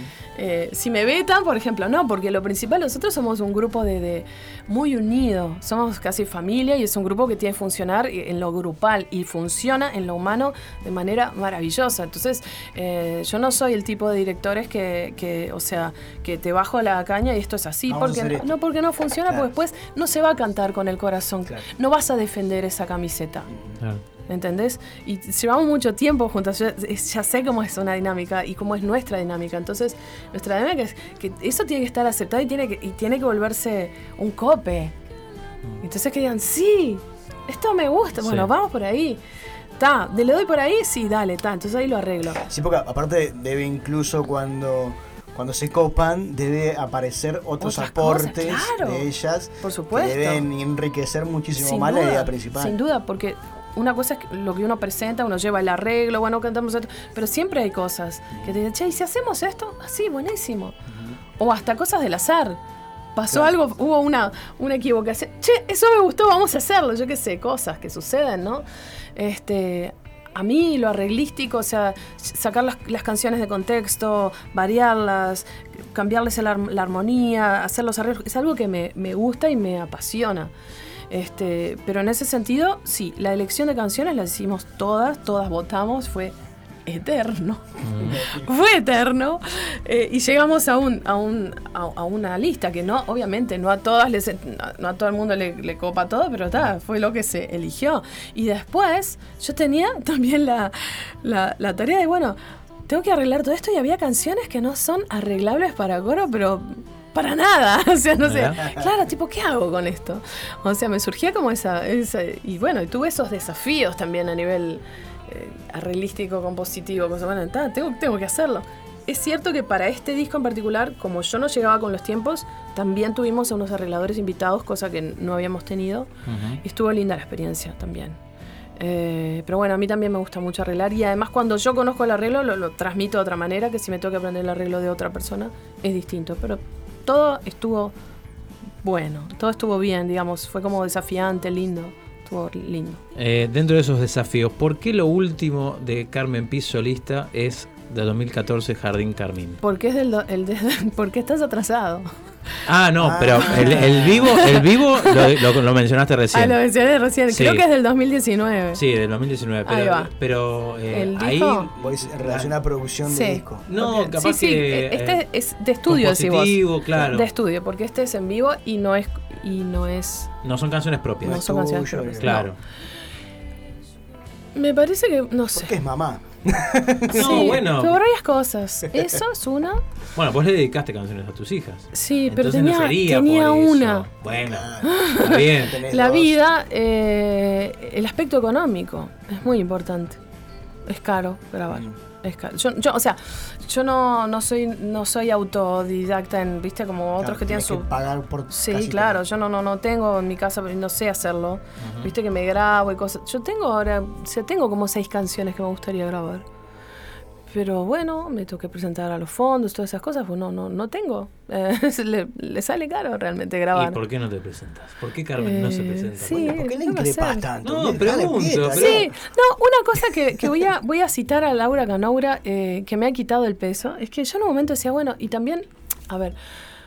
Eh, si me vetan, por ejemplo, no, porque lo principal, nosotros somos un grupo de, de muy unido, somos casi familia y es un grupo que tiene que funcionar en lo grupal y funciona en lo humano de manera maravillosa. Entonces, eh, yo no soy el tipo de directores que, que, o sea, que te bajo la caña y esto es así, Vamos porque no, no, porque no funciona, claro. Porque después no se va a cantar con el corazón, claro. No vas a defender esa camiseta. Claro. ¿Entendés? Y llevamos mucho tiempo juntas, yo ya sé cómo es una dinámica y cómo es nuestra dinámica. Entonces, nuestra dinámica es que eso tiene que estar aceptado y tiene que, y tiene que volverse un cope. Entonces que digan, sí, esto me gusta, sí. Bueno, vamos por ahí. Ta, ¿le doy por ahí? Sí, dale, ta, entonces ahí lo arreglo. Sí, porque aparte debe incluso cuando... Cuando se copan, debe aparecer otros Otras aportes cosas, claro. de ellas, por supuesto, que deben enriquecer muchísimo sin más duda, la idea principal. Sin duda, porque una cosa es lo que uno presenta, uno lleva el arreglo, bueno, cantamos esto, pero siempre hay cosas que te dicen, che, ¿y si hacemos esto? Así, buenísimo. Uh-huh. O hasta cosas del azar. Pasó claro. algo, hubo una, una equivocación. Che, eso me gustó, vamos a hacerlo. Yo qué sé, cosas que suceden, ¿no? Este... A mí lo arreglístico, o sea, sacar las, las canciones de contexto, variarlas, cambiarles la, la armonía, hacer los arreglos, es algo que me, me gusta y me apasiona. Este, pero en ese sentido, sí, la elección de canciones la hicimos todas, todas votamos, fue eterno. Mm. Fue eterno. Eh, y llegamos a un, a un a, a una lista que no, obviamente, no a todas les, no a todo el mundo le, le copa todo, pero está, fue lo que se eligió. Y después, yo tenía también la, la, la tarea de, bueno, tengo que arreglar todo esto y había canciones que no son arreglables para coro, pero para nada, o sea, no sé, claro, tipo, ¿qué hago con esto? O sea, me surgía como esa, esa y bueno, y tuve esos desafíos también a nivel eh, arreglístico, compositivo, cosa, bueno, ta, tengo, tengo que hacerlo. Es cierto que para este disco en particular, como yo no llegaba con los tiempos, también tuvimos a unos arregladores invitados, cosa que no habíamos tenido, uh-huh. Y estuvo linda la experiencia también. Eh, pero bueno, a mí también me gusta mucho arreglar y además cuando yo conozco el arreglo lo, lo transmito de otra manera, que si me tengo que aprender el arreglo de otra persona es distinto, pero todo estuvo bueno, todo estuvo bien, digamos, fue como desafiante, lindo, estuvo lindo. Eh, dentro de esos desafíos, ¿por qué lo último de Carmen Pi solista es de dos mil catorce Jardín Carmín? Porque es del do, el de, porque estás atrasado. Ah, no, ah. pero el, el vivo, el vivo lo, lo, lo mencionaste recién. Ah, lo mencioné recién, sí. Creo que es del dos mil diecinueve. Sí, del dos mil diecinueve, pero, ahí va. pero eh, ¿El ahí pues, en relación a producción sí. de disco. No, porque, capaz sí, que sí, este eh, es de estudio, decís vos. Claro. De estudio, porque este es en vivo y no es y no es no son canciones propias. No son canciones propias. Claro. No. Me parece que no sé. Porque es mamá. Sí, no, bueno. Pero varias cosas. Eso es una. Bueno, vos le dedicaste canciones a tus hijas. Sí, entonces pero tenía, no sería tenía por una. Eso. Bueno, está bien. La vida, eh, el aspecto económico es muy importante. Es caro grabar. Mm. Es caro. Yo, yo, o sea, yo no, no soy no soy autodidacta en, viste, como otros claro, que tienen su. Que pagar por sí, claro. Todo. Yo no, no, no tengo en mi casa, no sé hacerlo. Uh-huh. Viste que me grabo y cosas. Yo tengo ahora, o sea, tengo como seis canciones que me gustaría grabar. Pero bueno, me tengo que presentar a los fondos, todas esas cosas, pues no, no, no tengo. Eh, le, le sale caro realmente grabar. ¿Y por qué no te presentas? ¿Por qué Carmen eh, no se presenta? Sí, bueno, ¿por qué le increpas tanto? No, pregunto. Pero... Sí, no, una cosa que, que voy, a, voy a citar a Laura Canoura, eh, que me ha quitado el peso, es que yo en un momento decía, bueno, y también, a ver,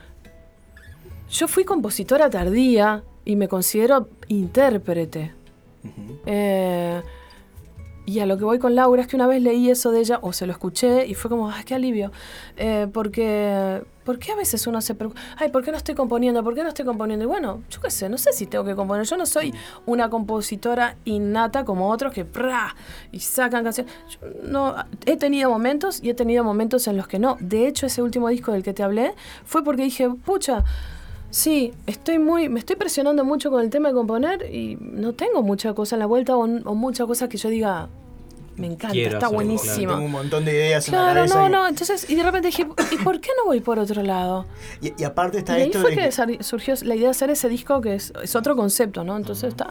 yo fui compositora tardía y me considero intérprete. Uh-huh. Eh... Y a lo que voy con Laura es que una vez leí eso de ella, o se lo escuché, y fue como, ¡ay, qué alivio! Eh, porque, ¿por qué a veces uno se preocupa? ¡Ay, ¿por qué no estoy componiendo? ¿Por qué no estoy componiendo? Y bueno, yo qué sé, no sé si tengo que componer. Yo no soy una compositora innata como otros que ¡prá! Y sacan canciones. Yo no, he tenido momentos y he tenido momentos en los que no. De hecho, ese último disco del que te hablé fue porque dije, pucha, sí, estoy muy, me estoy presionando mucho con el tema de componer y no tengo mucha cosa en la vuelta o, o mucha cosa que yo diga, me encanta, Quiero está hacerlo, buenísimo. Claro. Tengo un montón de ideas claro, en la cabeza. No, que... no, entonces, y de repente dije, ¿y por qué no voy por otro lado? Y, y aparte está y esto ahí fue de que, que surgió la idea de hacer ese disco que es, es otro concepto, ¿no? Entonces uh-huh. está...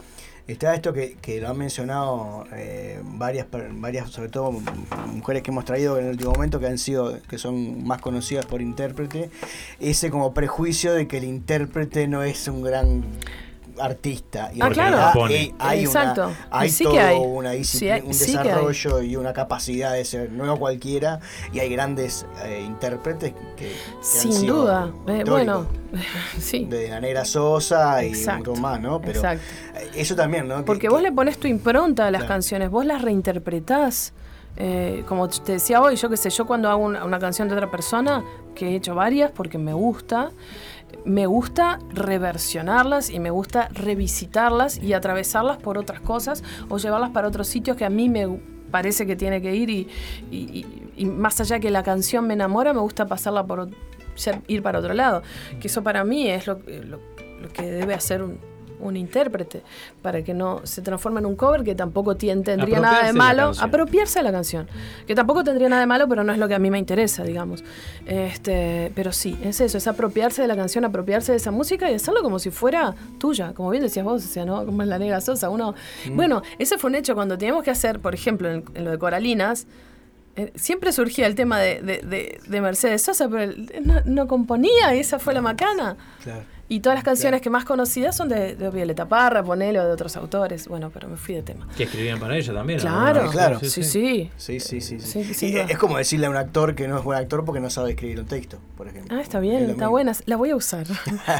Está esto que, que lo han mencionado eh, varias, varias, sobre todo mujeres que hemos traído en el último momento, que han sido, que son más conocidas por intérprete, ese como prejuicio de que el intérprete no es un gran artista. Y ah, claro. Hay, hay, Exacto. Una, hay sí todo que hay. una Sí hay, un sí desarrollo y una capacidad de ser no cualquiera, y hay grandes eh, intérpretes que, que sin han sido duda eh, bueno sí, de la Negra Sosa y exacto, un montón más, ¿no? Pero exacto. Eso también, ¿no? Porque que, vos que, le pones tu impronta a las claro. canciones, vos las reinterpretás. Eh, como te decía hoy, yo qué sé, yo cuando hago una, una canción de otra persona, que he hecho varias porque me gusta, me gusta reversionarlas y me gusta revisitarlas y atravesarlas por otras cosas o llevarlas para otros sitios que a mí me parece que tiene que ir y, y, y, y más allá que la canción me enamora, me gusta pasarla por ir para otro lado, que eso para mí es lo, lo, lo que debe hacer un un intérprete, para que no se transforme en un cover, que tampoco tiene, tendría nada de malo, apropiarse de la canción, que tampoco tendría nada de malo, pero no es lo que a mí me interesa, digamos. Este, pero sí, es eso, es apropiarse de la canción, apropiarse de esa música y hacerlo como si fuera tuya, como bien decías vos, o sea, ¿no? Como es la Negra Sosa, uno... Mm. Bueno, ese fue un hecho cuando teníamos que hacer, por ejemplo, en, en lo de Coralinas, eh, siempre surgía el tema de, de, de, de Mercedes Sosa, pero él no, no componía, y esa fue la macana. Claro. Y todas las canciones claro. que más conocidas son de, de Violeta Parra, ponele, o de otros autores. Bueno, pero me fui de tema. Que escribían para ella también. Claro, ¿no? Claro. Sí, sí. Sí, sí, sí, sí, sí. sí, sí y es como decirle a un actor que no es buen actor porque no sabe escribir un texto, por ejemplo. Ah, está bien, está mismo. Buena. La voy a usar.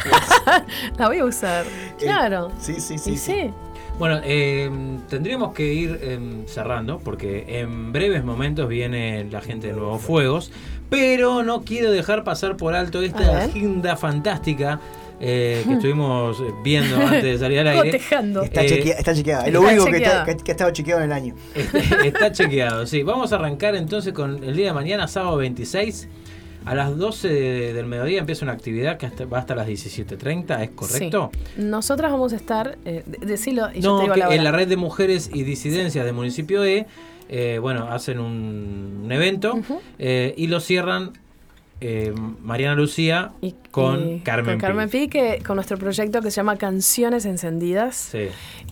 La voy a usar, claro. Eh, sí, sí, sí. Y sí. sí. Bueno, eh, tendríamos que ir eh, cerrando porque en breves momentos viene la gente de Nuevos Fuegos, pero no quiero dejar pasar por alto esta agenda fantástica eh, que estuvimos viendo antes de salir al aire. Cotejando. Está, eh, chequea, está chequeada, es lo único que, está, que, que ha estado chequeado en el año. Está, está chequeado, sí. Vamos a arrancar entonces con el día de mañana, sábado veintiséis. A las doce de, del mediodía empieza una actividad que hasta, va hasta las diecisiete treinta, ¿es correcto? Sí. Nosotras vamos a estar, eh, decilo y no, yo te digo que la en la red de mujeres y disidencias sí. del municipio E, eh, bueno, hacen un, un evento uh-huh. eh, y lo cierran eh, Mariana Lucía y, con y, Carmen con Carmen Pi, que con nuestro proyecto que se llama Canciones Encendidas sí.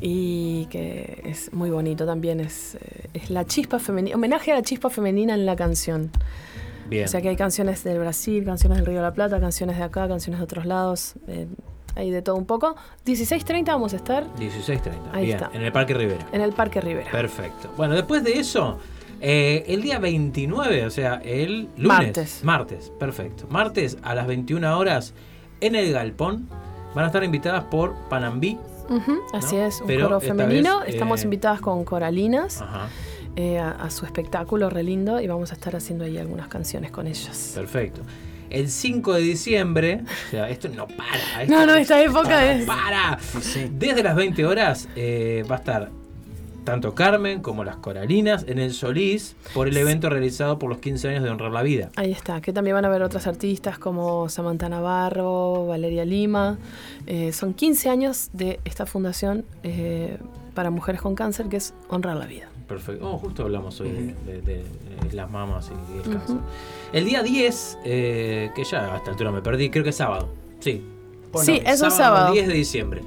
y que es muy bonito también, es, es la chispa femenina, homenaje a la chispa femenina en la canción. Bien. O sea que hay canciones del Brasil, canciones del Río de la Plata, canciones de acá, canciones de otros lados, eh, hay de todo un poco. dieciséis treinta vamos a estar. dieciséis treinta, ahí bien, está. En el Parque Rivera. En el Parque Rivera. Perfecto. Bueno, después de eso, eh, el día veintinueve, o sea, el lunes. Martes. Martes, perfecto. Martes a las veintiuna horas en el Galpón van a estar invitadas por Panambí. Uh-huh, así ¿no? es, un Pero coro femenino. Vez, Estamos eh... invitadas con Coralinas. Ajá. Eh, a, a su espectáculo re lindo y vamos a estar haciendo ahí algunas canciones con ellas. Perfecto. El cinco de diciembre, o sea, esto no para. Esto no, no, esta época no es... para. Desde las veinte horas eh, va a estar tanto Carmen como las Coralinas en el Solís por el evento realizado por los quince años de Honrar la Vida. Ahí está, que también van a haber otras artistas como Samantha Navarro, Valeria Lima. Eh, son quince años de esta fundación eh, para mujeres con cáncer, que es Honrar la Vida. Perfecto. Oh, justo hablamos hoy de, de, de, de las mamas y el cáncer. Uh-huh. El día diez, eh, que ya a esta altura me perdí, creo que es sábado. Sí. Bueno, sí, es un sábado. diez de diciembre.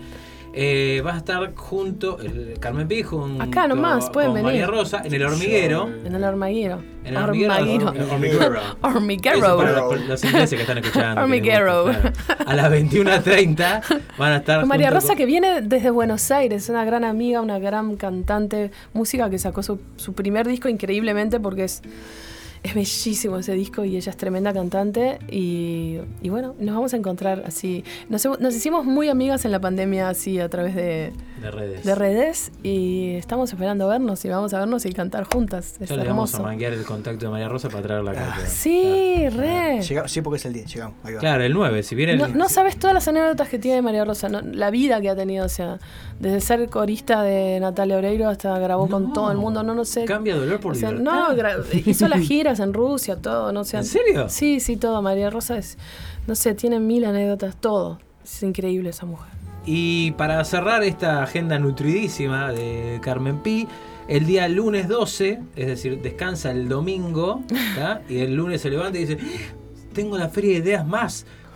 Eh, vas a estar junto, el Carmen Pi, junto acá nomás, pueden con venir. María Rosa, en el hormiguero. En el hormiguero. En el hormiguero. Hormiguero. Hormiguero. Para los, los ingleses que están escuchando. Hormiguero. Claro. A las veintiuna treinta van a estar con María Rosa, con... que viene desde Buenos Aires, una gran amiga, una gran cantante, música, que sacó su, su primer disco increíblemente porque es... Es bellísimo ese disco y ella es tremenda cantante y, y bueno, nos vamos a encontrar así. Nos, nos hicimos muy amigas en la pandemia así a través de, de redes. De redes y estamos esperando vernos y vamos a vernos y cantar juntas. Es ya hermoso. Le vamos a manguear el contacto de María Rosa para traerla acá. Ah, sí, ah, re. Llegamos, sí, porque es el día, llegamos. Ahí va. Claro, el nueve, si viene el... No, no sabes todas las anécdotas que tiene María Rosa, no, la vida que ha tenido, o sea, desde ser corista de Natalia Oreiro hasta grabó no, con todo el mundo, no, no sé. Cambia dolor por o sea, libertad. No, gra- hizo las giras en Rusia, todo, no sé. ¿En serio? Sí, sí, todo. María Rosa es, no sé, tiene mil anécdotas, todo. Es increíble esa mujer. Y para cerrar esta agenda nutridísima de Carmen Pi, el día lunes doce, es decir, descansa el domingo, ¿tá? Y el lunes se levanta y dice, tengo la feria de ideas más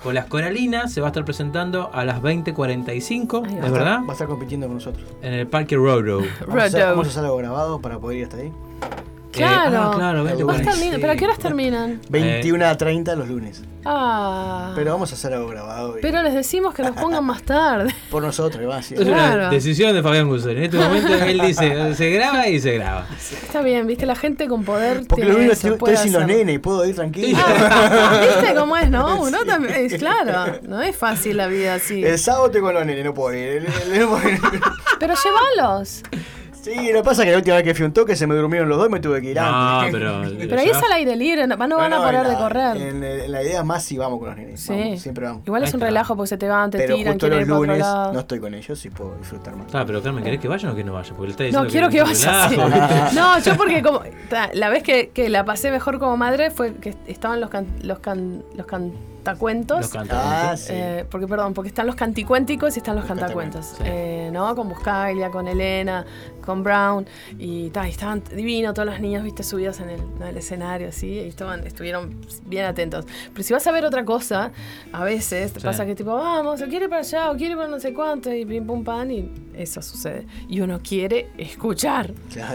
con las Coralinas se va a estar presentando a las veinte cuarenta y cinco, Va ¿es a verdad? estar- Va a estar compitiendo con nosotros. En el Parque Rodeo. Vamos a, hacer, vamos a hacer algo grabado para poder ir hasta ahí. Claro. Eh, ah, claro, veinte Vos cuarenta y termin- cinco. ¿Pero a qué horas terminan? veintiuna a treinta los lunes. Ah. Pero vamos a hacer algo grabado. y- Pero les decimos que nos pongan más tarde. Por nosotros, va. Sí. Es una decisión de Fabián Guzón. En este momento él dice, se graba y se graba. Está bien, viste, la gente con poder. Porque tiene los lunes eso, estoy, puede estoy sin los hacerlo. nenes y puedo ir tranquilo. ¿Viste cómo es, no? Uno también. Es claro, no es fácil la vida así. El sábado estoy con los nenes, no puedo ir. El- el- el- no puedo ir. Pero llévalos. Sí, lo que pasa es que la última vez que fui a un toque se me durmieron los dos y me tuve que ir No, antes. pero. Pero ahí es al aire libre, no, no van a parar de correr. En, en la idea es más si vamos con los nenes. Sí. Vamos, siempre vamos. Igual es un relajo porque se te van, te Pero tiran, justo quieren los ir para otro lunes lado. no estoy con ellos y puedo disfrutar más. Ah, pero Carmen, ¿querés que vayan o que no vaya? Porque le está diciendo No, quiero que es un vayas. sí. relajo. No, yo porque como ta, la vez que, que la pasé mejor como madre fue que estaban los can, los can, los cantacuentos. Los cantacuentos. Ah, sí. Eh, porque perdón, porque están los canticuénticos y están los, Los cantacuentos. cantacuentos, Eh, ¿no? Con Buscaglia, con Elena, con Brown. Y, ta, y estaban divinos todos los niños, viste, subidos en el, en el escenario, así. Y estaban, estuvieron bien atentos. Pero si vas a ver otra cosa, a veces te Sí. pasa que tipo, vamos, o quiere para allá, o quiere para no sé cuánto, y pim pum pan, y eso sucede. Y uno quiere escuchar. Claro.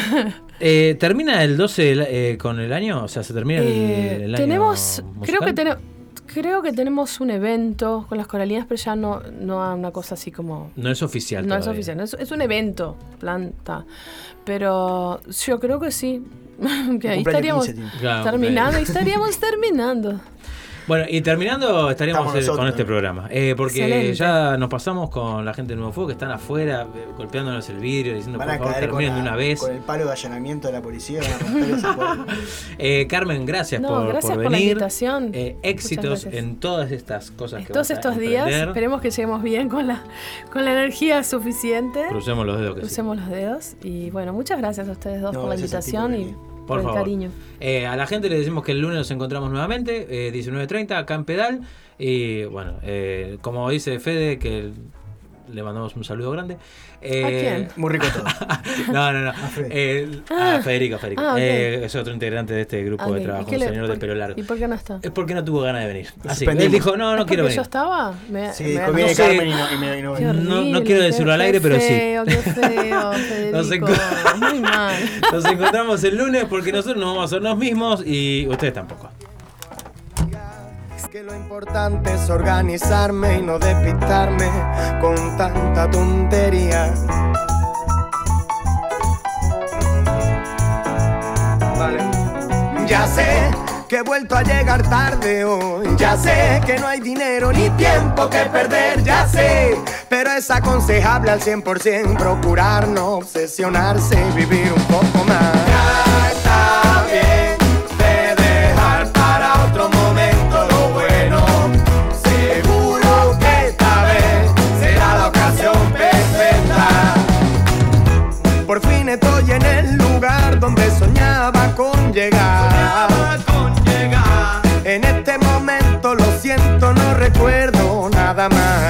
Eh, ¿Termina el doce eh, con el año? O sea, ¿se termina el, Eh, el año tenemos, musical? creo que tenemos. Creo que tenemos un evento con las Coralinas, pero ya no, no a una cosa así como. No es oficial No es todavía. oficial, es, es un evento, planta. Pero yo creo que sí. que ahí cumpleaños estaríamos quince tiene. Claro, terminando, cumpleaños. estaríamos terminando. Bueno, y terminando estaríamos Estamos eh, nosotros, con este ¿no? programa. Eh, porque Excelente. ya nos pasamos con la gente de Nuevo Fuego que están afuera, eh, golpeándonos el vidrio, diciendo Van por a favor caer con, terminen de la- una vez. con el palo de allanamiento de la policía. Van a romper esa puerta. Eh, Carmen, gracias, No, por, gracias por por la venir. invitación. Eh, Muchas éxitos gracias. en todas estas cosas que Todos vas a estos días, emprender. esperemos que lleguemos bien con la, con la energía suficiente. Crucemos los dedos que sí. Crucemos los dedos. Y bueno, muchas gracias a ustedes dos No, por la gracias a ti por invitación y venir. por, Por el favor. cariño. Eh, a la gente le decimos que el lunes nos encontramos nuevamente, eh, diecinueve treinta, acá en Pedal. Y bueno, eh, como dice Fede, que le mandamos un saludo grande. Eh, ¿A quién? Muy rico todo. No, no, no. Eh, Ah. a Federico, Federico. Ah, ok. Eh, es otro integrante de este grupo Ok, de ¿y trabajo, qué un le- señor de por- pelo largo. ¿Y por qué no está? Es porque no tuvo ganas de venir. Así, suspendimos. él dijo, no, no ¿Es quiero porque venir. yo estaba? Me, Sí, me- conviene no sé. Carmen y no, y me- y no Qué vengo. No- no horrible, quiero qué- decirlo al qué aire, pero sí. feo, Qué feo, Nos Federico. enco- Muy mal. Nos encontramos el lunes porque nosotros no vamos a ser los mismos y ustedes tampoco. Es que lo importante es organizarme y no despistarme con tanta tontería. Vale. Ya sé que he vuelto a llegar tarde hoy. Ya sé que no hay dinero ni tiempo que perder. Ya sé, pero es aconsejable al cien por ciento procurar no obsesionarse y vivir un poco más. Ya está bien de dejar para otro momento lo bueno. Seguro que esta vez será la ocasión perfecta. Por fin estoy en el lugar donde soñaba con llegar. En este momento lo siento, no recuerdo nada más.